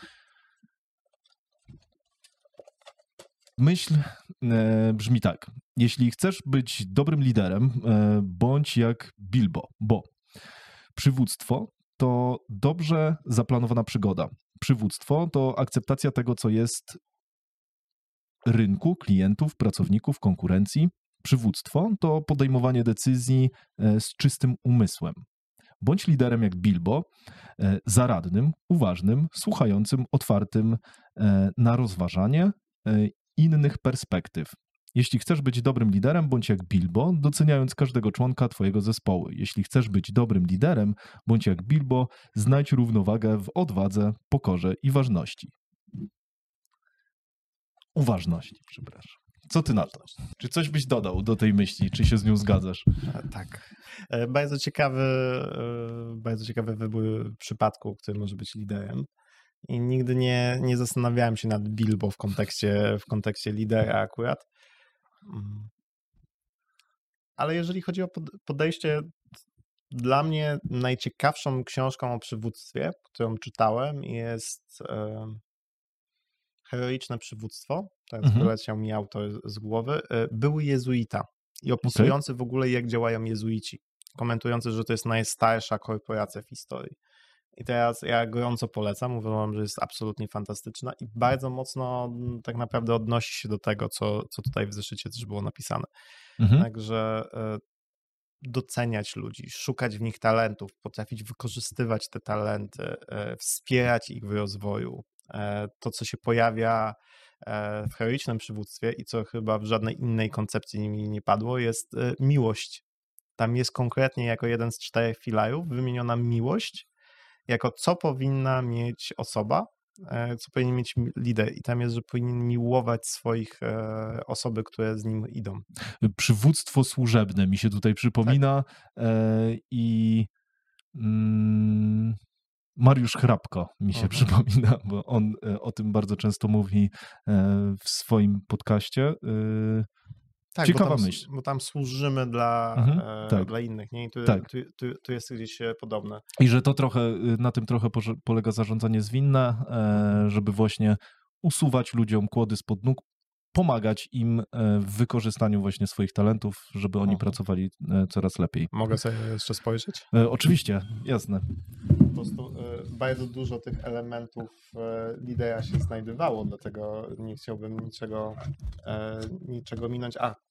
Myśl brzmi tak. Jeśli chcesz być dobrym liderem, bądź jak Bilbo, bo przywództwo to dobrze zaplanowana przygoda. Przywództwo to akceptacja tego, co jest rynku, klientów, pracowników, konkurencji. Przywództwo to podejmowanie decyzji z czystym umysłem. Bądź liderem jak Bilbo, zaradnym, uważnym, słuchającym, otwartym na rozważanie innych perspektyw. Jeśli chcesz być dobrym liderem, bądź jak Bilbo, doceniając każdego członka twojego zespołu. Jeśli chcesz być dobrym liderem, bądź jak Bilbo, znajdź równowagę w odwadze, pokorze i ważności. Uważności, przepraszam. Co ty na to? Czy coś byś dodał do tej myśli? Czy się z nią zgadzasz? Tak. Bardzo ciekawy wybór przypadku, który może być liderem. I nigdy nie zastanawiałem się nad Bilbo w kontekście lidera akurat. Ale jeżeli chodzi o podejście, dla mnie najciekawszą książką o przywództwie, którą czytałem, jest Heroiczne przywództwo. Teraz wyleciał mi autor z głowy. Był jezuita i opisujący w ogóle, jak działają jezuici. Komentujący, że to jest najstarsza korporacja w historii. I teraz ja gorąco polecam, uważam, że jest absolutnie fantastyczna i bardzo mocno tak naprawdę odnosi się do tego, co tutaj w zeszycie też było napisane. Także doceniać ludzi, szukać w nich talentów, potrafić wykorzystywać te talenty, wspierać ich w rozwoju. To, co się pojawia w heroicznym przywództwie i co chyba w żadnej innej koncepcji mi nie padło, jest miłość. Tam jest konkretnie jako jeden z 4 filarów wymieniona miłość, jako co powinna mieć osoba, co powinien mieć lider. I tam jest, że powinien miłować swoich osoby, które z nim idą. Przywództwo służebne mi się tutaj przypomina i Mariusz Hrabko mi się przypomina, bo on o tym bardzo często mówi w swoim podcaście. Tak, ciekawa myśl. Bo tam służymy dla innych, nie? I tu jest gdzieś podobne. I że to na tym trochę polega zarządzanie zwinne, żeby właśnie usuwać ludziom kłody spod nóg, pomagać im w wykorzystaniu właśnie swoich talentów, żeby oni pracowali coraz lepiej. Mogę sobie jeszcze spojrzeć? Oczywiście, jasne. Po prostu bardzo dużo tych elementów lidera się znajdowało, dlatego nie chciałbym niczego minąć.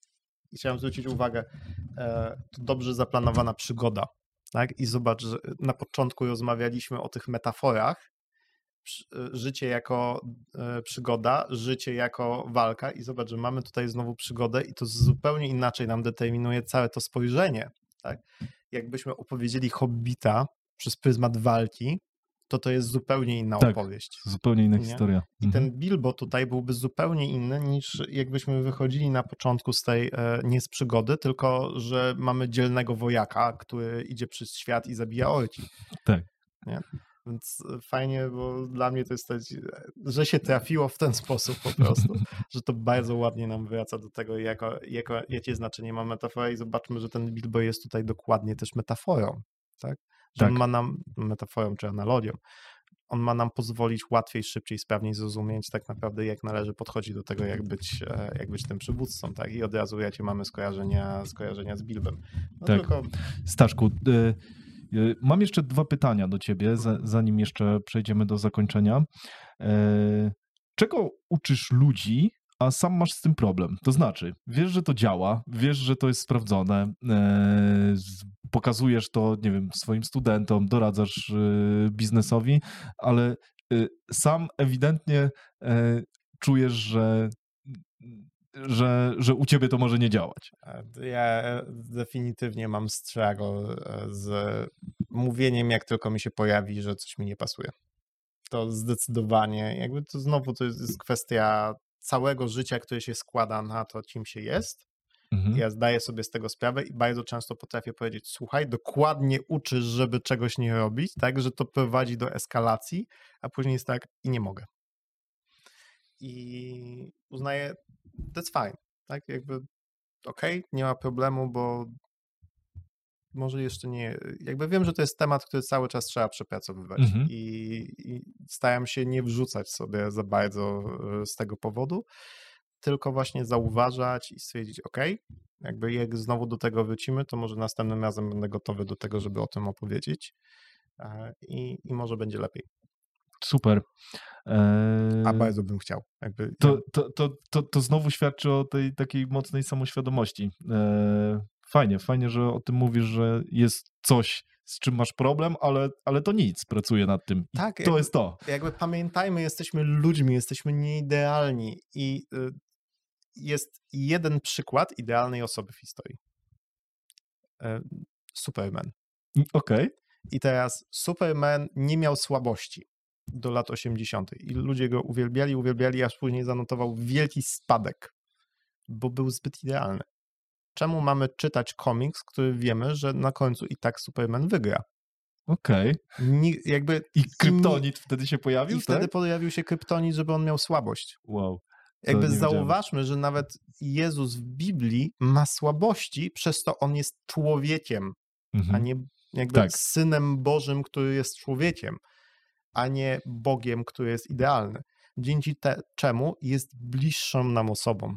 I chciałem zwrócić uwagę, to dobrze zaplanowana przygoda, tak? I zobacz, że na początku rozmawialiśmy o tych metaforach, życie jako przygoda, życie jako walka i zobacz, że mamy tutaj znowu przygodę i to zupełnie inaczej nam determinuje całe to spojrzenie, tak? Jakbyśmy opowiedzieli Hobbita przez pryzmat walki, to jest zupełnie inna opowieść. Zupełnie inna historia. I ten Bilbo tutaj byłby zupełnie inny niż jakbyśmy wychodzili na początku z tej, nie z przygody, tylko że mamy dzielnego wojaka, który idzie przez świat i zabija orki. Tak. Nie? Więc fajnie, bo dla mnie to jest, że się trafiło w ten sposób po prostu, że to bardzo ładnie nam wraca do tego, jakie znaczenie ma metafora i zobaczmy, że ten Bilbo jest tutaj dokładnie też metaforą, tak? Że on ma nam, metaforą czy analogią, on ma nam pozwolić łatwiej, szybciej, sprawniej zrozumieć tak naprawdę, jak należy podchodzić do tego, jak być tym przywódcą, tak? I od razu jakie mamy skojarzenia z Bilbem. No tak. Tylko... Staszku, mam jeszcze 2 pytania do ciebie, zanim jeszcze przejdziemy do zakończenia. Czego uczysz ludzi, a sam masz z tym problem? To znaczy, wiesz, że to działa, wiesz, że to jest sprawdzone, pokazujesz to, nie wiem, swoim studentom, doradzasz biznesowi, ale sam ewidentnie czujesz, że u ciebie to może nie działać. Ja definitywnie mam struggle z mówieniem, jak tylko mi się pojawi, że coś mi nie pasuje. To zdecydowanie, jakby to znowu to jest kwestia całego życia, które się składa na to, kim się jest. Ja zdaję sobie z tego sprawę i bardzo często potrafię powiedzieć, słuchaj, dokładnie uczysz, żeby czegoś nie robić, tak, że to prowadzi do eskalacji, a później jest tak i nie mogę. I uznaję, that's fine, tak, jakby okej, nie ma problemu, bo może jeszcze nie, jakby wiem, że to jest temat, który cały czas trzeba przepracowywać i staram się nie wrzucać sobie za bardzo z tego powodu, tylko właśnie zauważać i stwierdzić, jakby jak znowu do tego wrócimy, to może następnym razem będę gotowy do tego, żeby o tym opowiedzieć i może będzie lepiej. Super. A bardzo bym chciał. Jakby, to znowu świadczy o tej takiej mocnej samoświadomości. Fajnie, że o tym mówisz, że jest coś, z czym masz problem, ale to nic, pracuję nad tym. Tak, to jest to. Jakby pamiętajmy, jesteśmy ludźmi, jesteśmy nieidealni i jest jeden przykład idealnej osoby w historii. Superman. Okej. I teraz Superman nie miał słabości do lat 80. i ludzie go uwielbiali, aż później zanotował wielki spadek, bo był zbyt idealny. Czemu mamy czytać komiks, który wiemy, że na końcu i tak Superman wygra? Okej. I kryptonit wtedy się pojawił, I wtedy pojawił się kryptonit, żeby on miał słabość. Wow. Jakby zauważmy, że nawet Jezus w Biblii ma słabości, przez to on jest człowiekiem, a nie jakby Synem Bożym, który jest człowiekiem, a nie Bogiem, który jest idealny. Dzięki czemu jest bliższą nam osobą.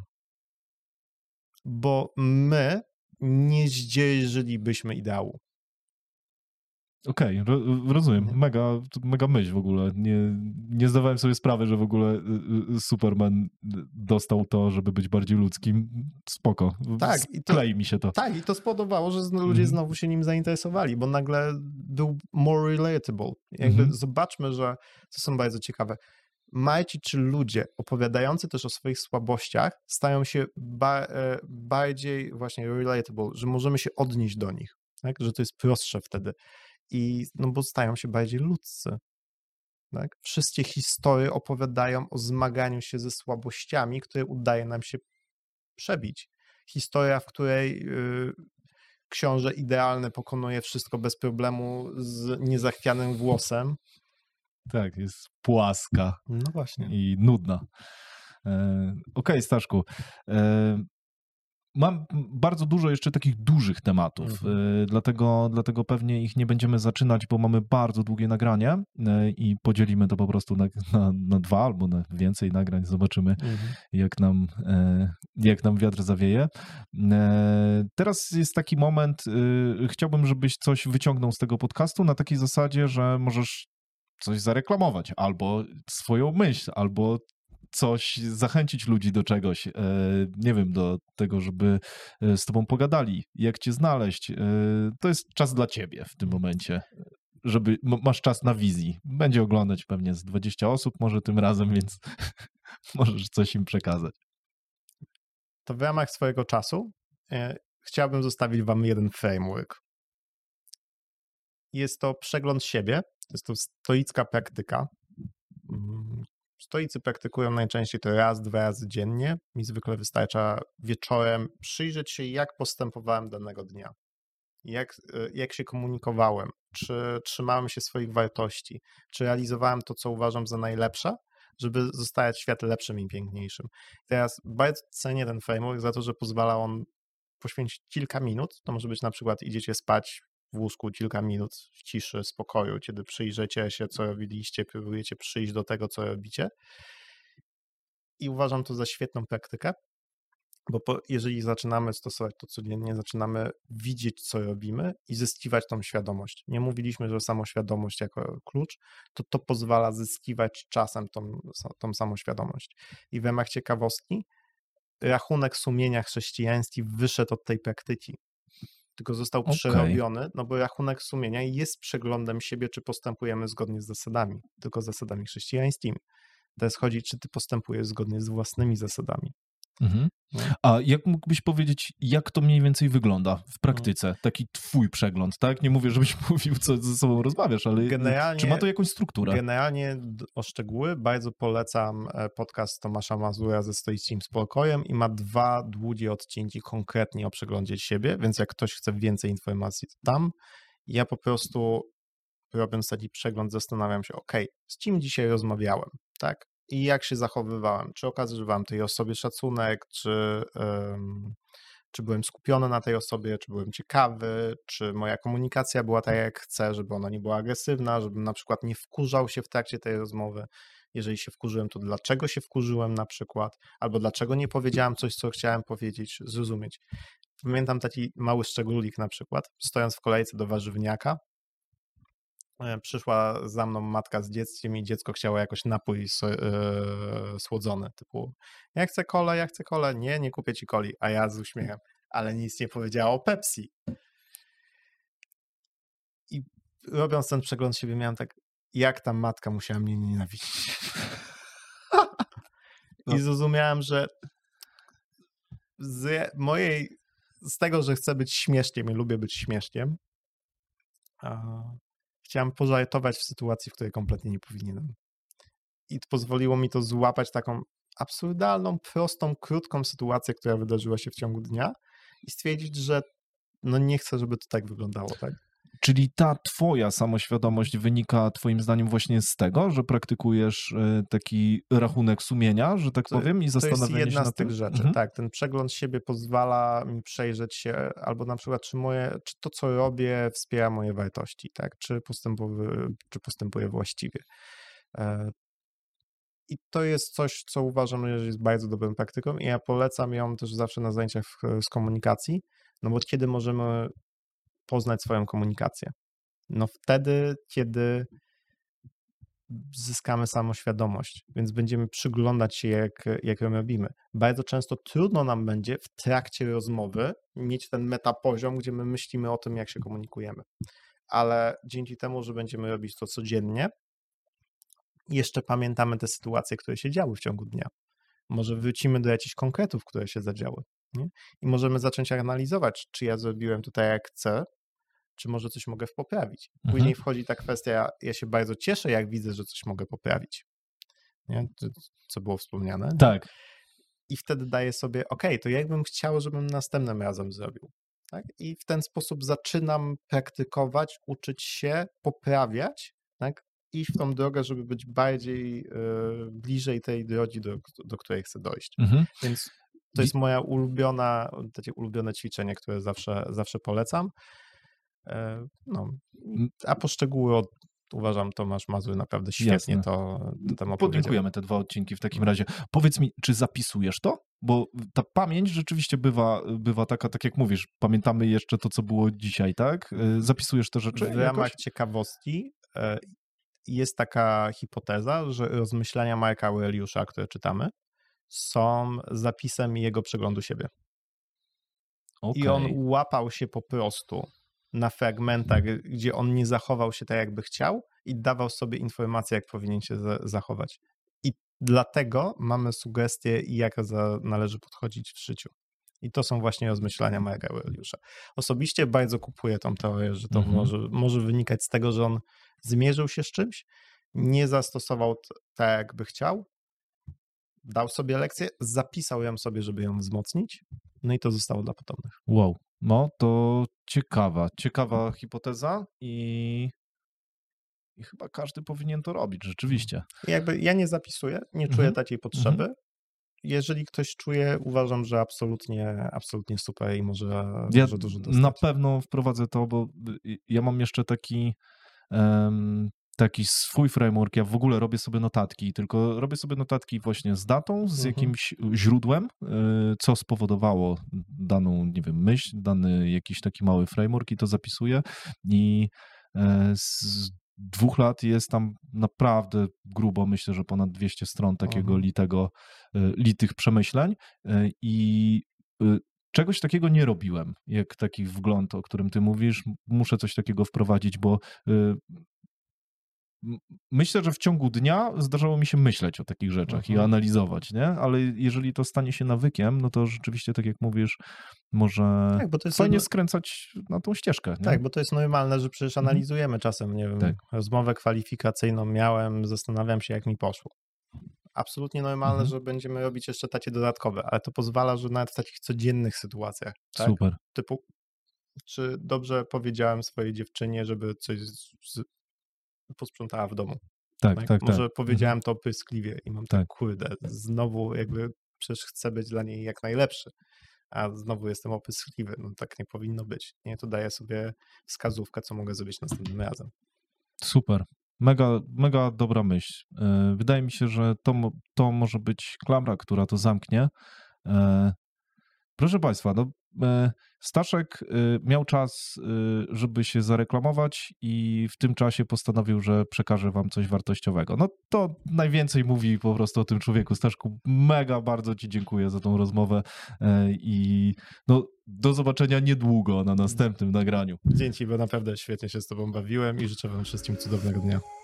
Bo my nie zdzierżylibyśmy ideału. Okej, rozumiem. Mega myśl w ogóle. Nie zdawałem sobie sprawy, że w ogóle Superman dostał to, żeby być bardziej ludzkim. Spoko. Tak, klei mi się to. Tak, i to spowodowało, że ludzie znowu się nim zainteresowali, bo nagle był more relatable. Jakby zobaczmy, że to są bardzo ciekawe. Marci czy ludzie opowiadający też o swoich słabościach stają się bardziej właśnie relatable, że możemy się odnieść do nich, tak? Że to jest prostsze wtedy. I bo stają się bardziej ludzcy. Tak? Wszystkie historie opowiadają o zmaganiu się ze słabościami, które udaje nam się przebić. Historia, w której książę idealny pokonuje wszystko bez problemu z niezachwianym włosem. Tak, jest płaska. No właśnie. I nudna. Okej, Staszku. Mam bardzo dużo jeszcze takich dużych tematów, dlatego pewnie ich nie będziemy zaczynać, bo mamy bardzo długie nagranie i podzielimy to po prostu na 2 albo na więcej nagrań. Zobaczymy, jak nam wiatr zawieje. Teraz jest taki moment, chciałbym, żebyś coś wyciągnął z tego podcastu na takiej zasadzie, że możesz coś zareklamować, albo swoją myśl, albo coś, zachęcić ludzi do czegoś, nie wiem, do tego, żeby z tobą pogadali, jak cię znaleźć, to jest czas dla ciebie w tym momencie. Żeby masz czas na wizji. Będzie oglądać pewnie z 20 osób może tym razem, więc możesz coś im przekazać. To w ramach swojego czasu chciałbym zostawić wam jeden framework. Jest to przegląd siebie, jest to stoicka praktyka. Stoicy praktykują najczęściej to raz, 2 razy dziennie. Mi zwykle wystarcza wieczorem przyjrzeć się, jak postępowałem danego dnia. Jak się komunikowałem, czy trzymałem się swoich wartości, czy realizowałem to, co uważam za najlepsze, żeby zostawiać świat lepszym i piękniejszym. Teraz bardzo cenię ten framework za to, że pozwala on poświęcić kilka minut. To może być na przykład idziecie spać w łóżku kilka minut w ciszy, spokoju, kiedy przyjrzycie się, co robiliście, próbujecie przyjść do tego, co robicie. I uważam to za świetną praktykę, bo jeżeli zaczynamy stosować to codziennie, zaczynamy widzieć, co robimy i zyskiwać tą świadomość. Nie mówiliśmy, że samoświadomość jako klucz, to pozwala zyskiwać czasem tą samoświadomość. I w ramach ciekawostki, rachunek sumienia chrześcijański wyszedł od tej praktyki, tylko został przerobiony, no bo rachunek sumienia jest przeglądem siebie, czy postępujemy zgodnie z zasadami, tylko zasadami chrześcijańskimi. Teraz chodzi, czy ty postępujesz zgodnie z własnymi zasadami. Mhm. A jak mógłbyś powiedzieć, jak to mniej więcej wygląda w praktyce? Taki twój przegląd, tak? Nie mówię, żebyś mówił, co ze sobą rozmawiasz, ale czy ma to jakąś strukturę? Generalnie o szczegóły bardzo polecam podcast Tomasza Mazura ze Stoickim Spokojem i ma 2 długie odcinki konkretnie o przeglądzie siebie, więc jak ktoś chce więcej informacji, to tam. Ja po prostu robiąc taki przegląd zastanawiam się, z kim dzisiaj rozmawiałem, tak? I jak się zachowywałem, czy okazywałem tej osobie szacunek, czy byłem skupiony na tej osobie, czy byłem ciekawy, czy moja komunikacja była tak jak chcę, żeby ona nie była agresywna, żebym na przykład nie wkurzał się w trakcie tej rozmowy. Jeżeli się wkurzyłem, to dlaczego się wkurzyłem na przykład, albo dlaczego nie powiedziałem coś, co chciałem powiedzieć, zrozumieć. Pamiętam taki mały szczególik na przykład, stojąc w kolejce do warzywniaka, przyszła za mną matka z dzieckiem i dziecko chciało jakoś napój słodzony, typu ja chcę kolę, nie kupię ci coli, a ja z uśmiechem, ale nic nie powiedziała o Pepsi. I robiąc ten przegląd siebie miałem tak, jak ta matka musiała mnie nienawidzić. I zrozumiałem, że z tego, że chcę być śmieszkiem i lubię być śmieszkiem, chciałem pożartować w sytuacji, w której kompletnie nie powinienem. I pozwoliło mi to złapać taką absurdalną, prostą, krótką sytuację, która wydarzyła się w ciągu dnia i stwierdzić, że nie chcę, żeby to tak wyglądało, tak? Czyli ta twoja samoświadomość wynika twoim zdaniem właśnie z tego, że praktykujesz taki rachunek sumienia, że tak powiem, i zastanawianie się nad tym? To jest jedna z tych rzeczy, tak. Ten przegląd siebie pozwala mi przejrzeć się, albo na przykład, czy to, co robię, wspiera moje wartości, tak? Czy postępuję właściwie. I to jest coś, co uważam, że jest bardzo dobrą praktyką i ja polecam ją też zawsze na zajęciach z komunikacji, no bo kiedy możemy poznać swoją komunikację? No wtedy, kiedy zyskamy samoświadomość, więc będziemy przyglądać się, jak ją robimy. Bardzo często trudno nam będzie w trakcie rozmowy mieć ten metapoziom, gdzie my myślimy o tym, jak się komunikujemy. Ale dzięki temu, że będziemy robić to codziennie, jeszcze pamiętamy te sytuacje, które się działy w ciągu dnia. Może wrócimy do jakichś konkretów, które się zadziały. Nie? I możemy zacząć analizować, czy ja zrobiłem tutaj jak chcę, czy może coś mogę poprawić. Później wchodzi ta kwestia, ja się bardzo cieszę, jak widzę, że coś mogę poprawić. Nie? Co było wspomniane. Nie? Tak. I wtedy daję sobie, to jakbym chciał, żebym następnym razem zrobił. Tak? I w ten sposób zaczynam praktykować, uczyć się, poprawiać, tak? Iść w tą drogę, żeby być bardziej bliżej tej drogi, do której chcę dojść. Więc to jest moja ulubione ćwiczenie, które zawsze polecam. A po szczegóły uważam, Tomasz Mazur naprawdę świetnie to tam opowiedział. Podlinkujemy te 2 odcinki w takim razie. Powiedz mi, czy zapisujesz to? Bo ta pamięć rzeczywiście bywa taka, tak jak mówisz, pamiętamy jeszcze to, co było dzisiaj, tak? Zapisujesz te rzeczy? W ramach ciekawostki jest taka hipoteza, że rozmyślania Marka Aureliusza, które czytamy, są zapisem jego przeglądu siebie. I on łapał się po prostu na fragmentach, gdzie on nie zachował się tak, jakby chciał i dawał sobie informacje, jak powinien się zachować. I dlatego mamy sugestie, jak należy podchodzić w życiu. I to są właśnie rozmyślania Marka Aureliusza. Osobiście bardzo kupuję tą teorię, że to może wynikać z tego, że on zmierzył się z czymś, nie zastosował tak, jakby chciał, dał sobie lekcję, zapisał ją sobie, żeby ją wzmocnić, no i to zostało dla potomnych. Wow, no to ciekawa hipoteza i chyba każdy powinien to robić, rzeczywiście. Jakby ja nie zapisuję, nie czuję takiej potrzeby. Jeżeli ktoś czuje, uważam, że absolutnie super i może dużo dostać. Na pewno wprowadzę to, bo ja mam jeszcze taki swój framework, ja w ogóle robię sobie notatki, tylko robię sobie notatki właśnie z datą, z jakimś źródłem, co spowodowało daną, nie wiem, myśl, dany jakiś taki mały framework i to zapisuję i z 2 lat jest tam naprawdę grubo, myślę, że ponad 200 stron takiego litych przemyśleń i czegoś takiego nie robiłem, jak taki wgląd, o którym ty mówisz. Muszę coś takiego wprowadzić, bo myślę, że w ciągu dnia zdarzało mi się myśleć o takich rzeczach i analizować, nie? Ale jeżeli to stanie się nawykiem, no to rzeczywiście, tak jak mówisz, może tak, bo to jest fajnie skręcać na tą ścieżkę. Nie? Tak, bo to jest normalne, że przecież analizujemy czasem, nie wiem, rozmowę kwalifikacyjną miałem, zastanawiam się, jak mi poszło. Absolutnie normalne, że będziemy robić jeszcze takie dodatkowe, ale to pozwala, że nawet w takich codziennych sytuacjach, tak? Super. Typu, czy dobrze powiedziałem swojej dziewczynie, żeby coś posprzątała w domu. Tak. Może powiedziałem to pyskliwie i mam tak, kurde, znowu jakby przecież chcę być dla niej jak najlepszy, a znowu jestem opyskliwy. No tak nie powinno być. Nie, to daję sobie wskazówkę, co mogę zrobić następnym razem. Super. Mega dobra myśl. Wydaje mi się, że to może być klamra, która to zamknie. Proszę Państwa, no, Staszek miał czas, żeby się zareklamować i w tym czasie postanowił, że przekaże wam coś wartościowego. No to najwięcej mówi po prostu o tym człowieku. Staszku, mega bardzo ci dziękuję za tą rozmowę i no, do zobaczenia niedługo na następnym nagraniu. Dzięki, bo naprawdę świetnie się z tobą bawiłem i życzę wam wszystkim cudownego dnia.